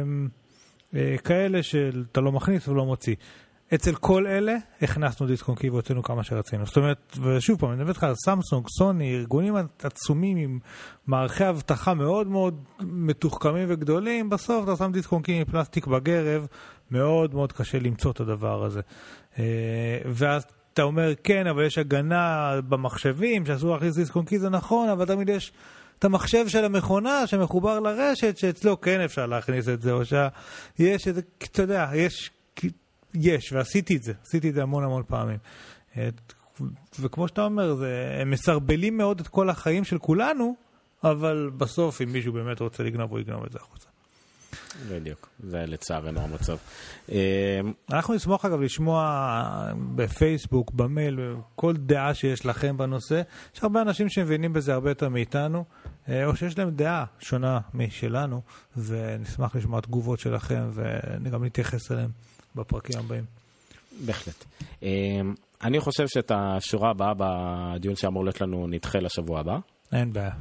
כאלה שאתה לא מכניס ולא מוציא. אצל כל אלה הכנסנו דיסק און קי והוצאנו כמה שרצינו. זאת אומרת, ושוב פעם, אני מדבר לך על סמסונג, סוני, ארגונים עצומים עם מערכי אבטחה מאוד מאוד מתוחכמים וגדולים, בסוף אתה שם דיסק און קי מפלסטיק בגרב, מאוד מאוד קשה למצוא את הדבר הזה. ואז אתה אומר, כן, אבל יש הגנה במחשבים, שאסור להכניס דיסק און קי, זה נכון, אבל תמיד יש את המחשב של המכונה שמחובר לרשת, שאצלו כן אפשר להכניס את זה, או שיש את זה, אתה יודע, יש, ועשיתי את זה המון המון פעמים. וכמו שאתה אומר, הם מסרבלים מאוד את כל החיים של כולנו, אבל בסוף, אם מישהו באמת רוצה לגנוב, הוא יגנוב את זה החוצה. בדיוק, זה לצערנו המצב. אנחנו נשמח אגב לשמוע בפייסבוק, במייל, כל דעה שיש לכם בנושא. יש הרבה אנשים שמבינים בזה הרבה יותר מאיתנו, או שיש להם דעה שונה משלנו, ונשמח לשמוע תגובות שלכם, וגם נתייחס אליהם בפרקים הבאים. בהחלט. אני חושב שאת השורה הבאה בדיון שאמור להיות לנו נדחה לשבוע הבא. אין בעיה.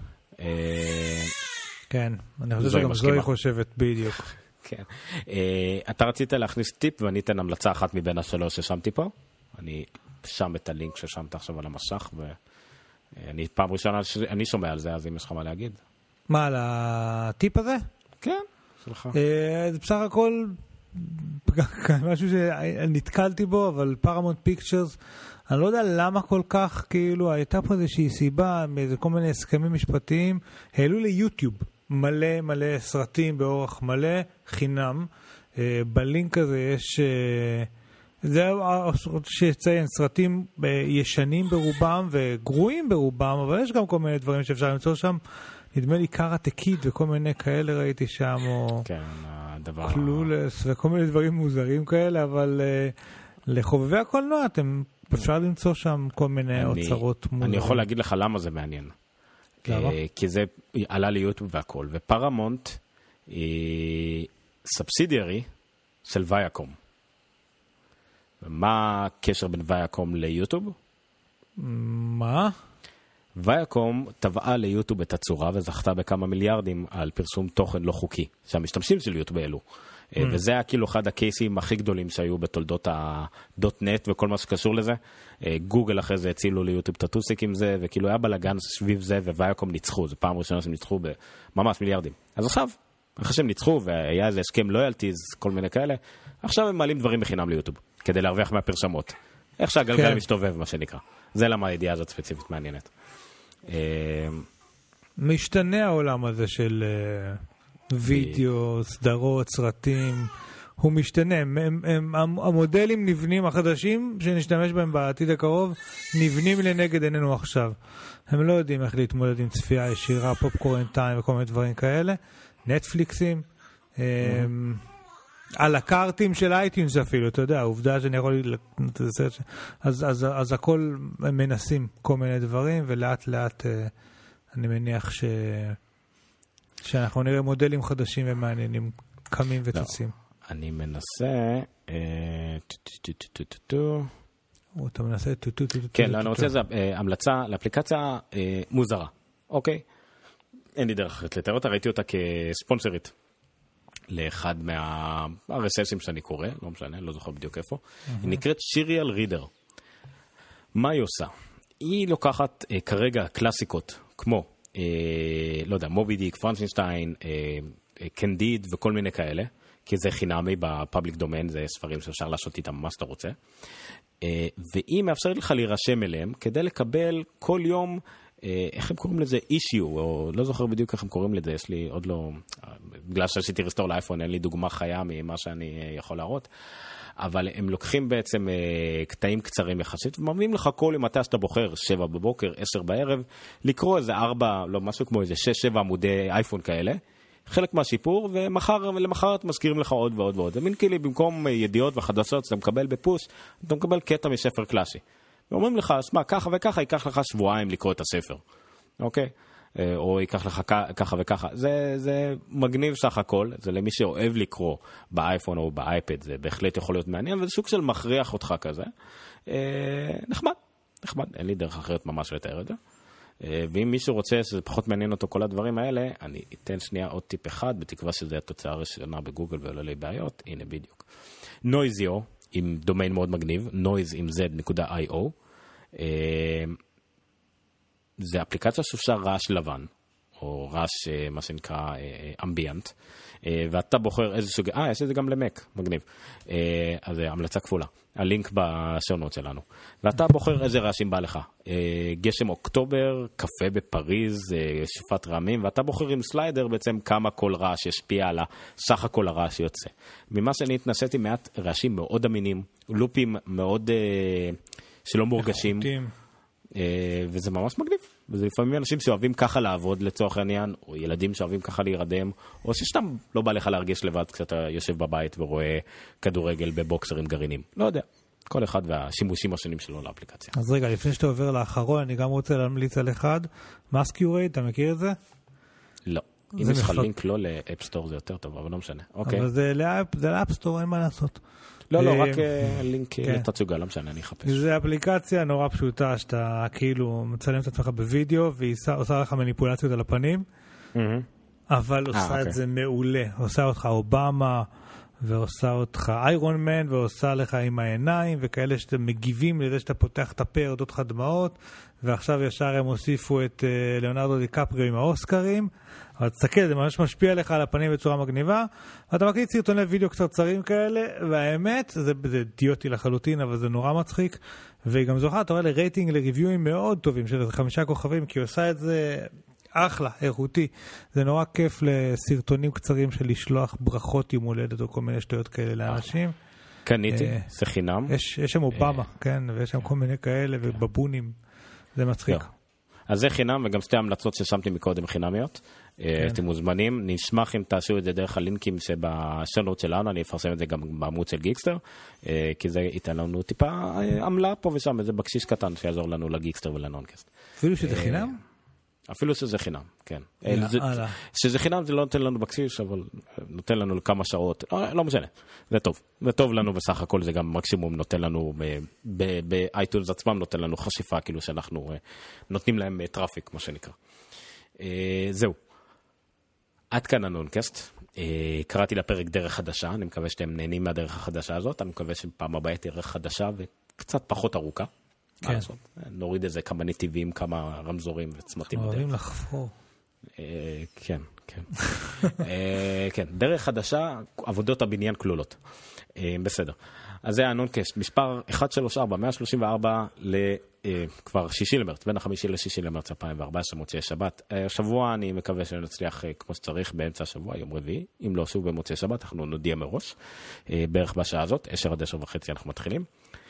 כן, אני חושב שגם זוהי חושבת בדיוק. כן. אתה רצית להכניס טיפ ואני אתן המלצה אחת מבין השלוש ששמתי פה. אני שם את הלינק ששמת עכשיו על המשך, ואני פעם ראשונה, אני שומע על זה, אז אם יש לך מה להגיד. מה, על הטיפ הזה? כן, שלך. זה בסך הכל משהו שנתקלתי בו, אבל פרמונט פיקצ'רס, אני לא יודע למה כל כך, כאילו, הייתה פה איזושהי סיבה, מאיזה כל מיני הסכמים משפטיים, העלו ליוטיוב מלא סרטים באורך מלא, חינם. בלינק הזה יש, זה שציין, סרטים ישנים ברובם וגרועים ברובם, אבל יש גם כל מיני דברים שאפשר למצוא שם. נדמה לי קארטה קיד וכל מיני כאלה ראיתי שם, או כן, הדבר... קלולס וכל מיני דברים מוזרים כאלה, אבל לחובבי הקולנוע אפשר למצוא שם כל מיני אוצרות מוזרים. אני יכול להגיד לך למה זה מעניין. למה? כי זה עלה ליוטיוב והכל, ופרמונט היא סובסידיארי של ויאקום. מה הקשר בין ויאקום ליוטיוב? מה? ויאקום טבעה ליוטיוב את הצורה וזכתה בכמה מיליארדים על פרסום תוכן לא חוקי, שהמשתמשים של יוטיוב העלו. וזה היה כאילו אחד הקייסים הכי גדולים שהיו בתולדות ה.נט וכל מה שקשור לזה. גוגל אחרי זה הצילו ליוטיוב את הטוסיק עם זה, וכאילו היה בלגן סביב זה, וויאקום ניצחו. זו פעם ראשונה שהם ניצחו בממש מיליארדים. אז עכשיו, אחרי שהם ניצחו, והיה איזה הסכם לויאלטיז, כל מיני כאלה, עכשיו הם מעלים דברים בחינם ליוטיוב, כדי להרוויח מהפרשמות. איך שהגלגל מסתובב, מה שנקרא. זה למה הידיעה הזאת ספציפית מעניינת. משתנה העולם הזה של וידאו, סדרות, סרטים, הוא משתנה. המודלים נבנים החדשים שנשתמש בהם בעתיד הקרוב, נבנים לנגד עינינו עכשיו. הם לא יודעים איך להתמודד עם צפייה ישירה, פופקורן טיים וכל מיני דברים כאלה. נטפליקסים, על הקארטים של אייטיונס אפילו, אתה יודע, העובדה שאני יכול... אז הכל מנסים כל מיני דברים, ולאט לאט אני מניח שאנחנו נראה מודלים חדשים ומעניינים, קמים וצוצים. אני מנסה... אתה מנסה... כן, אני רוצה איזו המלצה לאפליקציה מוזרה, אוקיי? אין לי דרך אחרת לתאר אותה, ראיתי אותה כספונסרית לאחד מהרסלסים שאני קורא, לא משנה, לא זוכר בדיוק איפה. היא נקראת שיריאל רידר. מה היא עושה? היא לוקחת כרגע קלאסיקות, כמו, לא יודע, מובי דיק, פרנקנשטיין, קנדיד וכל מיני כאלה, כי זה חינמי בפאבליק דומיין, זה ספרים שאפשר לעשות איתם מה שאתה רוצה. והיא מאפשרת לך להירשם אליהם, כדי לקבל כל יום, איך הם קוראים לזה? אישיו, או לא זוכר בדיוק איך הם קוראים לזה, יש לי עוד לא, בגלל שעשיתי רסטור לאייפון, אין לי דוגמה חיה ממה שאני יכול להראות, אבל הם לוקחים בעצם קטעים קצרים יחסית, ומביאים לך כל יום מתי שאתה בוחר, 7 בבוקר, 10 בערב, לקרוא איזה 4, לא משהו כמו איזה 6-7 עמודי אייפון כאלה, חלק מהשיפור, ולמחרת מזכירים לך עוד ועוד ועוד. זה מין כאילו במקום ידיעות וחדשות שאתה מקבל בפוש, אתה מקבל קטע מספר קלאסי. ואומרים לך, שמע, ככה וככה, ייקח לך שבועיים לקרוא את הספר. אוקיי? או ייקח לך ככה וככה. זה מגניב סך הכל, זה למי שאוהב לקרוא באייפון או באייפד, זה בהחלט יכול להיות מעניין, וזה סוג של מכריח אותך כזה. נחמד. אין לי דרך אחרת ממש לתאר את זה. ואם מישהו רוצה שזה פחות מעניין אותו כל הדברים האלה, אני אתן שנייה עוד טיפ אחד, בתקווה שזה התוצאה הראשונה בגוגל ולא לי בעיות. הנה בדיוק. נויזיו, עם דומיין מאוד מגניב, noise עם z.io, זה אפליקציה שאפשר רעש לבן, או רעש, מה שנקרא, אמביאנט, ואתה בוחר איזה סוג, יש את זה גם למק, מגניב. אז זה המלצה כפולה, הלינק בשונות שלנו. ואתה בוחר איזה רעשים בא לך. גשם אוקטובר, קפה בפריז, שפת רעמים, ואתה בוחר עם סליידר בעצם כמה כל רעש ישפיע על סך הכל הרעש יוצא. ממה שאני התנסיתי מעט רעשים מאוד אמינים, לופים מאוד שלא מורגשים. וזה ממש מגניב. וזה לפעמים אנשים שאוהבים ככה לעבוד לצורך העניין, או ילדים שאוהבים ככה להירדם, או שסתם לא בא לך להרגיש לבד כשאתה יושב בבית ורואה כדורגל בבוקסר עם גרעינים. לא יודע. כל אחד והשימושים השונים שלו לאפליקציה. אז רגע, לפני שאתה עובר לאחרון, אני גם רוצה להמליץ על אחד. Masquerade, אתה מכיר את זה? לא. אם יש לך לינק לא לאפסטור זה יותר טוב, אבל לא משנה. אבל זה לאפסטור, אין מה לעשות. לא, רק לינק לתצוגה, לא משנה, אני אחפש. זה אפליקציה נורא פשוטה, שאתה כאילו מצלם את עצמך בווידאו, והיא עושה לך מניפולציות על הפנים, אבל עושה את זה מעולה. עושה אותך אובמה, ועושה אותך איירון מן, ועושה לך עם העיניים, וכאלה שאתם מגיבים לזה שאתה פותח את הפה, יורדות לך דמעות, ועכשיו ישר הם הוסיפו את ליאונרדו דיקפריו עם האוסקרים, אבל תסתכל, זה ממש משפיע לך על הפנים בצורה מגניבה, ואתה מקליט סרטוני וידאו קצרצרים כאלה, והאמת, זה אידיוטי לחלוטין, אבל זה נורא מצחיק, והיא גם זוכה, אתה רואה לרייטינג, לריוויואים מאוד טובים, של 5 כוכבים, כי היא עושה את זה אחלה, איכותי. זה נורא כיף לסרטונים קצרים של לשלוח ברכות יום הולדת או כל מיני שטויות כאלה לאנשים. קניתי, זה חינם. יש שם אובמה, כן, ויש שם כל מיני כאלה ובבונים. זה מצחיק. אז זה חינם, וגם שתי המלצות ששמתי מקודם חינמיות. אתם מוזמנים, נשמח אם תעשו את זה דרך הלינקים שבשונות שלנו, אני אפרסם את זה גם בעמוד של גיקסטר, כי זה ייתן לנו טיפה עמלה פה ושם, איזה בקשיש קטן שיעזור לנו לגיקסטר ולנונקאסט. אפילו שזה חינם? אפילו שזה חינם, כן. שזה חינם זה לא נותן לנו בקשיש, אבל נותן לנו לכמה שעות, לא משנה, זה טוב. זה טוב לנו בסך הכל, זה גם מקסימום נותן לנו, באייטונס עצמם נותן לנו חשיפה, כאילו שאנחנו נותנים להם טראפיק, מה שנקרא. זהו. עד כאן הנונקאסט. קראתי לפרק דרך חדשה, אני מקווה שאתם נהנים מהדרך החדשה הזאת, אני מקווה שפעם הבאה דרך חדשה וקצת פחות ארוכה. כן. נוריד איזה כמה נתיבים, כמה רמזורים וצמתים. אוהבים לחפור. כן, כן. כן, דרך חדשה, עבודות הבניין כלולות. בסדר. אז זה הנונקאסט, מספר 134, 134 כבר 6 למרץ, בין ה-5 ל-6 למרץ 2014, מוצאי שבת. השבוע אני מקווה שנצליח כמו שצריך באמצע השבוע, יום רביעי. אם לא שוב במוצאי שבת, אנחנו נודיע מראש. בערך בשעה הזאת, 10 עד 10 וחצי אנחנו מתחילים.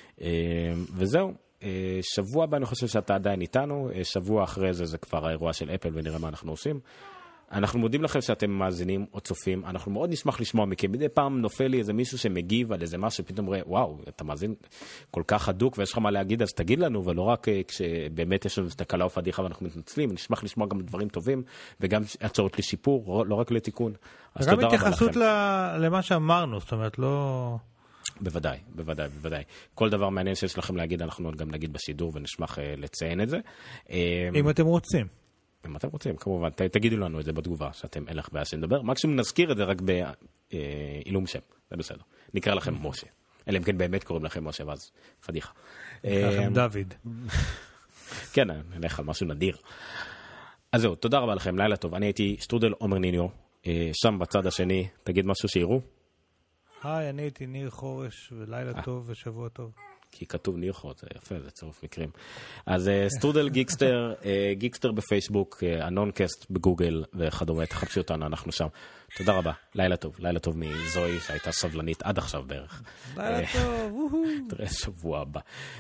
וזהו. שבוע הבא אני חושב שאתה עדיין איתנו, שבוע אחרי זה כבר האירוע של אפל ונראה מה אנחנו עושים. אנחנו מודים לכם שאתם מאזינים או צופים, אנחנו מאוד נשמח לשמוע מכם. מדי פעם נופל לי איזה מישהו שמגיב על איזה משהו, פתאום רואה, וואו, אתה מאזין כל כך הדוק ויש לך מה להגיד, אז תגיד לנו, ולא רק כשבאמת יש לנו תקלה או פדיחה ואנחנו מתנצלים, נשמח לשמוע גם דברים טובים וגם הצעות לשיפור, לא רק לתיקון. אז תודה רבה לכם. וגם התייחסות למה שאמרנו, זאת אומרת, לא... בוודאי, בוודאי, בוודאי. כל דבר מעניין שיש לכם להגיד, אנחנו גם נגיד בשידור ונשמח לציין את זה. אם אתם רוצים. אם אתם רוצים, כמובן, תגידו לנו את זה בתגובה, שאתם אין לך בעיה שנדבר. מקסימום נזכיר את זה רק בעילום שם, זה בסדר. נקרא לכם משה. אלא אם כן באמת קוראים לכם משה, ואז פדיחה. נקרא לכם דוד. כן, נלך על משהו נדיר. אז זהו, תודה רבה לכם, לילה טוב. אני הייתי שטרודל עומר ניניו, שם בצד השני, תגיד משהו שיראו. היי, אני הייתי ניר חורש, ולילה טוב ושבוע טוב. כי כתוב ניר חורש, זה יפה, זה צירוף מקרים. אז סטרודל גיקסטר, גיקסטר בפייסבוק, הנונקאסט בגוגל וכדומה, תחפשו אותנו, אנחנו שם. תודה רבה, לילה טוב מזוי שהייתה סבלנית עד עכשיו בערך. לילה טוב, תראה שבוע הבא.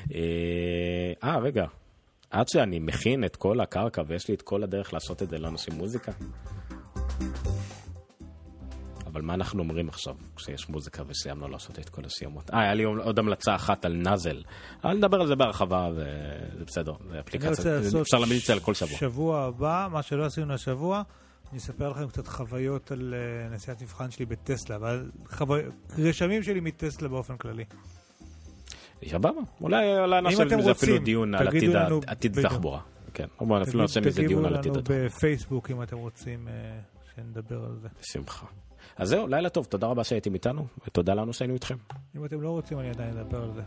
רגע, עד שאני מכין את כל הקרקע ויש לי את כל הדרך לעשות את זה לאנשים מוזיקה. אבל מה אנחנו אומרים עכשיו כשיש מוזיקה וסיימנו לעשות את כל הסיומות? היה לי עוד המלצה אחת על נאזל. אבל נדבר על זה בהרחבה וזה בסדר. זה אפליקציה. אפשר להעמיד את זה על כל שבוע. שבוע הבא, מה שלא עשינו השבוע, אני אספר לכם קצת חוויות על נסיעת מבחן שלי בטסלה, אבל רשמים שלי מטסלה באופן כללי. שבבה. אולי נעשה לזה אפילו דיון על עתיד תחבורה. כן. אפילו נעשה מזה דיון על עתיד תחבורה. בפייסבוק אם אתם רוצים שנדבר על זה. שמחה. אז זהו, לילה טוב, תודה רבה שהייתם איתנו, ותודה לנו שהיינו איתכם. אם אתם לא רוצים, אני עדיין אדבר על זה.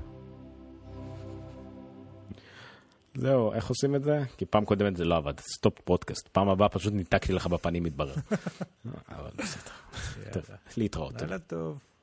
זהו, איך עושים את זה? כי פעם קודמת זה לא עבד, סטופ פודקאסט. פעם הבאה פשוט ניתקתי לך בפנים, מתברר. אבל בסדר. להתראות. לילה טוב.